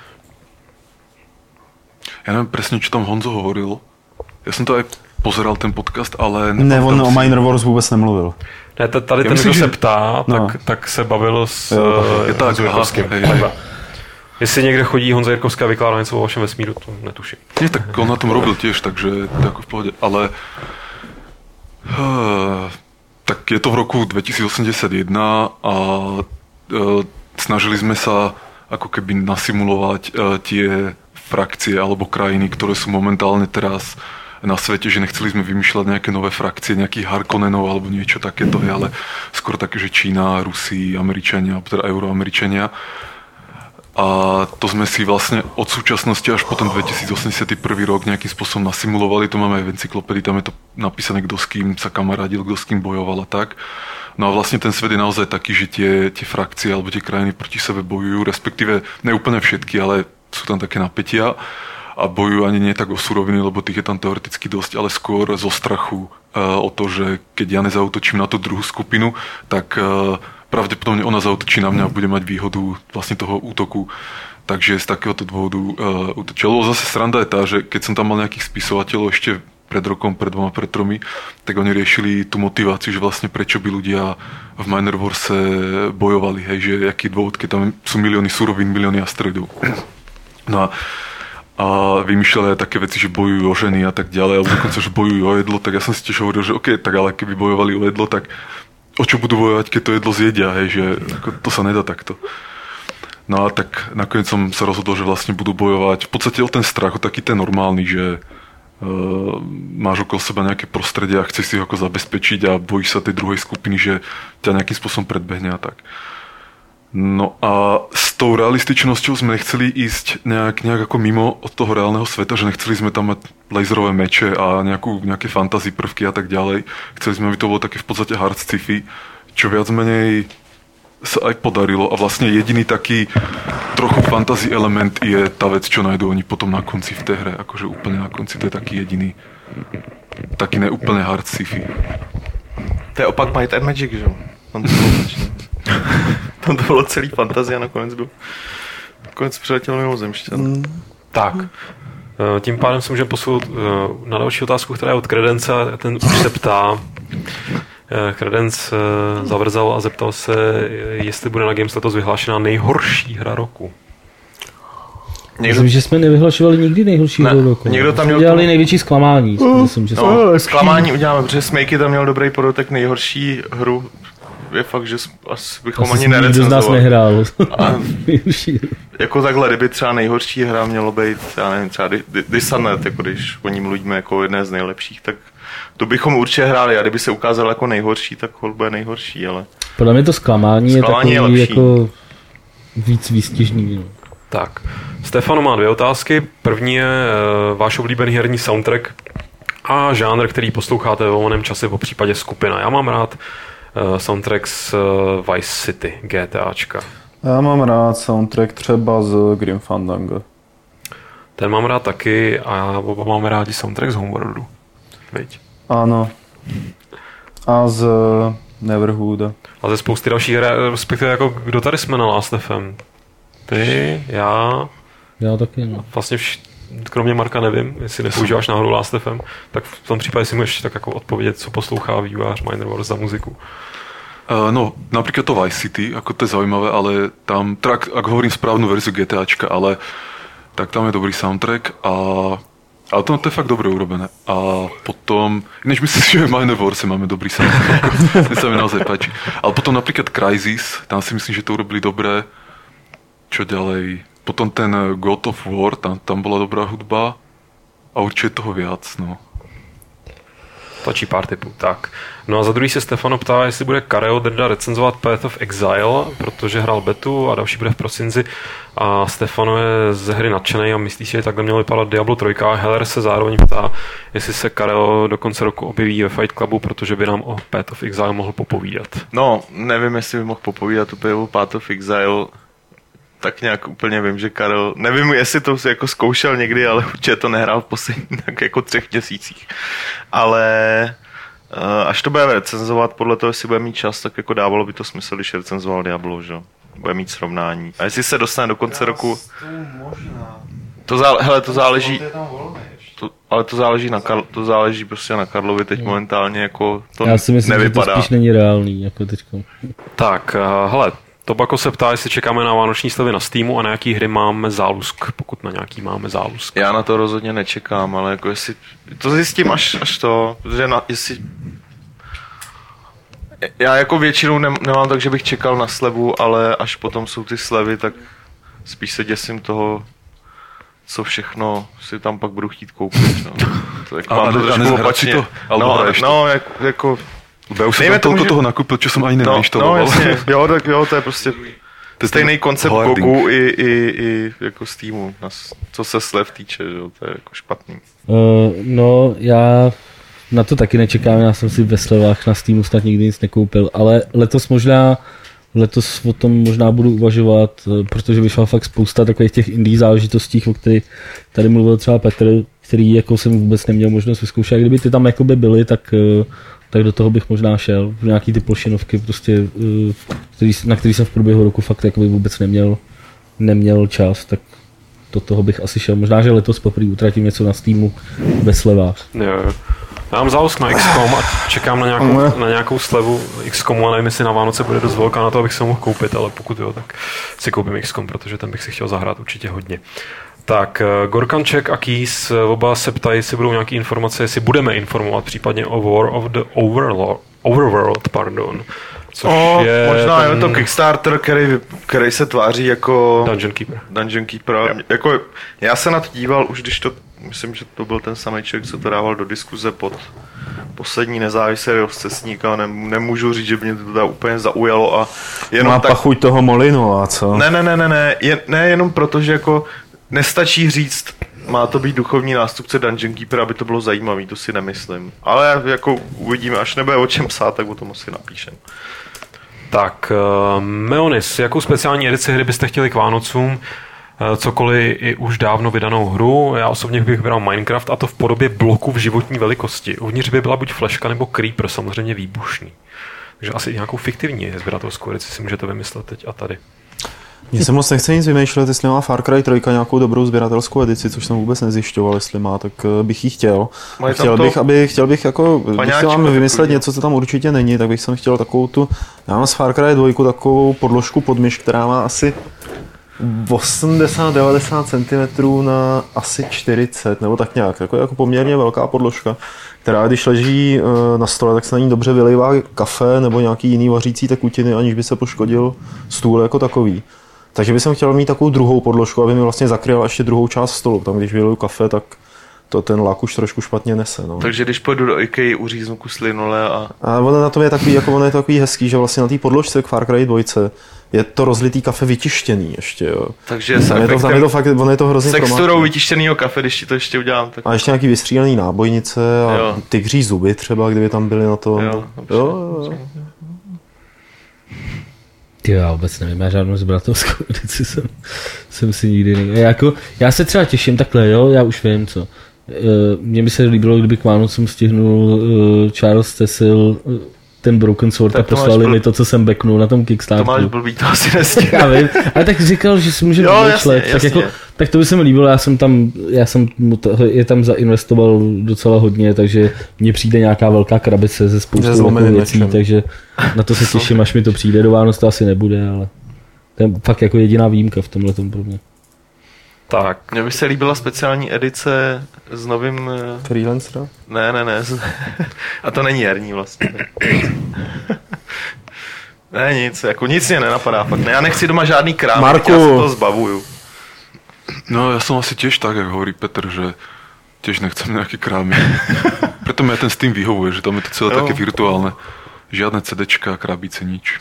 Ja neviem presne, čo tam Honzo hovoril. Ja som to aj pozeral ten podcast, ale... Ne, on o Minor Wars vůbec nemluvil. Ne, tady ten, kdo se ptá, tak se bavil s Honzou Jirkovským. Jestli někde chodí Honza Jirkovská a vykládá něco o vašem vesmíru, to netuším. Nie, tak on na tom robil tiež, takže to je ako v pohode. Ale tak je to v roku 2081 a snažili sme sa ako keby nasimulovať tie frakcie alebo krajiny, ktoré sú momentálne teraz na svete, že nechceli sme vymýšľať nejaké nové frakcie, nejakých Harkonnenov alebo niečo takéto, ale skôr také, že Čína, Rusi, Američania, teda Euroameričania. A to sme si vlastne od súčasnosti až po ten 2081 rok nejakým spôsobom nasimulovali, to máme aj v encyklopédii, tam je to napísané, kto s kým sa kamarádil, kto s kým bojoval a tak. No a vlastne ten svet je naozaj taký, že tie frakcie alebo tie krajiny proti sebe bojujú, respektíve ne úplne všetky, ale sú tam také napätia. A bojujú ani nie tak o suroviny, lebo tých je tam teoreticky dosť, ale skôr zo strachu o to, že keď ja nezautočím na tú druhú skupinu, tak pravdepodobne ona zautočí na mňa a bude mať výhodu vlastne toho útoku. Takže z takéhoto dôvodu útočil. Zase sranda je tá, že keď som tam mal nejakých spisovateľov ešte pred rokom, pred 2, pred 3, tak oni riešili tú motiváciu, že vlastne prečo by ľudia v Minor Warse bojovali, hej, že aký dôvod, keď tam sú milióny surovín, milióny asteroidov. No a vymýšľali aj také veci, že bojujú o ženy a tak ďalej, alebo dokonca, že bojujú o jedlo, tak ja som si tiež hovoril, že OK, tak ale keby bojovali o jedlo, tak o čo budú bojovať, keď to jedlo zjedia, hej, že to sa nedá takto. No a tak nakoniec som sa rozhodol, že vlastne budú bojovať v podstate o ten strach, o taký ten normálny, že máš okolo seba nejaké prostredie a chceš si ho ako zabezpečiť a bojíš sa tej druhej skupiny, že ťa nejakým spôsobom predbehne a tak. No a s tou realističnosťou sme nechceli ísť nejak ako mimo od toho reálneho sveta, že nechceli sme tam mať laserové meče a nejaké fantasy prvky a tak ďalej. Chceli sme, aby to bolo také v podstate hard sci-fi, čo viac menej sa aj podarilo a vlastne jediný taký trochu fantasy element je tá vec, čo nájdú oni potom na konci v tej hre, akože úplne na konci, to je taký jediný taký neúplne hard sci-fi. To je opak Might and Magic, že jo? Tam to bylo celý fantazie a nakonec přiletěl mimozemšťan. Tak, tím pádem se můžeme posunout na další otázku, která je od Credence a ten už se ptá. Credence zavrzal a zeptal se, jestli bude na Games letos vyhlášená nejhorší hra roku. Myslím, že jsme nevyhlašovali nikdy nejhorší hru roku. Někdo tam měl dělali největší zklamání. Zklamání uděláme, protože Smejky tam měl dobrý podotek nejhorší hru je fakt, že asi bychom asi ani nerecenzovali. Nikdo z nás nehrál. Jako takhle, kdyby třeba nejhorší hra mělo být, já nevím, třeba Dishonored, jako když o ní mluvíme jako jedné z nejlepších, tak to bychom určitě hráli a kdyby se ukázal jako nejhorší, tak hol bude nejhorší, ale... Podle mě to zklamání je takový je jako víc výstižný. No. Tak, Stefano má 2 otázky. První je váš oblíbený herní soundtrack a žánr, který posloucháte ve volném čase, po případě skupina. Já mám rád soundtrack z Vice City, GTAčka. Já mám rád soundtrack třeba z Grim Fandango. Ten mám rád taky a oba máme rádi soundtrack z Homeworldu. Veď? Ano. A z Neverhooda. A ze spousty dalších her, respektive jako kdo tady jsme na Last FM? Ty, já taky, no. Vlastně kromě Marka nevím, jestli nepoužíváš náhodou Last FM, tak v tom případě si můžeš tak jako odpovědět, co poslouchá vývojář Miner Wars za muziku. No, napríklad to Vice City, ako to je zaujímavé, ale tam, tak, ak hovorím správnu verziu GTAčka, ale tak tam je dobrý soundtrack ale to je fakt dobre urobené. A potom, ináč myslím, že v Miner Wars máme dobrý soundtrack, to sa mi naozaj páči. Ale potom napríklad Crysis, tam si myslím, že to urobili dobre. Čo ďalej? Potom ten God of War, tam bola dobrá hudba a určite toho viac, no. Tlačí pár typů, tak. No a za druhý se Stefano ptá, jestli bude Kareo Drda recenzovat Path of Exile, protože hrál betu a další bude v prosinci. A Stefano je ze hry nadšenej a myslí si, že takhle mělo vypadat Diablo 3. A Heller se zároveň ptá, jestli se Kareo do konce roku objeví ve Fight Clubu, protože by nám o Path of Exile mohl popovídat. No, nevím, jestli by mohl popovídat úplně o Path of Exile. Tak nějak úplně vím, že Karel, nevím, jestli to jako zkoušel někdy, ale určitě to nehrál v posledních tak jako 3 měsících. Ale až to bude recenzovat, podle toho, jestli bude mít čas, tak jako dávalo by to smysl, když recenzoval Diablo, že? Bude mít srovnání. A jestli se dostane do konce roku... To záleží... Ale to záleží prostě na Karlovi teď momentálně, jako to nevypadá. Já si myslím, nevypadá. Že to spíš není reálný, jako teďko. Tak, hele, Tobako se ptá, jestli čekáme na vánoční slevy na Steamu a na jaký hry máme zálusk, pokud na nějaký máme zálusk. Já na to rozhodně nečekám, ale jako jestli... To zjistím až to, protože jestli... Já jako většinou nemám tak, že bych čekal na slevu, ale až potom jsou ty slevy, tak spíš se děsím toho, co všechno si tam pak budu chtít koupit. No. To, jako mám to trošku opačně. Jako... Ja už som tam toľko toho nakúpil, čo som ani nenainštaloval. No jasne, jo, to je prostě stejný koncept GOGu i jako Steamu, co se slev týče, že to je jako špatný. No, já na to taky nečekám, já jsem si ve slevách na Steamu snad nikdy nic nekoupil, ale letos o tom možná budu uvažovat, protože vyšla fakt spousta takových těch indie záležitostí, o kterých tady mluvil třeba Petr, který jako jsem vůbec neměl možnost vyzkoušet. A kdyby ty tam jakoby byly, tak do toho bych možná šel. Nějaký ty plošinovky, prostě, na který jsem v průběhu roku fakt jakoby vůbec neměl čas, tak do toho bych asi šel. Možná, že letos poprvé utratím něco na Steamu ve slevách. Jo. Já mám zálusk na XCOM a čekám na nějakou slevu XCOMu a nevím, jestli na Vánoce bude dost velká na to, abych se mohl koupit, ale pokud jo, tak si koupím XCOM, protože ten bych si chtěl zahrát určitě hodně. Tak, Gorkanček a Keys oba se ptají, jestli budou nějaké informace, jestli budeme informovat případně o War of the Overworld, pardon. Což je možná je to Kickstarter, který se tváří jako Dungeon Keeper. Jako, já se na to díval už, když to, myslím, že to byl ten samý člověk, co to dával do diskuze pod poslední nezávislý rozcestník, ale nemůžu říct, že by mě to teda úplně zaujalo. A jenom má pachuť toho Molinu, a co? Ne, jenom proto, že jako nestačí říct, má to být duchovní nástupce Dungeon Keeper, aby to bylo zajímavý, to si nemyslím. Ale jako uvidíme, až nebude o čem psát, tak o tom asi napíšem. Tak, Meonis, jakou speciální edici hry byste chtěli k Vánocům? Cokoliv i už dávno vydanou hru. Já osobně bych vybral Minecraft, a to v podobě bloku v životní velikosti. Uvnitř by byla buď fleška nebo creeper, samozřejmě výbušný. Takže asi nějakou fiktivní sběratelskou edici si můžete vymyslet teď a tady. Mně se moc nechce nic vymýšlet, jestli má Far Cry 3 nějakou dobrou sběratelskou edici, což jsem vůbec nezjišťoval, jestli má, tak bych ji chtěl. Chtěl bych vám vymyslet něco, co tam určitě není, tak bych jsem chtěl takovou tu, já mám z Far Cry 2 takovou podložku pod myš, která má asi 80-90 cm na asi 40, nebo tak nějak, jako poměrně velká podložka, která když leží na stole, tak se na ní dobře vylejvá kafe nebo nějaký jiný vařící tekutiny, aniž by se poškodil stůl jako takový. Takže bych chtěl mít takovou druhou podložku, aby mi vlastně zakryla ještě druhou část stolu. Tam když vyliju kafe, tak to ten lák už trošku špatně nese. No. Takže když půjdu do IKEA, uříznu kus linole a ono na tom je takový, jako ono je takový hezký, že vlastně na té podložce k Far Cry 2 je to rozlitý kafe vytištěný ještě, jo. Takže tam je to fakt, ono je to hrozně s texturou vytištěnýho kafe, když ti to ještě udělám. Tak... A ještě nějaký vystřílený nábojnice a tygří zuby třeba, kdyby tam byly na to. Jo. Já vůbec nevím, já žádnou zbratovskou edici jsem si nikdy nevím. Já se třeba těším takhle, jo, já už vím co. Mně by se líbilo, kdyby k Vánocům stihnul Charles Cecil ten Broken Sword a poslali mi to, co jsem backnul na tom Kickstarteru. To máš blbý, to asi nestihl. Já vím, ale tak říkal, že si může vymýšlet. Tak to by se mi líbilo, já jsem je tam zainvestoval docela hodně, takže mně přijde nějaká velká krabice ze spoustou věcí, takže na to se těším, až mi to přijde. Do Vánoc to asi nebude, ale to je fakt jako jediná výjimka v tomhletom pro mě. Tak, mně by se líbila speciální edice s novým... Freelancera? Ne. A to není herní vlastně. Ne, nic mě nenapadá. Fakt. Ne, já nechci doma žádný krám, Marku. Já se toho zbavuju. No, ja som asi tiež tak, jak hovorí Petr, že tiež nechcem nejaké krámy. Preto mi aj ten Steam vyhovuje, že tam je to celé také virtuálne. Žiadne CDčka, krabice, nič.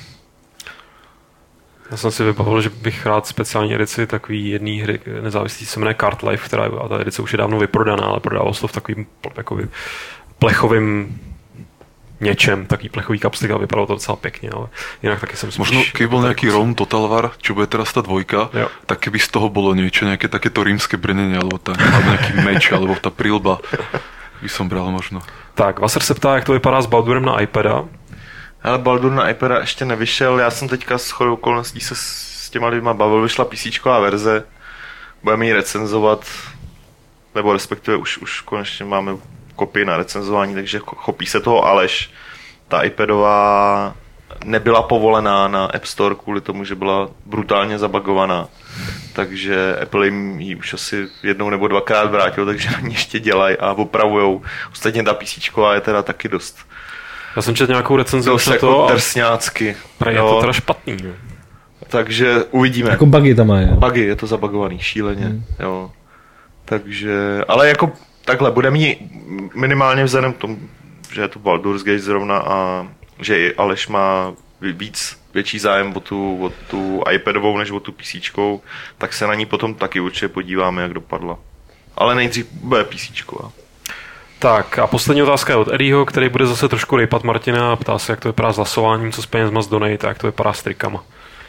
Já jsem si vybavil, že bych rád speciální edici takový jedné hry nezávislý, se jmenuje Card Life, a ta edice už je dávno vyprodaná, ale prodával se to v takovým plechovým něčem, taký plechový kapslik a vypadalo to docela pěkně, ale jinak taky jsem možno keby bol nejaký Rome Total War, čo bude teraz tá dvojka, tak keby z toho bolo niečo, nejaké takéto rímske brnenie, alebo nejaký meč, alebo tá prilba, by som bral možno. Tak, Vaser se ptá, jak to vypadá s Baldurem na iPada. Ale Baldur na iPada ještě nevyšel, já jsem teďka s chodou okolností se s těma lidma bavil, vyšla PCčková verze, budeme ji recenzovat, nebo respektive už konečně máme kopii na recenzování, takže chopí se toho Aleš. Ta iPadová nebyla povolená na App Store kvůli tomu, že byla brutálně zabagovaná, takže Apple jim ji už asi jednou nebo dvakrát vrátil, takže na ní ještě dělají a opravujou. Ostatně ta PCčková je teda taky dost. Já jsem četl nějakou recenzi na to a drsňácky. Je to teda špatný. Jo. Takže uvidíme. Jako bugy tam mají. Bugy, je to zabagovaný šíleně. Jo. Takže, ale jako takhle, bude mít minimálně vzhledem k tomu, že je to Baldur's Gate zrovna a že i Aleš má větší zájem o tu iPadovou než o tu PCčkou, tak se na ní potom taky určitě podíváme, jak dopadla. Ale nejdřív bude PCčková. Tak a poslední otázka je od Eddieho, který bude zase trošku rejpat Martina a ptá se, jak to vypadá s hlasováním, co s penězma z Donate a jak to vypadá s trikama.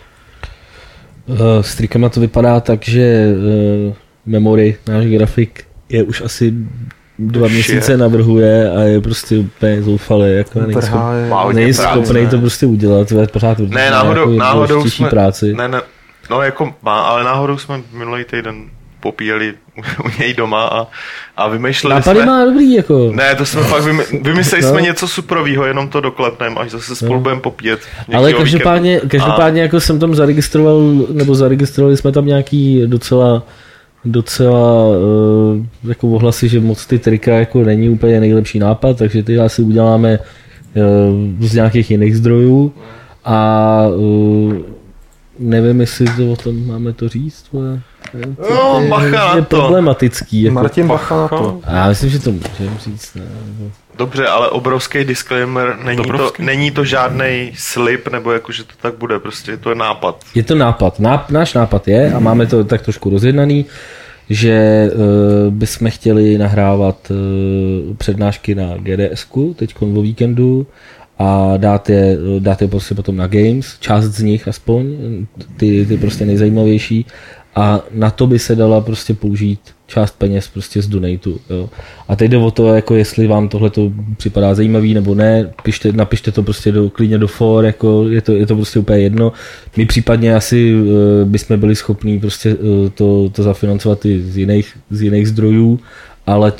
S trikama to vypadá tak, že Memory, náš grafik, je už asi 2 měsíce navrhuje a je prostě úplně zoufalý, jako není schopný to prostě udělat, to je pořád ne, náhodou jsme, práci. Ne, no jako má, ale náhodou jsme minulý týden popíjeli u něj doma a vymýšleli nápady má dobrý, jako. Ne, to jsme fakt vymysleli jsme něco suprovýho, jenom to doklepneme, až zase spolu budeme popíjet. Ale každopádně jako jsem tam zaregistrovali jsme tam nějaký docela jako ohlasy, že moc ty trika jako není úplně nejlepší nápad, takže ty asi uděláme z nějakých jiných zdrojů a nevím, jestli to o tom máme to říct, ale je problematický. Jako Martin, bacha na to. A já myslím, že to můžeme říct. Ne? Dobře, ale obrovský disclaimer, není to žádnej slib, nebo jako, že to tak bude, prostě to je nápad. Je to nápad. Náš nápad je, a máme to tak trošku rozjednaný, že bychom chtěli nahrávat přednášky na GDS-ku, teďkon o víkendu, a dát je prostě potom na Games, část z nich aspoň, ty prostě nejzajímavější, a na to by se dala prostě použít část peněz prostě z donatu. Jo. A teď jde o to, jako jestli vám tohle to připadá zajímavý nebo ne, napište to prostě klidně do for, jako je to prostě úplně jedno. My případně asi bychom byli schopní prostě to zafinancovat i z jiných zdrojů, ale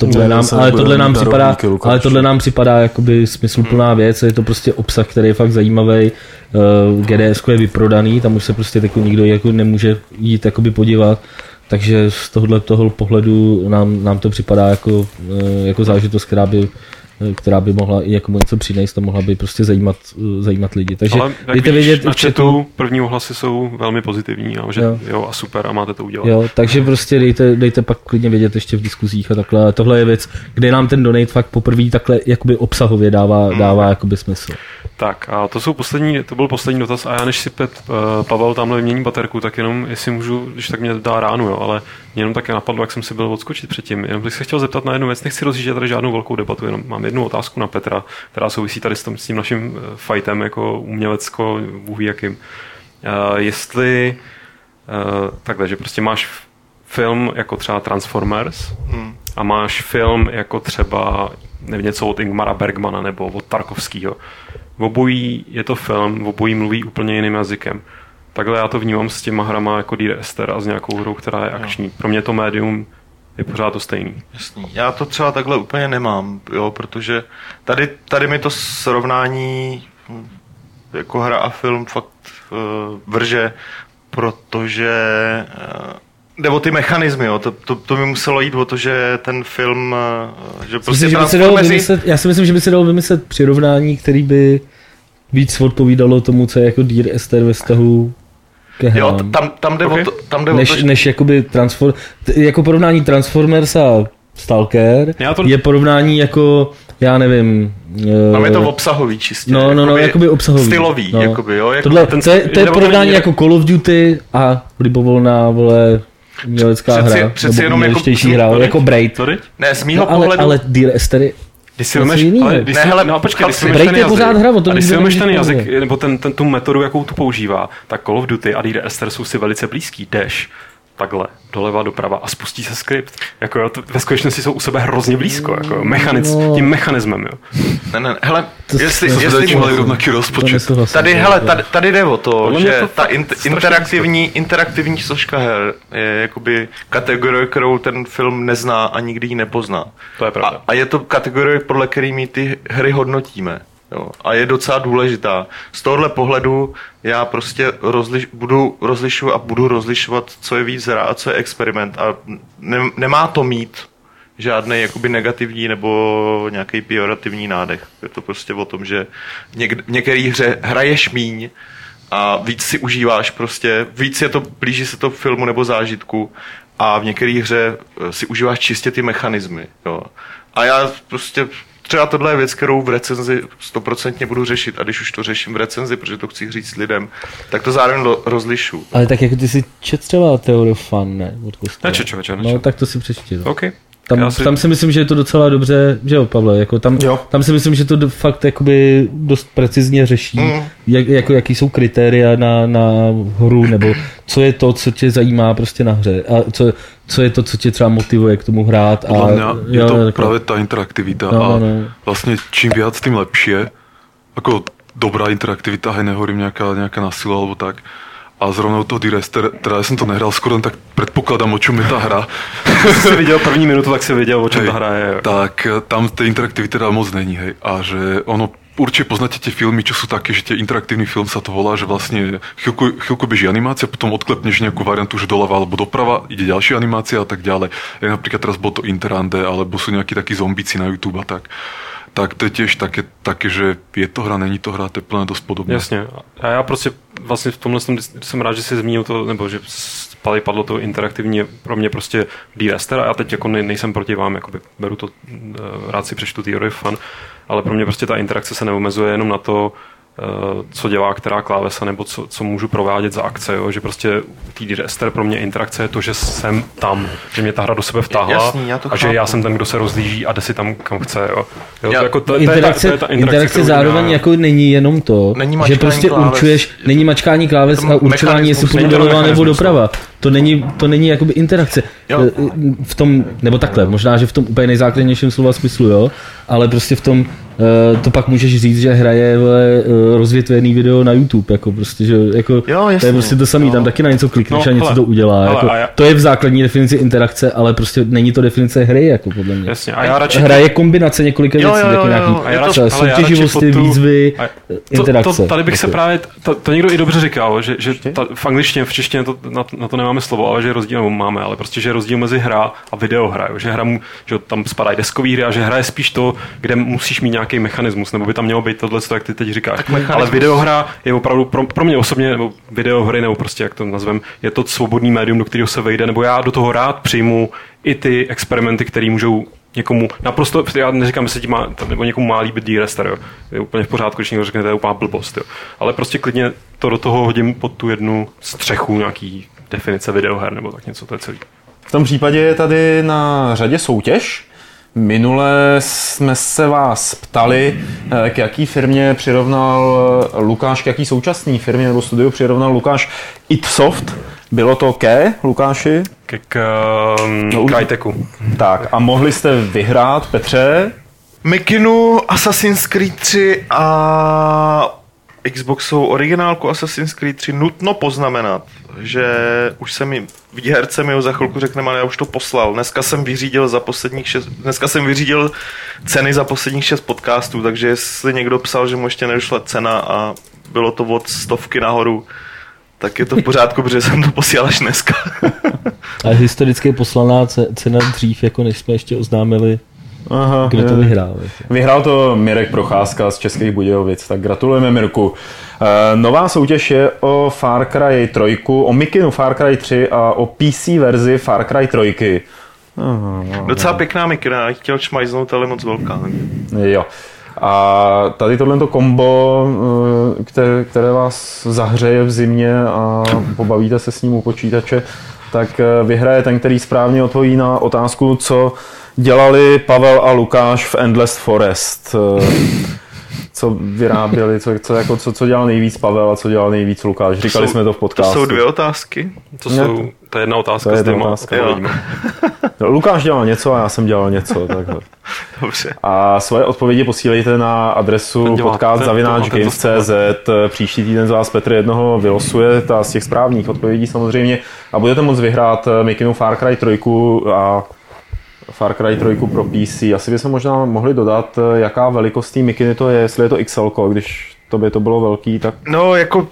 tohle nám připadá jakoby smysluplná věc, je to prostě obsah, který je fakt zajímavý. GDS je vyprodaný, tam už se prostě jako nikdo jako nemůže jít jakoby podívat, takže z toho pohledu nám to připadá jako záležitost, která by která by mohla i jako něco přinést a mohla by prostě zajímat lidi. Takže ale dejte vědět na chatu první ohlasy jsou velmi pozitivní a že jo a super a máte to udělat. Jo, takže prostě dejte pak klidně vědět ještě v diskuzích a takhle. Tohle je věc, kde nám ten donate fakt poprvé takhle jakoby obsahově dává jakoby smysl. Tak a to byl poslední dotaz a já než si Pavel tamhle vymění baterku, tak jenom jestli můžu, když tak mě dá ránu, jo, ale mě jenom také napadlo, jak jsem si byl odskočit předtím. Jenom bych se chtěl zeptat na jednu věc, nechci rozjíždět tady žádnou velkou debatu, jenom mám jednu otázku na Petra, která souvisí tady s tím naším fightem jako umělecko, bůh jakým. Jestli takhle, že prostě máš film jako třeba Transformers a máš film jako třeba nevím, něco od Ingmara Bergmana nebo od Tarkovského. V obojí je to film, v obojí mluví úplně jiným jazykem. Takhle já to vnímám s těma hrama jako Dear Esther a s nějakou hrou, která je akční. Pro mě to médium je pořád to stejný. Jasný. Já to třeba takhle úplně nemám, jo, protože tady mi to srovnání jako hra a film fakt vrže, protože jde o ty mechanismy, jo. To mi muselo jít o to, že ten film, že prostě já si myslím, že by se dalo vymyslet přirovnání, který by víc odpovídalo tomu, co je jako Dear Esther ve vztahu ke hrám. Jo, tam jde o to, než jakoby jako porovnání Transformers a Stalker je porovnání jako, já nevím... Tam je to obsahový čistě. No, jakoby obsahový. Stylový, no. jakoby, jo. Jako to je porovnání jako Call of Duty a libovolná, vole, umělecká hra. Přeci jenom hra, jako Braid. Ne, z mýho pohledu... Ale Dear Esther je... Když si vemeš ten jazyk, nebo tu metodu, jakou tu používá, tak Call of Duty a Dear Esther jsou si velice blízký. Jdeš takhle, doleva, doprava a spustí se skript. Jako, ve skutečnosti jsou u sebe hrozně blízko, jako tím mechanismem, jo. Ne, hele, jestli mají rovnaký rozpočet. Tady jde o to, že ta interaktivní složka her je jakoby kategorie, kterou ten film nezná a nikdy ji nepozná. To je pravda. A je to kategorie, podle které my ty hry hodnotíme. Jo, a je docela důležitá. Z tohohle pohledu já prostě budu rozlišovat, co je víc hra a co je experiment a nemá to mít žádný jakoby negativní nebo nějaký pejorativní nádech. Je to prostě o tom, že v některé hře hraješ míň a víc si užíváš prostě, blíží se to filmu nebo zážitku a v některé hře si užíváš čistě ty mechanismy. Jo. A já prostě třeba tohle je věc, kterou v recenzi 100% budu řešit a když už to řeším v recenzi, protože to chci říct lidem, tak to zároveň rozlišu. Ale tak jako ty si čet třeba Theory of Fun, ne? Nečet. No tak to si přečti. Okay. Tam si myslím, že je to docela dobře, že jo, Pavle, jako tam si myslím, že to fakt jakoby dost precizně řeší, jaký jsou kritéria na hru, nebo co je to, co tě zajímá prostě na hře a co je to, co tě třeba motivuje k tomu hrát. Podle mňa je to právě ta interaktivita a vlastně čím viac, tým lepšie. Ako dobrá interaktivita, hej, nehovorím nejaká násila alebo tak. A zrovna u toho Dear Esther, teda ja som to nehral skoro, tak predpokladám, o čom je tá hra. Když si viděl první minutu, tak si viděl, o čom tá hra je. Tak tam tej interaktivity teda moc není, hej. A že ono, určite poznáte tie filmy, čo sú také, že tie interaktívny film sa to volá, že vlastne chvíľku beží animácia, potom odklepneš nejakú variantu, že doľava alebo doprava, ide ďalšia animácia a tak ďalej. Ja napríklad teraz bol to Interande, alebo sú nejakí takí zombici na YouTube a tak. Tak to je tiež také, že je to hra, není to hra, to je plně dost podobné. Jasně. A já prostě vlastně v tomhle jsem rád, že si zmínil to, nebo že padlo to interaktivní, pro mě prostě Dear Esther a já teď jako nejsem proti vám, jakoby beru to, rád si přečtu Theory of Fun, ale pro mě prostě ta interakce se neomezuje jenom na to, co dělá která klávesa, nebo co můžu provádět za akce, jo? Že prostě tý Dear Esther pro mě interakce je to, že jsem tam, že mě ta hra do sebe vtáhla. Jasný, a že já jsem ten, kdo se rozlíží a jde si tam, kam chce. Jo? Interakce zároveň jako není jenom to, že prostě určuješ, není mačkání kláves a určování, jestli půjdu doleva nebo doprava. To není jakoby interakce. V tom, nebo takhle, možná, že v tom úplně nejzákladnějším slova smyslu, jo, ale prostě v tom to pak můžeš říct, že hraje rozvětvený video na YouTube, jako prostě, že jako jo, jasně, to je prostě to samý, tam taky na něco klikneš a něco to udělá. Jako, to je v základní definici interakce, ale prostě není to definice hry, jako podle mě. Jasně, a já radši hra je kombinace několika věcí, jako nějaký soutěživosti, výzvy, interakce. Tady bych se právě, to někdo i dobře říkal, že v angličtině, v češtině na to nemáme slovo, ale že je rozdíl, máme, ale prostě, že je rozdíl mezi hra a videohra, že že tam spadají deskové hry a že hra je spíš to, kde musíš mít nějaký mechanismus, nebo by tam mělo být tohle, jak ty teď říkáš. Ale videohra je opravdu pro mě osobně, nebo videohry, nebo prostě jak to nazvem, je to svobodný médium, do kterého se vejde, nebo já do toho rád přijmu i ty experimenty, které můžou někomu naprosto, já neříkám, že se nebo někomu má líbit D-Rester, jo. Je úplně v pořádku, když někdo řekne, to je úplná blbost, jo. Ale prostě klidně to do toho hodím pod tu jednu střechu nějaký definice videoher, nebo tak něco, to je celý. V tom případě je tady na řadě soutěž. Minule jsme se vás ptali, k jaký firmě přirovnal Lukáš, k jaký současné firmě nebo studiu přirovnal Lukáš Ipsoft. Bylo to ke, Lukáši? K Cryteku. Tak a mohli jste vyhrát, Petře? Mikinu, Assassin's Creed 3 a Xboxovou originálku Assassin's Creed 3 nutno poznamenat, že už se mi výherce mi ho za chvilku řekneme, ale já už to poslal. Dneska jsem vyřídil ceny za posledních 6 podcastů, takže jestli někdo psal, že mu ještě nedošla cena a bylo to od 100 nahoru, tak je to v pořádku, protože jsem to posílal až dneska. A historicky poslaná cena dřív, jako než jsme ještě oznámili, kdo to vyhrál. Vyhrál to Mirek Procházka z Českých Budějovic, tak gratulujeme Mirku. Nová soutěž je o Far Cry 3, o Mikinu Far Cry 3 a o PC verzi Far Cry 3. Docela pěkná Mikina, já chtěl šmajznout, ale moc velká. Jo. A tady tohleto kombo, které vás zahřeje v zimě a pobavíte se s ním u počítače, tak vyhraje ten, který správně odpoví na otázku, co dělali Pavel a Lukáš v Endless Forest. Co vyráběli, co dělal nejvíc Pavel a co dělal nejvíc Lukáš. Říkali jsme to v podcastu. To jsou 2 otázky? To je jedna otázka s těma. Lukáš dělal něco a já jsem dělal něco. Takhle. Dobře. A svoje odpovědi posílejte na adresu podcast@games.cz. Příští týden z vás Petr jednoho vylosuje z těch správných odpovědí samozřejmě a budete moct vyhrát Mikinu Far Cry 3 a Far Cry 3 pro PC. Asi bychom možná mohli dodat, jaká velikost té Mikiny to je, jestli je to XL, když tobě to bylo velký, tak... No, jako...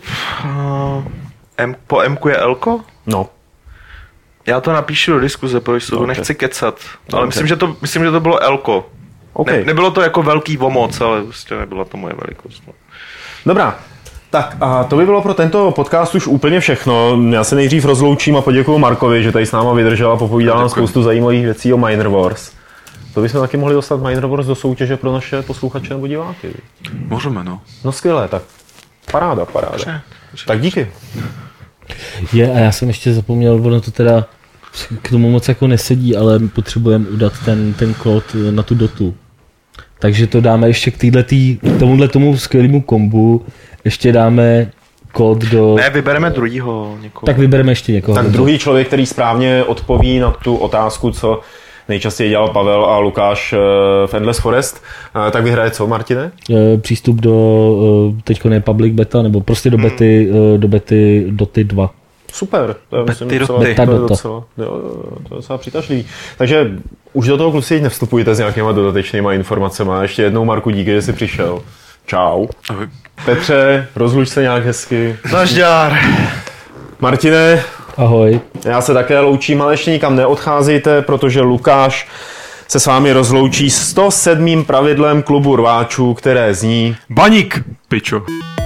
po M-ku je L-ko? No. Já to napíšu do diskuze, protože to nechci kecat. Ale myslím, že to bylo L-ko. Okay. Nebylo to jako velký vomoc, ale prostě nebyla to moje velikost. Dobrá. Tak a to by bylo pro tento podcast už úplně všechno. Já se nejdřív rozloučím a poděkuju Markovi, že tady s náma vydržel a popovídal nám spoustu zajímavých věcí o Minor Wars. To bychom taky mohli dostat Minor Wars do soutěže pro naše posluchače nebo diváky. Můžeme, no. No skvělé, tak paráda. Tak díky. A já jsem ještě zapomněl, ono to teda k tomu moc jako nesedí, ale potřebujeme udat ten kód na tu dotu. Takže to dáme ještě k tomu skvělému kombu, ještě dáme kód do... Ne, vybereme druhýho někoho. Tak vybereme ještě někoho. Tak druhý člověk, který správně odpoví na tu otázku, co nejčastěji dělal Pavel a Lukáš v Endless Forest, tak vyhraje co, Martine? Přístup do, teďko ne public beta, nebo prostě do bety Doty 2. Super, to je, myslím, docela přitažlivý. Takže už do toho kluci nevstupujte s nějakýma dodatečnýma informacemi. Ještě jednou, Marku, díky, že jsi přišel. Čau. Ahoj. Petře, rozluč se nějak hezky. Nažďár. Martine. Ahoj. Já se také loučím, ale ještě nikam neodcházejte, protože Lukáš se s vámi rozloučí 107. pravidlem klubu rváčů, které zní... Baník, pičo.